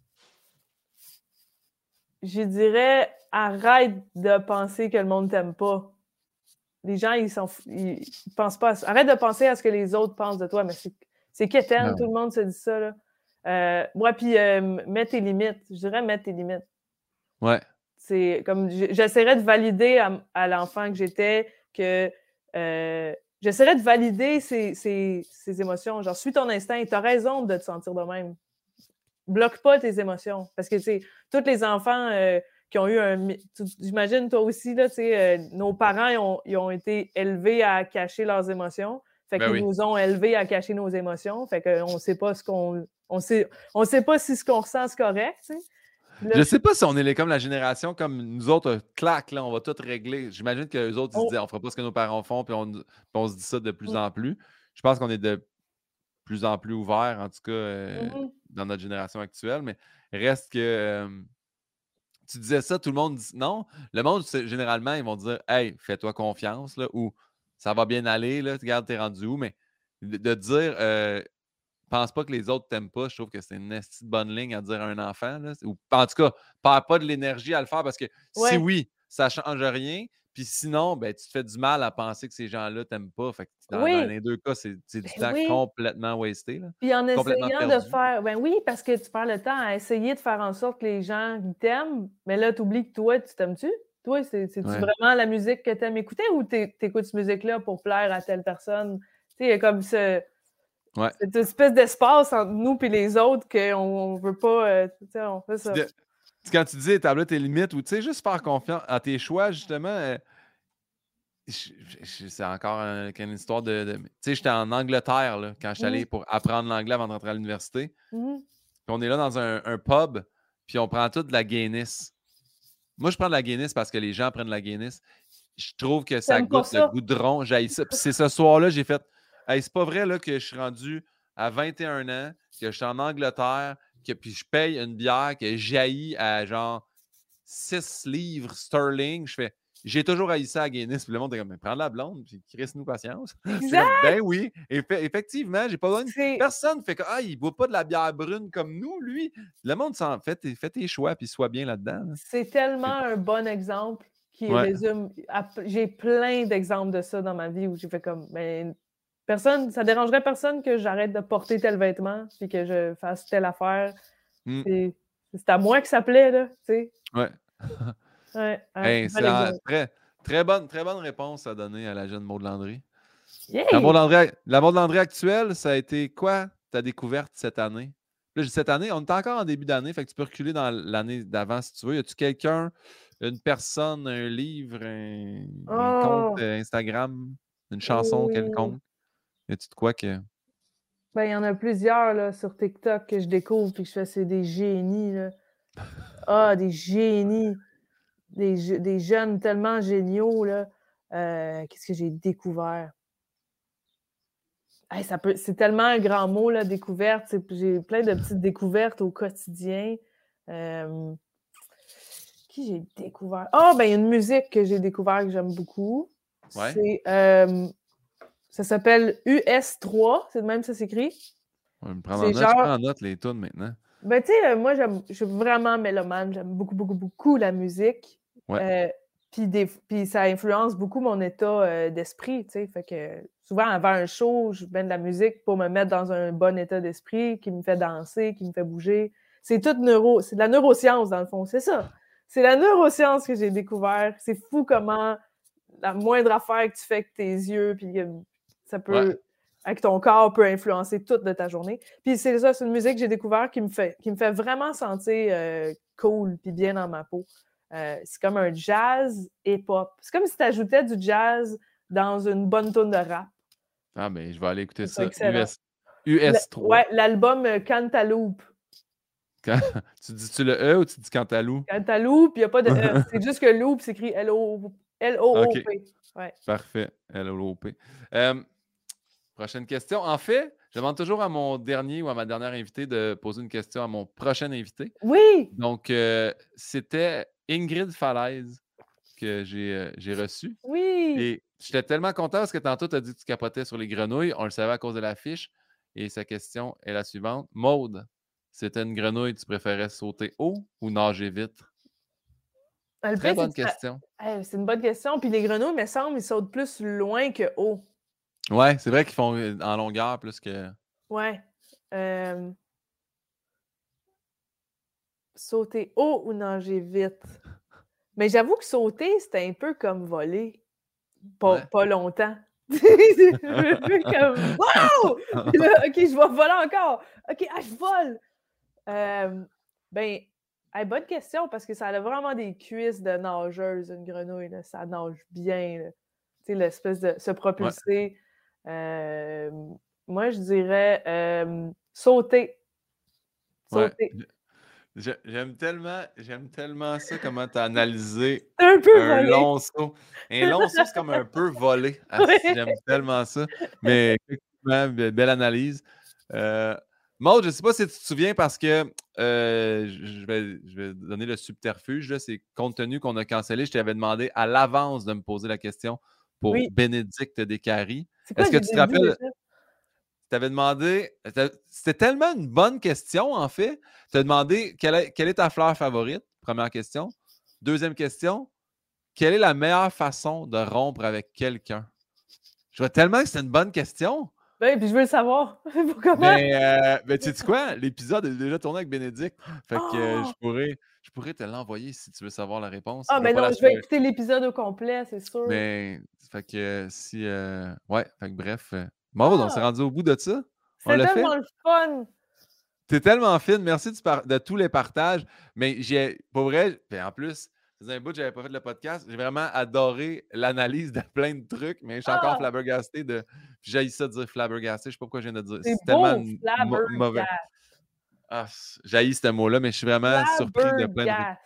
je dirais, arrête de penser que le monde t'aime pas. Les gens, ils s'en fou- ils, ils pensent pas à ça. Arrête de penser à ce que les autres pensent de toi, mais c'est c'est quétaine, Ah tout ouais. le monde se dit ça, là. Euh, ouais, puis euh, mets tes limites. Je dirais mettre tes limites. Ouais. C'est comme j- j'essaierais de valider à, à l'enfant que j'étais que euh, j'essaierais de valider ses, ses, ses émotions. Genre, suis ton instinct, tu as raison de te sentir de même. Bloque pas tes émotions. Parce que, tu sais, tous les enfants euh, qui ont eu un. mi- tu- J'imagine, toi aussi, là, tu sais, euh, nos parents, ils ont, ils ont été élevés à cacher leurs émotions. Fait Ben qu'ils oui. nous ont élevés à cacher nos émotions. Fait qu'on sait pas ce qu'on. On sait, on sait pas si ce qu'on ressent, c'est correct, tu sais. Là, Je sais pas si on est les- comme la génération, comme nous autres, euh, clac, là, on va tout régler. J'imagine que les autres, ils se on- disent, on fera pas ce que nos parents font, puis on, puis on se dit ça de plus en plus. Je pense qu'on est de plus en plus ouverts, en tout cas, euh, Mhm. dans notre génération actuelle, mais reste que euh, tu disais ça, tout le monde dit non. Le monde, c'est- généralement, ils vont dire, hey, fais-toi confiance, là, ou ça va bien aller, là, regarde, t'es rendu où, mais de, de dire, euh, pense pas que les autres t'aiment pas, je trouve que c'est une esti de bonne ligne à dire à un enfant. Là. Ou en tout cas, perds pas de l'énergie à le faire parce que si Ouais. oui, ça change rien. Puis sinon, ben, tu te fais du mal à penser que ces gens-là t'aiment pas. Fait que dans, dans Oui, les deux cas, c'est c'est du ben temps oui. complètement wasté, là. Puis en Complètement essayant de perdu. faire ben oui, parce que tu perds le temps à essayer de faire en sorte que les gens ils t'aiment, mais là, tu oublies que toi, tu t'aimes-tu? Toi, c'est c'est-tu Ouais. vraiment la musique que tu aimes écouter ou tu écoutes cette musique-là pour plaire à telle personne? Tu sais, il y a comme ce Ouais. cette espèce d'espace entre nous et les autres qu'on on veut pas, euh, tu sais, on fait Tu ça. de- Quand tu dis établir tes limites ou tu sais, juste faire confiance à tes choix, justement, euh, je- je- c'est encore un- une histoire de. de- Tu sais, j'étais en Angleterre là, quand j'étais Mhm, allé pour apprendre l'anglais avant de rentrer à l'université. mhm. Puis on est là dans un, un pub, puis on prend tout de la Guinness. Moi, je prends de la Guinness parce que les gens prennent de la Guinness. Je trouve que ça T'aimes pas goûte le ça? goudron. J'haïs ça. Puis c'est ce soir-là, j'ai fait hey, c'est pas vrai là, que je suis rendu à vingt et un ans, que je suis en Angleterre, que puis je paye une bière que jaillit à genre six livres sterling. Je fais j'ai toujours haï ça à Guinness. Puis le monde est comme, mais prends la blonde, puis crisse-nous patience. C'est comme, Exact! ben oui, effe- effectivement, j'ai pas besoin de. C'est Personne fait que, ah, il boit pas de la bière brune comme nous, lui. Le monde s'en fait, tes- fais tes choix, puis sois bien là-dedans. Là. C'est tellement un bon exemple qui Ouais. résume. ap- J'ai plein d'exemples de ça dans ma vie où j'ai fait comme, mais personne, ça dérangerait personne que j'arrête de porter tel vêtement puis que je fasse telle affaire. Mm. C'est c'est à moi que ça plaît, là, tu sais. Ouais. Ouais, ouais, Hey, c'est bel un- exemple. très, très, bonne, très bonne réponse à donner à la jeune Maud Landry. La Yay! Maud Landry, la Maud Landry actuelle, ça a été quoi ta découverte cette année? Là, j'ai dit cette année, on est encore en début d'année, fait que tu peux reculer dans l'année d'avant si tu veux. Y a-tu quelqu'un, une personne, un livre, un, un compte Oh! euh, Instagram, une chanson Oh! quelconque? Y a-tu de quoi que. Ben, il y en a plusieurs là, sur TikTok que je découvre puis que je fais, c'est des génies, là. Ah, des génies! Des, je- des jeunes tellement géniaux, là. Euh, qu'est-ce que j'ai découvert? Hey, ça peut, c'est tellement un grand mot, la découverte. C'est- J'ai plein de petites découvertes au quotidien. Euh, qui j'ai découvert? Ah, ben, il y a une musique que j'ai découvert que j'aime beaucoup. Ouais? C'est, euh, ça s'appelle U S trois, c'est de même que ça s'écrit. On va me prendre en C'est note. Je genre, prends en note les tunes maintenant. ben, tu sais, euh, moi, j'aime, je suis vraiment mélomane. J'aime beaucoup, beaucoup, beaucoup la musique. Ouais. Euh, puis, des, puis ça influence beaucoup mon état euh, d'esprit, tu sais. Fait que souvent, avant un show, je mets de la musique pour me mettre dans un bon état d'esprit, qui me fait danser, qui me fait bouger. C'est tout neuro, c'est de la neuroscience, dans le fond, c'est ça. C'est la neuroscience que j'ai découvert. C'est fou comment la moindre affaire que tu fais avec tes yeux, puis ça peut, ouais. avec ton corps, peut influencer toute de ta journée. Puis c'est ça, c'est une musique que j'ai découvert qui me fait, qui me fait vraiment sentir euh, cool, puis bien dans ma peau. Euh, c'est comme un jazz et pop. C'est comme si tu ajoutais du jazz dans une bonne toune de rap. Ah, mais je vais aller écouter ça. U S, U S trois. Ouais, l'album Cantaloupe. Quand... tu dis-tu le E ou tu dis Cantaloupe? Cantaloupe, il n'y a pas de E. C'est juste que Loop s'écrit L O O P. Okay. Ouais. Parfait. L O O P. Euh, prochaine question. En fait, je demande toujours à mon dernier ou à ma dernière invitée de poser une question à mon prochain invité. Oui! Donc, euh, c'était Ingrid Falaise que j'ai euh, j'ai reçue. Oui! Et j'étais tellement content parce que tantôt, tu as dit que tu capotais sur les grenouilles. On le savait à cause de l'affiche. Et sa question est la suivante. Maude, c'était une grenouille, tu préférais sauter haut ou nager vite? Le Très pire, bonne c'est question. Hey, c'est une bonne question. Puis les grenouilles, me semble, ils sautent plus loin que haut. Ouais, c'est vrai qu'ils font en longueur plus que... Ouais. Euh... Sauter haut ou nager vite? Mais j'avoue que sauter, c'était un peu comme voler. Pas, Ouais. pas longtemps. C'est comme wow! Là, OK, je vais voler encore. OK, ah, je vole. Euh, ben, hey, bonne question parce que ça a vraiment des cuisses de nageuse, une grenouille. Là. Ça nage bien. Tu sais, l'espèce de se propulser. Ouais. Euh, moi, je dirais euh, sauter. Sauter. Ouais. J'aime tellement, j'aime tellement ça, comment tu as analysé un, peu un volé. long saut. Un long saut, c'est comme un peu volé. Ah, ouais. J'aime tellement ça. Mais effectivement, belle analyse. Euh, Maude, je ne sais pas si tu te souviens parce que euh, je, vais, je vais donner le subterfuge. C'est compte tenu qu'on a cancellé, je t'avais demandé à l'avance de me poser la question pour oui. Bénédicte Descaries. Est-ce que tu te rappelles? Tu avais demandé, c'était tellement une bonne question, en fait. Tu as demandé quelle est, quelle est ta fleur favorite, première question. Deuxième question, quelle est la meilleure façon de rompre avec quelqu'un? Je vois tellement que c'est une bonne question. Oui, puis je veux le savoir. Pourquoi mais, euh, mais tu sais quoi? L'épisode est déjà tourné avec Bénédicte. Fait que oh! euh, je, pourrais, je pourrais te l'envoyer si tu veux savoir la réponse. Ah, mais non, je vais écouter l'épisode au complet, c'est sûr. Mais, fait que si. Euh, ouais, fait que bref. Euh, bon, ah! On s'est rendu au bout de ça. C'est tellement fait? le fun! T'es tellement fine. Merci de, de tous les partages. Mais j'ai, pour vrai, en plus, c'est un bout que j'avais pas fait le podcast. J'ai vraiment adoré l'analyse de plein de trucs, mais je suis ah! encore flabbergasté de. J'ai ça de dire flabbergasté. Je sais pas pourquoi je viens de dire. C'est, c'est tellement mo mauvais. Ah, j'ai ce mot-là, mais je suis vraiment surpris de plein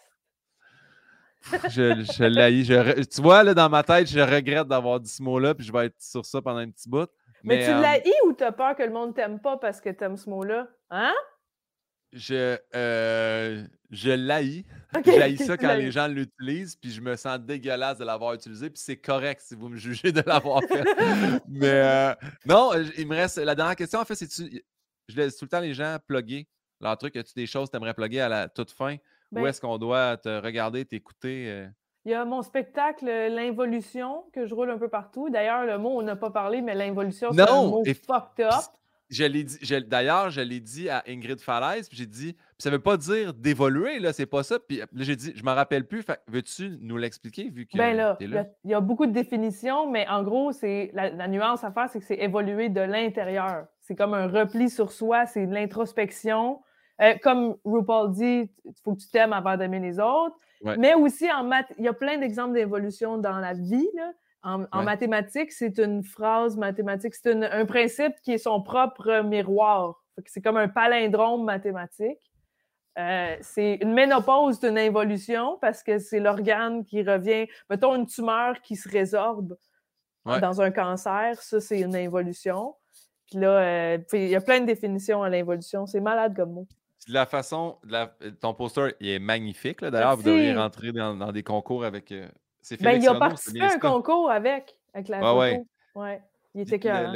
de. je je l'haïs. Je, tu vois, là, dans ma tête, je regrette d'avoir dit ce mot-là, puis je vais être sur ça pendant un petit bout. Mais, mais tu euh, l'haïs ou t'as peur que le monde t'aime pas parce que t'aimes ce mot-là? Hein? Je, euh, je l'haïs. Okay, j'haïs ça quand les gens l'utilisent, puis je me sens dégueulasse de l'avoir utilisé, puis c'est correct si vous me jugez de l'avoir fait. Mais euh, non, il me reste... La dernière question, en fait, c'est tu... Je laisse tout le temps les gens plugger leur truc. As-tu des choses que tu aimerais plugger à la toute fin? Ben, où est-ce qu'on doit te regarder, t'écouter? Euh... Il y a mon spectacle L'Involution, que je roule un peu partout. D'ailleurs, le mot, on n'a pas parlé, mais l'involution, c'est un mot et... fucked up. Je l'ai dit, je, d'ailleurs, je l'ai dit à Ingrid Falaise, puis j'ai dit, puis ça veut pas dire d'évoluer, là, c'est pas ça. Puis là, j'ai dit, je m'en rappelle plus, veux-tu nous l'expliquer, vu que ben là, t'es là? Il y, y a beaucoup de définitions, mais en gros, c'est la, la nuance à faire, c'est que c'est évoluer de l'intérieur. C'est comme un repli sur soi, c'est de l'introspection. Euh, comme RuPaul dit, il faut que tu t'aimes avant d'aimer les autres. Ouais. Mais aussi, en maths, il y a plein d'exemples d'évolution dans la vie, là. En, en ouais. mathématiques, c'est une phrase mathématique, c'est une, un principe qui est son propre miroir. C'est comme un palindrome mathématique. Euh, c'est une ménopause, c'est une involution parce que c'est l'organe qui revient. Mettons une tumeur qui se résorbe ouais. dans un cancer, ça, c'est une involution. Puis là, euh, il y a plein de définitions à l'involution. C'est malade comme mot. De la façon, de la, ton poster, il est magnifique. D'ailleurs, vous devriez rentrer dans, dans des concours avec. Euh, C'est ben, il a participé à un concours avec, avec la ah, photo. Ouais. Ouais. Il était clair.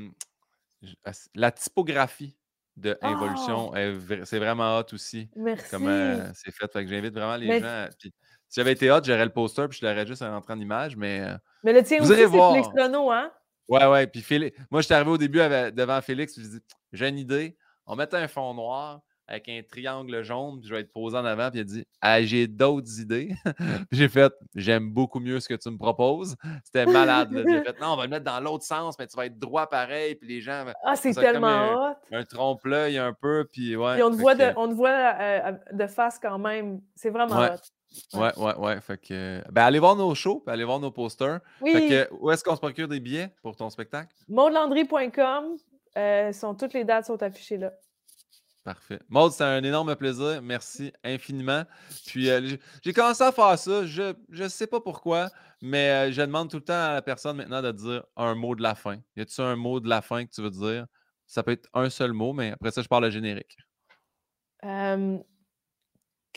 La typographie de oh! Involution, c'est vraiment hot aussi. Merci. Comment c'est fait. Fait que j'invite vraiment les mais... gens. Puis, si j'avais été hot, j'aurais le poster puis je l'aurais juste rentré en image. Mais, mais le tien vous aussi, c'est voir. Félix Renaud, hein? Ouais, ouais. Puis Félix... moi, je suis arrivé au début avec... devant Félix. Je lui ai dit, j'ai une idée. On met un fond noir. avec un triangle jaune, puis je vais être posé en avant, puis il a dit ah, j'ai d'autres idées. Puis j'ai fait j'aime beaucoup mieux ce que tu me proposes. C'était malade. Là. J'ai fait non, on va le mettre dans l'autre sens, mais tu vas être droit pareil, puis les gens. Ah, Ça c'est va être comme un, tellement hot! un trompe-l'œil un peu, puis ouais. Puis on te fait voit de, que- on te voit euh, de face quand même. C'est vraiment ouais. hot. Ouais, ouais, ouais. Fait que, ben, allez voir nos shows, puis allez voir nos posters. Fait Oui, que, où est-ce qu'on se procure des billets pour ton spectacle? maudelandry point com, euh, sont, toutes les dates sont affichées là. Parfait. Maud, c'était un énorme plaisir. Merci infiniment. Puis, euh, j'ai- j'ai commencé à faire ça. Je ne sais pas pourquoi, mais euh, je demande tout le temps à la personne maintenant de dire un mot de la fin. Y a-tu un mot de la fin que tu veux dire? Ça peut être un seul mot, mais après ça, je parle le générique. Euh,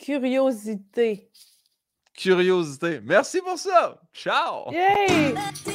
curiosité. Curiosité. Merci pour ça. Ciao! Yay!